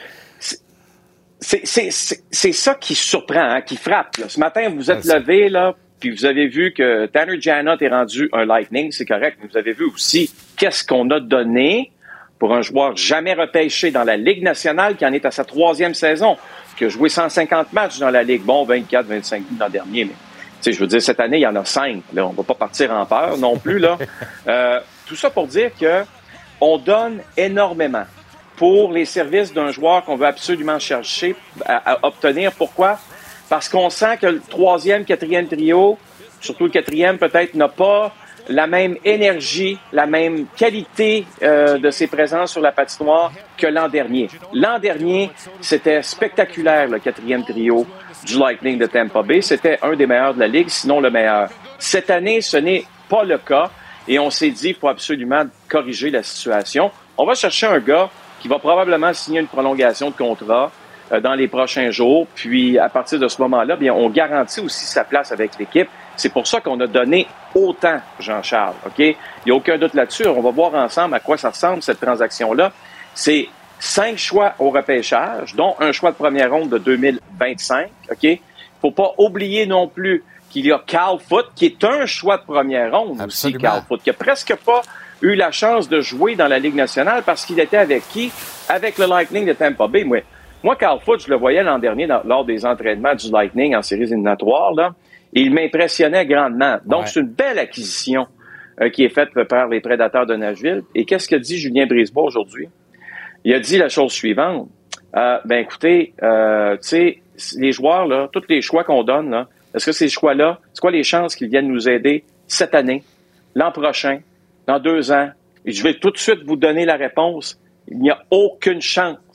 C'est, c'est, c'est, c'est ça qui surprend, hein, qui frappe. Là. Ce matin, vous êtes levé, là, puis vous avez vu que Tanner Janot est rendu un Lightning, c'est correct, mais vous avez vu aussi qu'est-ce qu'on a donné pour un joueur jamais repêché dans la Ligue nationale qui en est à sa troisième saison, qui a joué cent cinquante matchs dans la Ligue. Bon, vingt-quatre, vingt-cinq buts l'an dernier, mais... Tu sais, je veux dire, cette année, il y en a cinq. Là. On ne va pas partir en peur non plus. Là. Euh, tout ça pour dire que on donne énormément pour les services d'un joueur qu'on veut absolument chercher à, à obtenir. Pourquoi? Parce qu'on sent que le troisième, quatrième trio, surtout le quatrième peut-être, n'a pas la même énergie, la même qualité euh, de ses présences sur la patinoire que l'an dernier. L'an dernier, c'était spectaculaire, le quatrième trio du Lightning de Tampa Bay. C'était un des meilleurs de la Ligue, sinon le meilleur. Cette année, ce n'est pas le cas et on s'est dit qu'il faut absolument corriger la situation. On va chercher un gars qui va probablement signer une prolongation de contrat euh, dans les prochains jours. Puis, à partir de ce moment-là, bien, on garantit aussi sa place avec l'équipe. C'est pour ça qu'on a donné autant, Jean-Charles. OK? Il n'y a aucun doute là-dessus. On va voir ensemble à quoi ça ressemble, cette transaction-là. C'est cinq choix au repêchage, dont un choix de première ronde de deux mille vingt-cinq. OK? Il ne faut pas oublier non plus qu'il y a Cal Foote, qui est un choix de première ronde Absolument. aussi, Cal Foote, qui n'a presque pas eu la chance de jouer dans la Ligue nationale parce qu'il était avec qui? Avec le Lightning de Tampa Bay. Moi, moi Cal Foote, je le voyais l'an dernier dans, lors des entraînements du Lightning en séries éliminatoires, là, et il m'impressionnait grandement. Donc, ouais. c'est une belle acquisition euh, qui est faite par les Prédateurs de Nashville. Et qu'est-ce que dit Julien Brisebois aujourd'hui? Il a dit la chose suivante. Euh, ben écoutez, euh, tu sais, les joueurs, là, tous les choix qu'on donne, là, est-ce que ces choix-là, c'est quoi les chances qu'ils viennent nous aider cette année, l'an prochain, dans deux ans? Et je vais tout de suite vous donner la réponse. Il n'y a aucune chance.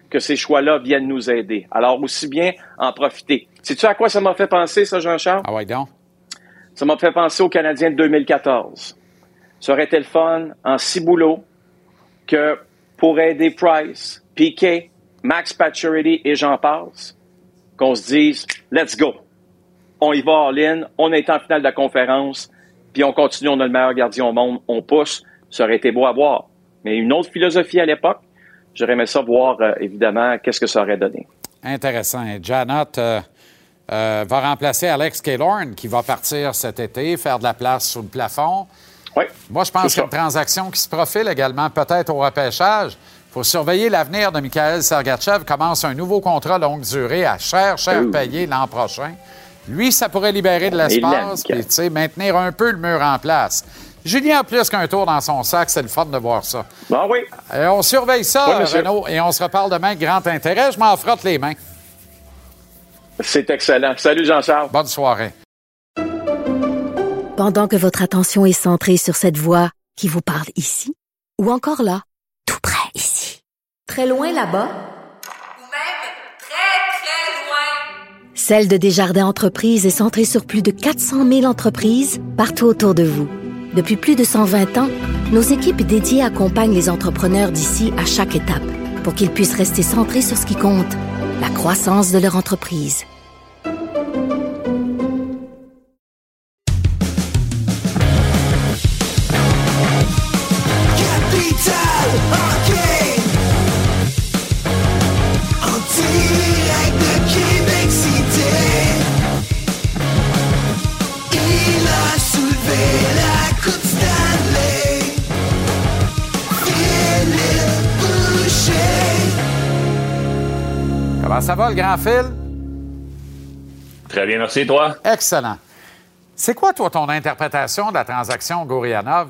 que ces choix-là viennent nous aider. Alors, aussi bien en profiter. Sais-tu à quoi ça m'a fait penser, ça, Jean-Charles? Ah ouais, donc. Ça m'a fait penser aux Canadiens de deux mille quatorze. Ça aurait été le fun en ciboulot que pour aider Price, Piquet, Max Pacioretty et j'en passe, qu'on se dise « Let's go! » On y va all-in, on est en finale de la conférence, puis on continue, on a le meilleur gardien au monde, on pousse. Ça aurait été beau à voir. Mais une autre philosophie à l'époque, j'aurais aimé ça voir, euh, évidemment, qu'est-ce que ça aurait donné. Intéressant. Et Janot euh, euh, va remplacer Alex Killorn, qui va partir cet été, faire de la place sous le plafond. Oui. Moi, je pense qu'il y a une transaction qui se profile également, peut-être au repêchage. Il faut surveiller l'avenir de Mikhail Sergachev. Commence un nouveau contrat longue durée à cher, cher Ouh. payé l'an prochain. Lui, ça pourrait libérer de l'espace et tu sais, maintenir un peu le mur en place. Julien a plus qu'un tour dans son sac, c'est le fun de voir ça. Ah oui. Et on surveille ça, oui, Renaud, et on se reparle demain avec grand intérêt. Je m'en frotte les mains. C'est excellent. Salut Jean-Charles. Bonne soirée. Pendant que votre attention est centrée sur cette voix qui vous parle ici, ou encore là, tout près ici, très loin là-bas, Celle de Desjardins Entreprises est centrée sur plus de quatre cent mille entreprises partout autour de vous. Depuis plus de cent vingt ans, nos équipes dédiées accompagnent les entrepreneurs d'ici à chaque étape pour qu'ils puissent rester centrés sur ce qui compte, la croissance de leur entreprise. Comment ça va, le grand Phil? Très bien, merci, toi? Excellent. C'est quoi, toi, ton interprétation de la transaction Gourianov?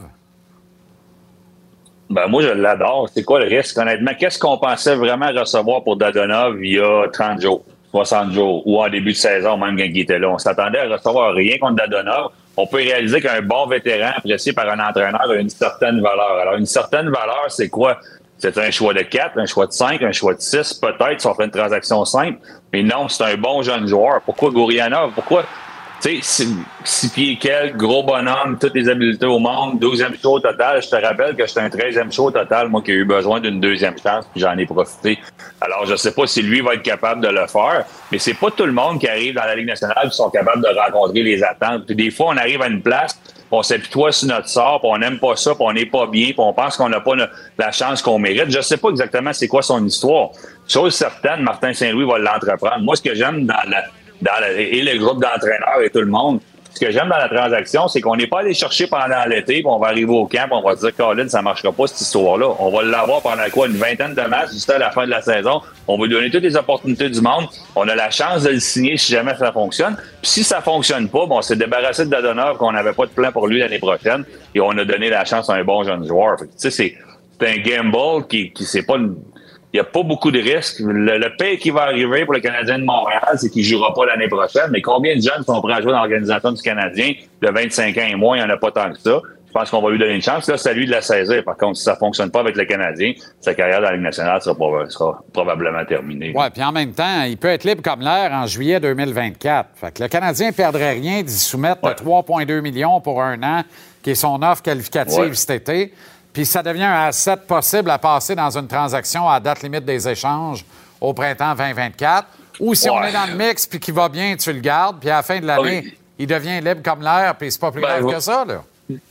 Ben, moi, je l'adore. C'est quoi le risque, honnêtement? Qu'est-ce qu'on pensait vraiment recevoir pour Dadonov il y a trente jours, soixante jours, ou en début de saison, même quand il était là? On s'attendait à recevoir rien contre Dadonov. On peut réaliser qu'un bon vétéran apprécié par un entraîneur a une certaine valeur. Alors, une certaine valeur, c'est quoi? C'est un choix de quatre, un choix de cinq, un choix de six, peut-être, si on fait une transaction simple. Mais non, c'est un bon jeune joueur. Pourquoi Gourianov? Pourquoi, tu sais, six pieds quelques, gros bonhomme, toutes les habiletés au monde, douzième show au total. Je te rappelle que j'étais un treizième show au total, moi, qui ai eu besoin d'une deuxième chance, puis j'en ai profité. Alors, je sais pas si lui va être capable de le faire, mais c'est pas tout le monde qui arrive dans la Ligue nationale qui sont capables de rencontrer les attentes. Puis des fois, on arrive à une place, on s'apitoie sur notre sort, puis on n'aime pas ça, puis on n'est pas bien, puis on pense qu'on n'a pas le, la chance qu'on mérite. Je sais pas exactement c'est quoi son histoire. Chose certaine, Martin Saint-Louis va l'entreprendre. Moi, ce que j'aime dans la, dans la, et le groupe d'entraîneurs et tout le monde, ce que j'aime dans la transaction, c'est qu'on n'est pas allé chercher pendant l'été, puis on va arriver au camp, puis on va se dire, Colin, ça marchera pas, cette histoire-là. On va l'avoir pendant quoi? Une vingtaine de matchs, juste à la fin de la saison. On va lui donner toutes les opportunités du monde. On a la chance de le signer si jamais ça fonctionne. Puis si ça fonctionne pas, bon, on s'est débarrassé de Dadonov, qu'on n'avait pas de plan pour lui l'année prochaine, et on a donné la chance à un bon jeune joueur. Tu sais, c'est, c'est un gamble qui, qui c'est pas une, il n'y a pas beaucoup de risques. Le, le pire qui va arriver pour le Canadien de Montréal, c'est qu'il ne jouera pas l'année prochaine. Mais combien de jeunes sont prêts à jouer dans l'organisation du Canadien de vingt-cinq ans et moins? Il n'y en a pas tant que ça. Je pense qu'on va lui donner une chance. Là, c'est à lui de la saisir. Par contre, si ça ne fonctionne pas avec le Canadien, sa carrière dans la Ligue nationale sera, sera probablement terminée. Oui, puis en même temps, il peut être libre comme l'air en juillet deux mille vingt-quatre. Fait que le Canadien ne perdrait rien d'y soumettre ouais. trois virgule deux millions pour un an, qui est son offre qualificative ouais. cet été. Puis ça devient un asset possible à passer dans une transaction à date limite des échanges au printemps vingt vingt-quatre. Ou si ouais. on est dans le mix puis qu'il va bien, tu le gardes, puis à la fin de l'année, oui. il devient libre comme l'air, puis c'est pas plus ben, grave oui. que ça, là.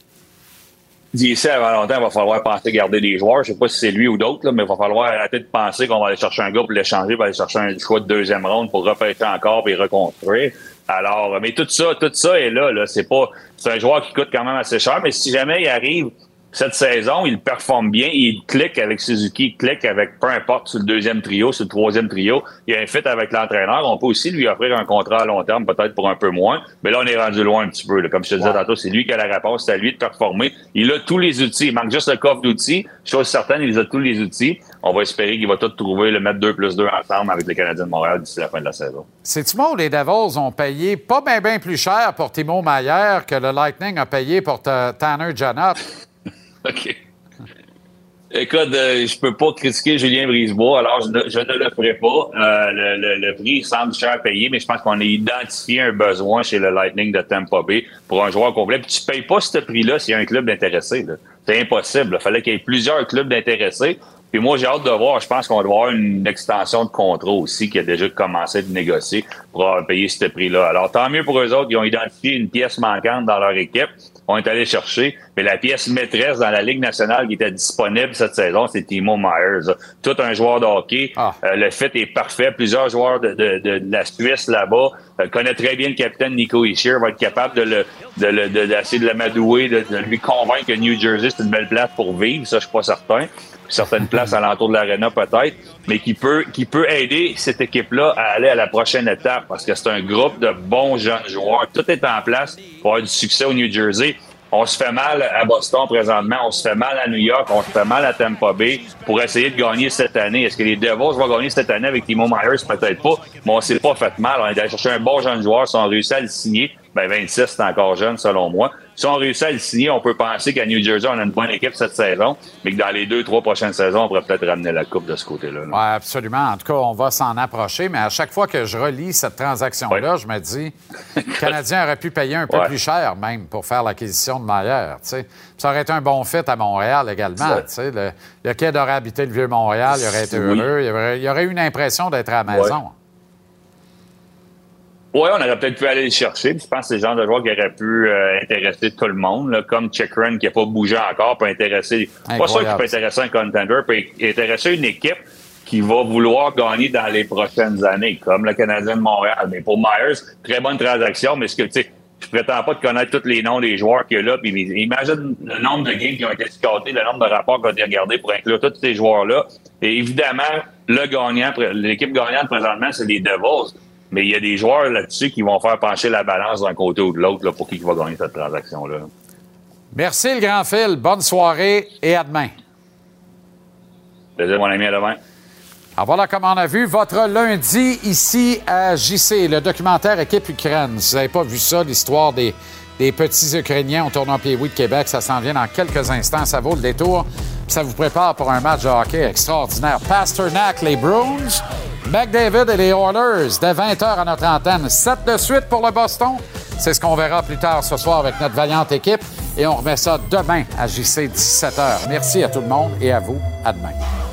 D'ici avant longtemps, il va falloir penser garder des joueurs. Je sais pas si c'est lui ou d'autres, là, mais il va falloir arrêter de penser qu'on va aller chercher un gars pour l'échanger, pour aller chercher un choix de deuxième ronde pour repêcher encore et reconstruire. Alors, mais tout ça, tout ça est là, là. C'est pas, c'est un joueur qui coûte quand même assez cher, mais si jamais il arrive cette saison, il performe bien, il clique avec Suzuki, il clique avec peu importe sur le deuxième trio, sur le troisième trio, il y a un fit avec l'entraîneur. On peut aussi lui offrir un contrat à long terme, peut-être pour un peu moins, mais là, on est rendu loin un petit peu. Là. Comme je te disais wow. tantôt, c'est lui qui a la réponse, c'est à lui de performer. Il a tous les outils, il manque juste le coffre d'outils. Chose certaine, il a tous les outils. On va espérer qu'il va tout trouver, le mettre deux plus deux ensemble avec les Canadiens de Montréal d'ici la fin de la saison. C'est-tu moi où les Devils ont payé pas bien bien plus cher pour Timo Meier que le Lightning a payé pour Tanner Janot? OK. Écoute, euh, je peux pas critiquer Julien Brisebois, alors je ne, je ne le ferai pas. Euh, le, le, le prix semble cher à payer, mais je pense qu'on a identifié un besoin chez le Lightning de Tampa Bay pour un joueur complet. Puis tu payes pas ce prix-là s'il y a un club d'intéressés. Là. C'est impossible. Il fallait qu'il y ait plusieurs clubs d'intéressés. Puis moi, j'ai hâte de voir. Je pense qu'on doit avoir une extension de contrat aussi qui a déjà commencé de négocier pour avoir payé ce prix-là. Alors, tant mieux pour eux autres. Ils ont identifié une pièce manquante dans leur équipe. On est allé chercher. Mais la pièce maîtresse dans la Ligue nationale qui était disponible cette saison, c'est Timo Myers. Tout un joueur de hockey. Ah. Euh, le fit est parfait. Plusieurs joueurs de, de, de, de la Suisse là-bas euh, connaissent très bien le capitaine Nico Hischier, va être capable de le, de le, de, d'essayer de l'amadouer, de, de lui convaincre que New Jersey, c'est une belle place pour vivre. Ça, je suis pas certain. Certaines places alentour de l'aréna peut-être, mais qui peut qui peut aider cette équipe-là à aller à la prochaine étape parce que c'est un groupe de bons jeunes joueurs. Tout est en place pour avoir du succès au New Jersey. On se fait mal à Boston présentement, on se fait mal à New York, on se fait mal à Tampa Bay pour essayer de gagner cette année. Est-ce que les Devils vont gagner cette année avec Timo Myers? Peut-être pas, mais on s'est pas fait mal. On est allé chercher un bon jeune joueur, si on réussit à le signer, ben vingt-six, c'est encore jeune selon moi. Si on réussit à le signer, on peut penser qu'à New Jersey, on a une bonne équipe cette saison, mais que dans les deux, trois prochaines saisons, on pourrait peut-être ramener la coupe de ce côté-là. Oui, absolument. En tout cas, on va s'en approcher, mais à chaque fois que je relis cette transaction-là, ouais. je me dis le Canadien aurait pu payer un peu ouais. plus cher même pour faire l'acquisition de Mayer. T'sais. Ça aurait été un bon fit à Montréal également. Ouais. Le, le Kid aurait habité le Vieux-Montréal, il aurait été oui. heureux, il aurait, il aurait eu une impression d'être à la maison. Ouais. Oui, on aurait peut-être pu aller le chercher. Je pense que c'est le genre de joueur qui aurait pu euh, intéresser tout le monde, là, comme Chikrin qui n'a pas bougé encore, peut intéresser. Incroyable. Pas sûr qu'il peut intéresser un contender, peut intéresser une équipe qui va vouloir gagner dans les prochaines années, comme le Canadien de Montréal. Mais pour Myers, très bonne transaction, mais ce que tu sais, je prétends pas de connaître tous les noms des joueurs qu'il y a là. Puis imagine le nombre de games qui ont été scoutés, le nombre de rapports qui ont été regardés pour inclure tous ces joueurs-là. Et évidemment, le gagnant, l'équipe gagnante présentement, c'est les Devils. Mais il y a des joueurs là-dessus qui vont faire pencher la balance d'un côté ou de l'autre là, pour qui va gagner cette transaction-là. Merci, le grand Phil. Bonne soirée et à demain. Plaisir, mon ami, à demain. Alors voilà, comme on a vu, votre lundi ici à J C, le documentaire Équipe Ukraine. Si vous n'avez pas vu ça, l'histoire des, des petits Ukrainiens au tournoi Pee-Wee de Québec, ça s'en vient dans quelques instants. Ça vaut le détour. Ça vous prépare pour un match de hockey extraordinaire. Pasternak, les Bruins. McDavid et les Oilers, dès vingt heures à notre antenne. sept de suite pour le Boston. C'est ce qu'on verra plus tard ce soir avec notre vaillante équipe. Et on remet ça demain à J C, dix-sept heures. Merci à tout le monde et à vous. À demain.